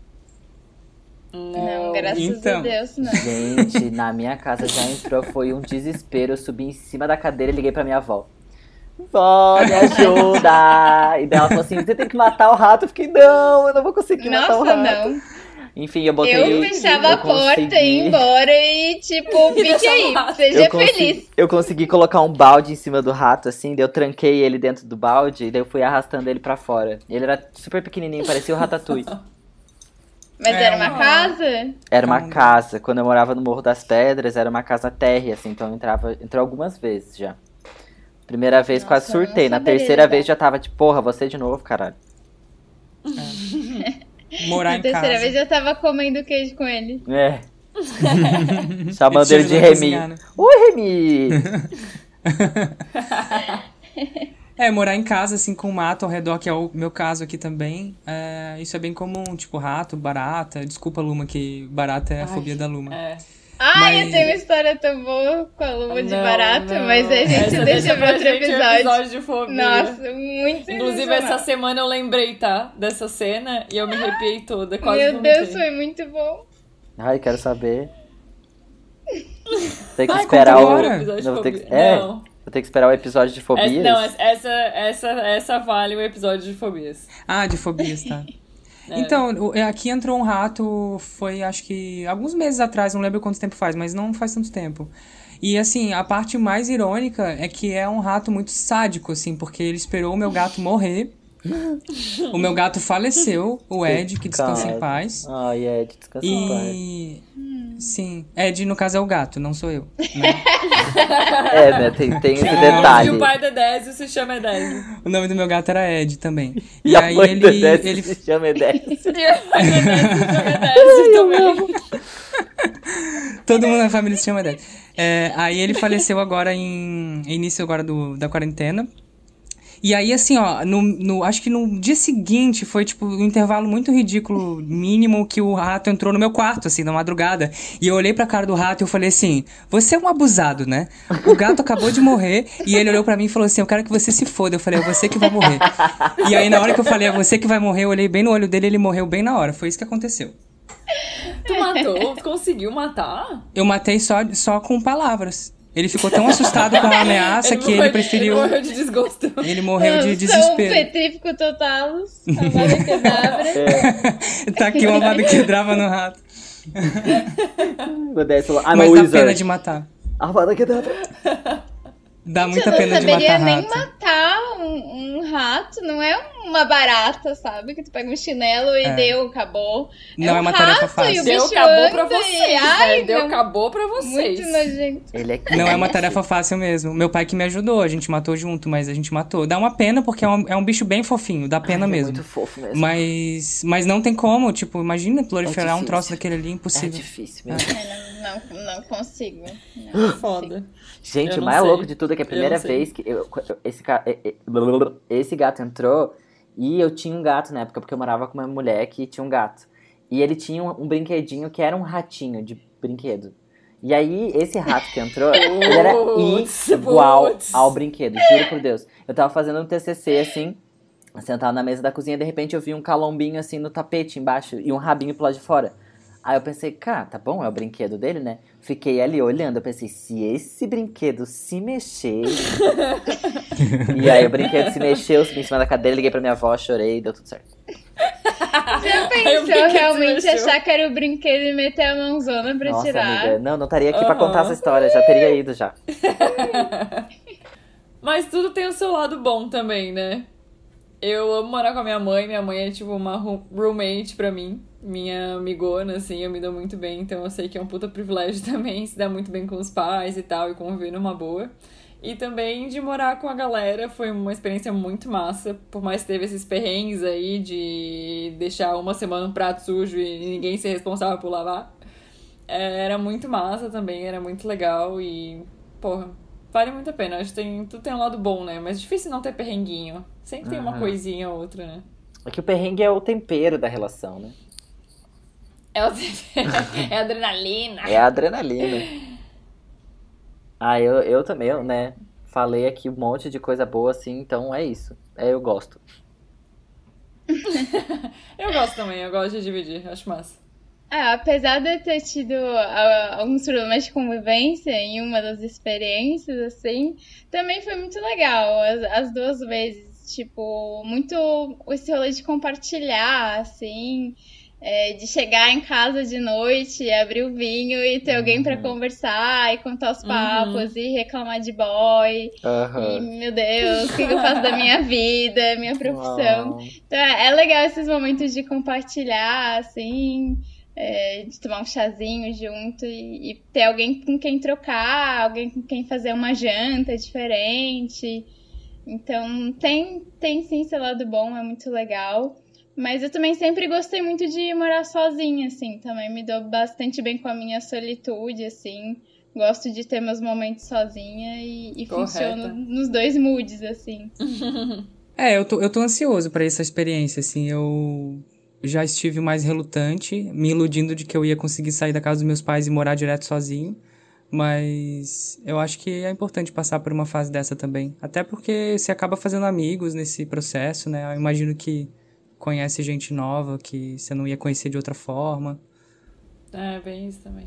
Não, graças a Deus, não. Gente, na minha casa já entrou, foi um desespero. Eu subi em cima da cadeira e liguei pra minha avó. Vó, me ajuda! E daí ela falou assim, você tem que matar o rato. Eu fiquei, não, eu não vou conseguir matar o rato. Não. Enfim, eu botei... Eu fechava a porta e ia embora e, tipo, fique aí, seja feliz. Eu consegui colocar um balde em cima do rato, assim, daí eu tranquei ele dentro do balde e daí eu fui arrastando ele pra fora. Ele era super pequenininho, parecia o Ratatouille. Mas era uma casa? Era uma casa. Quando eu morava no Morro das Pedras, era uma casa térrea, assim, então entrou algumas vezes já. Primeira vez quase surtei, na terceira vez já tava tipo, porra, você de novo, caralho. Morar em casa. Na terceira vez eu tava comendo queijo com ele. Chamando ele de Remy. Né? Oi, Remy! Morar em casa, assim, com mato ao redor, que é o meu caso aqui também. Isso é bem comum, tipo, rato, barata. Desculpa, Luma, que barata é a fobia da Luma. Eu tenho uma história tão boa com a luva de barato, mas a gente deixa pra outro episódio. De fobia. Nossa, muito Inclusive, essa semana eu lembrei, tá? Dessa cena e eu me arrepiei toda. Quase Meu vomitei. Deus, foi muito bom. Ai, quero saber. Tem que esperar o... Não. Vou ter que esperar o episódio de fobias. Essa vale o episódio de fobias. De fobias, tá. Então, aqui entrou um rato, foi acho que alguns meses atrás, não lembro quanto tempo faz, mas não faz tanto tempo. E assim, a parte mais irônica é que é um rato muito sádico, assim, porque ele esperou o meu gato morrer. O meu gato faleceu, o Ed, que descansa em paz. Ai, Ed, descansa em paz. Sim, Ed no caso é o gato, não sou eu. Né? Né, tem esse detalhe. E o pai da Désio se chama Edésio. O nome do meu gato era Ed também. E aí ele se chama Edésio. E o pai da Désio se chama Edésio também. Todo mundo na família se chama Edésio. Aí ele faleceu agora início agora da quarentena. E aí, assim, ó, acho que no dia seguinte foi, tipo, um intervalo muito ridículo, mínimo, que o rato entrou no meu quarto, assim, na madrugada. E eu olhei pra cara do rato e eu falei assim, você é um abusado, né? O gato acabou de morrer e ele olhou pra mim e falou assim, eu quero que você se foda. Eu falei, é você que vai morrer. E aí, na hora que eu falei, é você que vai morrer, eu olhei bem no olho dele e ele morreu bem na hora. Foi isso que aconteceu. Tu matou? Tu conseguiu matar? Eu matei só com palavras. Ele ficou tão assustado com a ameaça que ele preferiu... Ele morreu de desgosto. Ele morreu de desespero. Sou um petrífico total, Avada Kedavra. Tá aqui uma Avada Kedavra no rato. Mas dá pena de matar. Avada Kedavra. Dá muita pena de matar rato. Eu não saberia nem matar um rato, não é uma barata, sabe? Que tu pega um chinelo e deu, acabou. Não é uma tarefa fácil. Deu, acabou pra vocês, Deu, acabou pra vocês. Muito nojento. Não é uma tarefa fácil mesmo. Meu pai que me ajudou, a gente matou junto, mas a gente matou. Dá uma pena, porque é um bicho bem fofinho, dá pena mesmo. É muito fofo mesmo. Mas não tem como, tipo, imagina proliferar um troço daquele ali, impossível. É difícil mesmo. Não consigo. Foda. Gente, o mais louco de tudo é que a primeira vez que esse gato entrou, e eu tinha um gato na época, porque eu morava com uma mulher que tinha um gato. E ele tinha um brinquedinho que era um ratinho de brinquedo. E aí, esse rato que entrou, ele era igual ao brinquedo, juro por Deus. Eu tava fazendo um TCC, assim, sentado na mesa da cozinha, de repente eu vi um calombinho, assim, no tapete embaixo, e um rabinho pro lado de fora. Aí eu pensei, cara, tá bom, é o brinquedo dele, né? Fiquei ali olhando, eu pensei, se esse brinquedo se mexer... E aí o brinquedo se mexeu, subi em cima da cadeira, liguei pra minha avó, chorei, deu tudo certo. Já pensou realmente achar que era o brinquedo e meter a mãozona pra Nossa, tirar? Amiga, não estaria aqui pra contar essa história, já teria ido já. Mas tudo tem o seu lado bom também, né? Eu amo morar com a minha mãe é tipo uma roommate pra mim. Minha amigona, assim, eu me dou muito bem, então eu sei que é um puta privilégio também se dar muito bem com os pais e tal, e conviver numa boa. E também de morar com a galera foi uma experiência muito massa, por mais que teve esses perrengues aí de deixar uma semana um prato sujo e ninguém ser responsável por lavar. Era muito massa também, era muito legal e, porra, vale muito a pena. Acho que tudo tem um lado bom, né? Mas difícil não ter perrenguinho. Sempre tem uma coisinha ou outra, né? É que o perrengue é o tempero da relação, né? É a adrenalina. É a adrenalina. Eu também, né? Falei aqui um monte de coisa boa, assim, então é isso. Eu gosto. Eu gosto também, eu gosto de dividir, acho massa. Apesar de eu ter tido alguns problemas de convivência em uma das experiências, assim, também foi muito legal, as duas vezes, tipo, muito esse rolê de compartilhar, assim, de chegar em casa de noite, abrir o vinho e ter alguém pra conversar e contar os papos e reclamar de boy. E, meu Deus, o que eu faço da minha vida, minha profissão. Então é legal esses momentos de compartilhar, assim, de tomar um chazinho junto e ter alguém com quem trocar, alguém com quem fazer uma janta diferente. Então tem sim seu lado bom, é muito legal. Mas eu também sempre gostei muito de morar sozinha, assim. Também me dou bastante bem com a minha solitude, assim. Gosto de ter meus momentos sozinha e funciono nos dois moods, assim. Eu tô ansioso pra essa experiência, assim. Eu já estive mais relutante, me iludindo de que eu ia conseguir sair da casa dos meus pais e morar direto sozinho. Mas eu acho que é importante passar por uma fase dessa também. Até porque você acaba fazendo amigos nesse processo, né? Eu imagino que conhece gente nova que você não ia conhecer de outra forma. Bem isso também.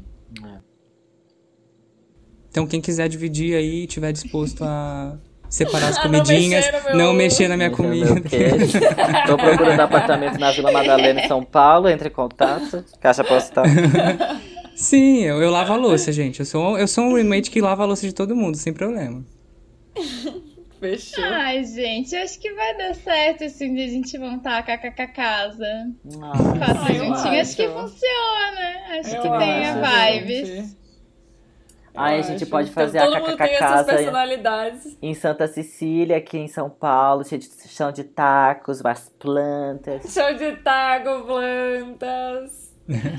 Então quem quiser dividir aí, tiver disposto a separar as comidinhas, não mexer na minha comida. Tô procurando apartamento na Vila Madalena, em São Paulo, entre em contato, caixa postal. Sim, eu lavo a louça, gente. Eu sou um roommate que lava a louça de todo mundo, sem problema. Fechou. Ai, gente, acho que vai dar certo assim de a gente montar a KKK casa. Faça juntinho, acho que funciona. Acho que tem a vibes. A gente pode fazer então, a KKK casa personalidades. Em Santa Cecília, aqui em São Paulo, cheio de chão de tacos, umas plantas. Chão de taco, plantas.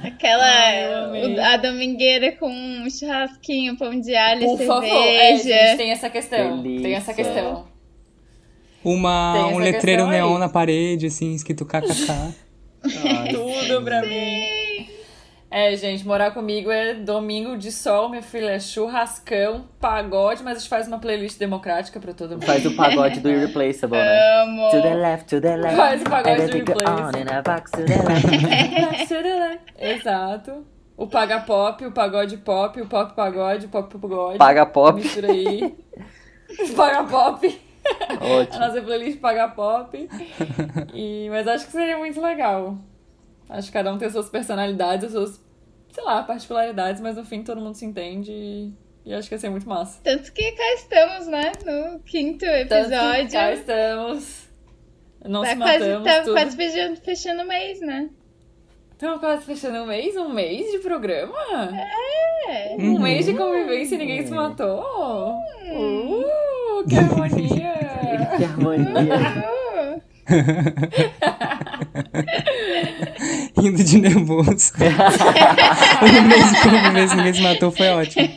A domingueira com um churrasquinho, pão de alho e cerveja. Gente, tem essa questão. Delícia. Tem essa questão. Um letreiro neon na parede, assim, escrito KKK. Tudo pra mim. Gente, morar comigo é domingo de sol, minha filha, é churrascão, pagode, mas a gente faz uma playlist democrática pra todo mundo. Faz o pagode do Irreplaceable, né? Amo! To the left. Faz o pagode do Irreplaceable. On in a box to the left. Exato. O paga pop, o pagode pop, o pop pagode, o pop pagode. Paga pop. Mistura aí. Paga pop. Ótimo. A nossa playlist paga pop. Mas acho que seria muito legal. Acho que cada um tem as suas personalidades, as suas, sei lá, particularidades, mas no fim todo mundo se entende e acho que ia ser muito massa. Tanto que cá estamos, né? No 5º episódio. Cá estamos. Não se matamos. Tá quase fechando o mês, né? Estamos quase fechando o mês? Um mês de programa? Um mês de convivência e ninguém se matou? Que harmonia! Que harmonia! Rindo de nervoso. Um mês de convivência, ninguém se matou, foi ótimo.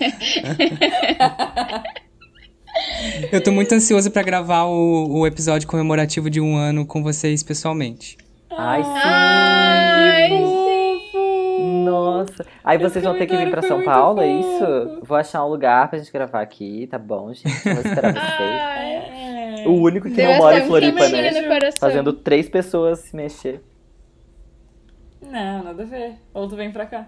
Eu tô muito ansioso pra gravar o episódio comemorativo de 1 ano com vocês pessoalmente. Ai, sim! Ai, sim. Nossa! Aí vocês vão ter que vir pra São Paulo, é isso? Vou achar um lugar pra gente gravar aqui, tá bom, gente? Vou esperar vocês. O único que não mora em Floripa, né? Fazendo 3 pessoas se mexer. Não, nada a ver. Ou tu vem pra cá.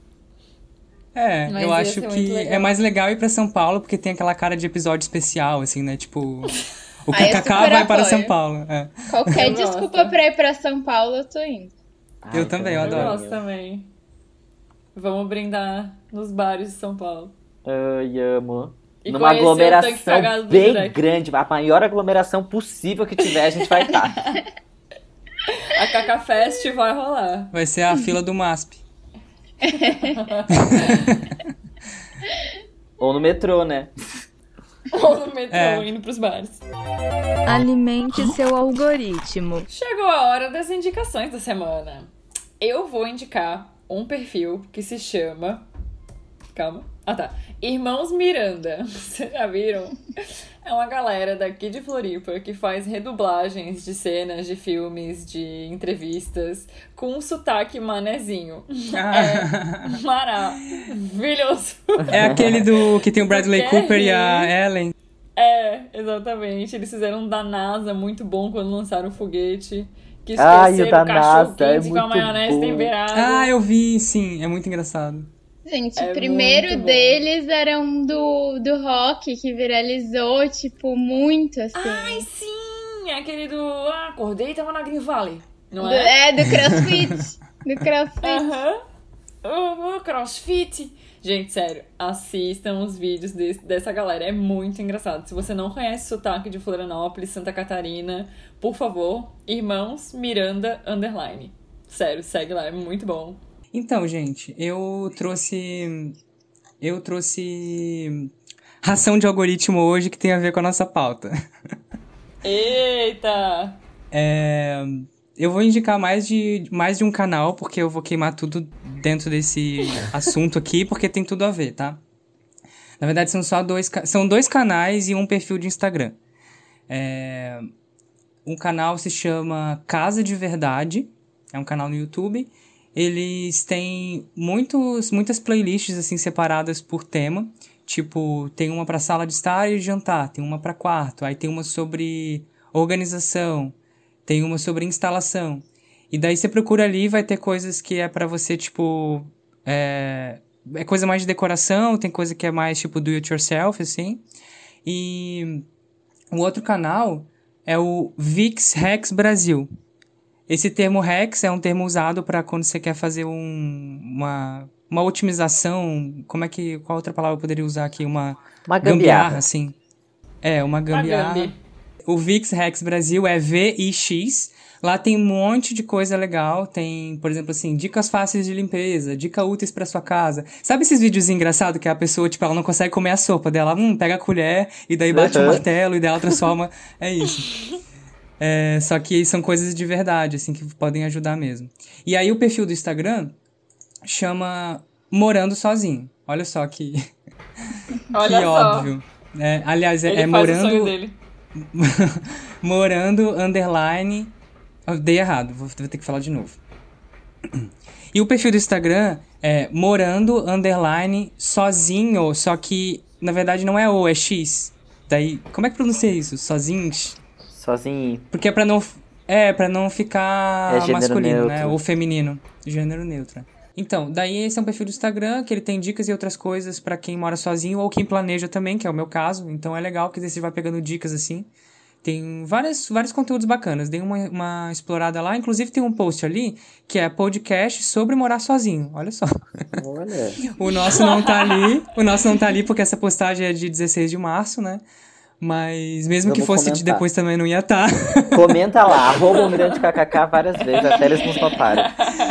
Eu acho que é mais legal ir pra São Paulo, porque tem aquela cara de episódio especial, assim, né? Tipo, o KKK vai para São Paulo. Qualquer desculpa pra ir pra São Paulo, eu tô indo. Eu também, eu adoro. Eu gosto também. Vamos brindar nos bares de São Paulo. Ai, amo. E numa aglomeração bem direct. grande, a maior aglomeração possível que tiver, a gente vai estar. A KK Fest vai rolar. Vai ser a fila do MASP. Ou no metrô, né? Ou no metrô, indo pros bares. Alimente seu algoritmo. Chegou a hora das indicações da semana. Eu vou indicar um perfil que se chama Calma. Ah, tá. Irmãos Miranda. Vocês já viram? É uma galera daqui de Floripa que faz redublagens de cenas de filmes, de entrevistas, com um sotaque manezinho. É maravilhoso. É aquele do que tem o Bradley Cooper e a Ellen. É, exatamente. Eles fizeram um da NASA muito bom quando lançaram o foguete. Que esqueceram o da o cachorro NASA quente com a maionese temperada. Ah, eu vi, sim. É muito engraçado. Gente, o primeiro deles era um do rock que viralizou, tipo, muito, assim. Ai, sim! Aquele do... acordei e tava na Green Valley. Não é? Do CrossFit. Do CrossFit. CrossFit. Gente, sério, assistam os vídeos dessa galera. É muito engraçado. Se você não conhece o sotaque de Florianópolis, Santa Catarina, por favor, Irmãos Miranda _. Sério, segue lá, é muito bom. Então, gente, eu trouxe ração de algoritmo hoje que tem a ver com a nossa pauta. Eita! Eu vou indicar mais de um canal, porque eu vou queimar tudo dentro desse assunto aqui, porque tem tudo a ver, tá? Na verdade, são dois canais e um perfil de Instagram. Um canal se chama Casa de Verdade, é um canal no YouTube. Eles têm muitas playlists assim separadas por tema. Tipo, tem uma pra sala de estar e de jantar, tem uma pra quarto, aí tem uma sobre organização, tem uma sobre instalação. E daí você procura ali, vai ter coisas que é pra você, tipo... É coisa mais de decoração, tem coisa que é mais tipo do it yourself, assim. E o outro canal é o Vix Rex Brasil. Esse termo Rex é um termo usado para quando você quer fazer uma otimização. Qual outra palavra eu poderia usar aqui? Uma gambiarra, assim. Uma gambiarra. O Vix Rex Brasil é VIX. Lá tem um monte de coisa legal. Tem, por exemplo, assim, dicas fáceis de limpeza, dicas úteis pra sua casa. Sabe esses vídeos engraçados que a pessoa, tipo, ela não consegue comer a sopa dela? Pega a colher e daí bate o martelo e daí ela transforma. É isso. Só que são coisas de verdade, assim, que podem ajudar mesmo. E aí o perfil do Instagram chama Morando Sozinho. Olha só que óbvio. Aliás, ele Morando... Faz o sonho dele. Morando _ Eu dei errado, vou ter que falar de novo. E o perfil do Instagram é Morando _ Sozinho, só que na verdade não é O, é X. Daí, como é que pronuncia isso? Sozinho? Porque é pra não ficar masculino, né? Ou feminino. Gênero neutro. Então, daí esse é um perfil do Instagram, que ele tem dicas e outras coisas pra quem mora sozinho ou quem planeja também, que é o meu caso. Então é legal que você vai pegando dicas assim. Tem vários conteúdos bacanas. Dei uma explorada lá. Inclusive tem um post ali que é podcast sobre morar sozinho. Olha só. Olha. O nosso não tá ali porque essa postagem é de 16 de março, né? Mas mesmo que fosse de depois também não ia estar. Comenta lá, @mirante_kkk várias vezes, até eles nos notarem.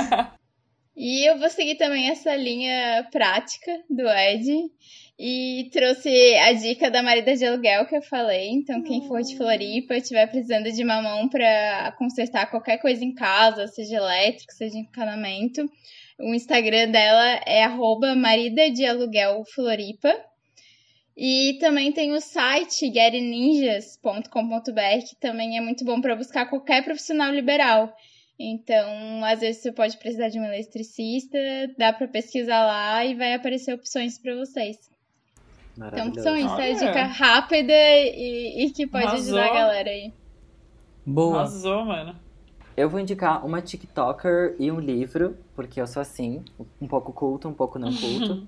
E eu vou seguir também essa linha prática do Ed. E trouxe a dica da marida de aluguel que eu falei. Então, quem for de Floripa, estiver precisando de uma mão pra consertar qualquer coisa em casa, seja elétrico, seja encanamento, o Instagram dela é @maridadealuguelfloripa. E também tem o site getninjas.com.br, que também é muito bom para buscar qualquer profissional liberal. Então, às vezes você pode precisar de um eletricista, dá para pesquisar lá e vai aparecer opções para vocês. Então, são isso, é dica rápida e que pode ajudar a galera aí. Boa. Arrasou, mano. Eu vou indicar uma TikToker e um livro, porque eu sou assim, um pouco culto, um pouco não culto.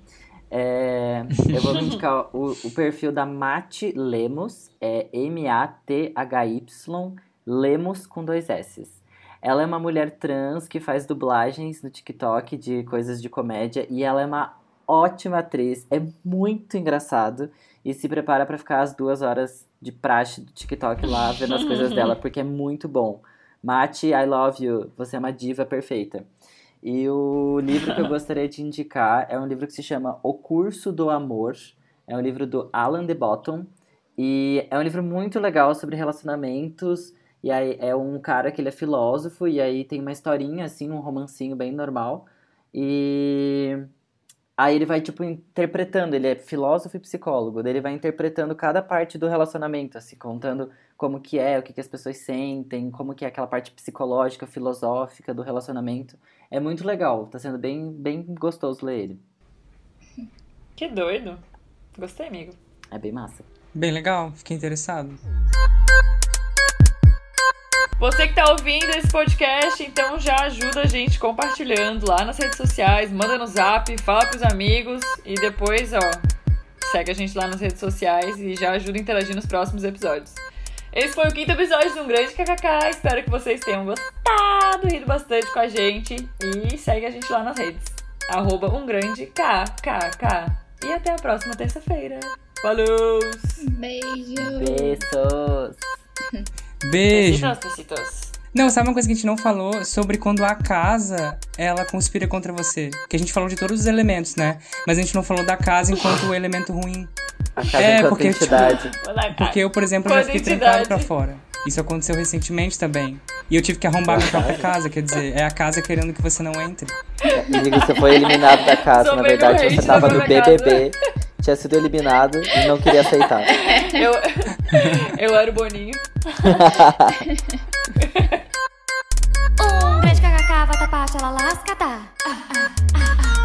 Eu vou indicar o perfil da Mathy Lemos, é MATHY, Lemos com 2 S's. Ela é uma mulher trans que faz dublagens no TikTok de coisas de comédia e ela é uma ótima atriz, é muito engraçado e se prepara pra ficar as 2 horas de praxe do TikTok lá vendo as coisas dela, porque é muito bom. Mathy, I love you, você é uma diva perfeita. E o livro que eu gostaria de indicar é um livro que se chama O Curso do Amor. É um livro do Alan de Botton. E é um livro muito legal sobre relacionamentos. E aí é um cara que ele é filósofo. E aí tem uma historinha, assim, um romancinho bem normal. E Aí ele vai, tipo, interpretando, ele é filósofo e psicólogo, daí ele vai interpretando cada parte do relacionamento, assim, contando como que é, o que as pessoas sentem, como que é aquela parte psicológica, filosófica do relacionamento. É muito legal, tá sendo bem, bem gostoso ler ele. Que doido. Gostei, amigo. É bem massa. Bem legal, fiquei interessado. Você que tá ouvindo esse podcast, então já ajuda a gente compartilhando lá nas redes sociais, manda no zap, fala pros amigos e depois, segue a gente lá nas redes sociais e já ajuda a interagir nos próximos episódios. Esse foi o 5º episódio de Um Grande KKK, espero que vocês tenham gostado, rido bastante com a gente e segue a gente lá nas redes, @umgrandekkk. E até a próxima terça-feira. Falou! Beijo! Beijos! Beijo! Besitos. Não, sabe uma coisa que a gente não falou? Sobre quando a casa, ela conspira contra você. Que a gente falou de todos os elementos, né? Mas a gente não falou da casa enquanto o elemento ruim. A casa enquanto porque, entidade. Porque eu, por exemplo, já fiquei trancado pra fora. Isso aconteceu recentemente também. E eu tive que arrombar minha própria casa, quer dizer, é a casa querendo que você não entre. Amigo, você foi eliminado da casa. Na verdade, você tava no BBB, tinha sido eliminado e não queria aceitar. Eu era o Boninho. Grande KKK, vata pacha, ela lasca, tá?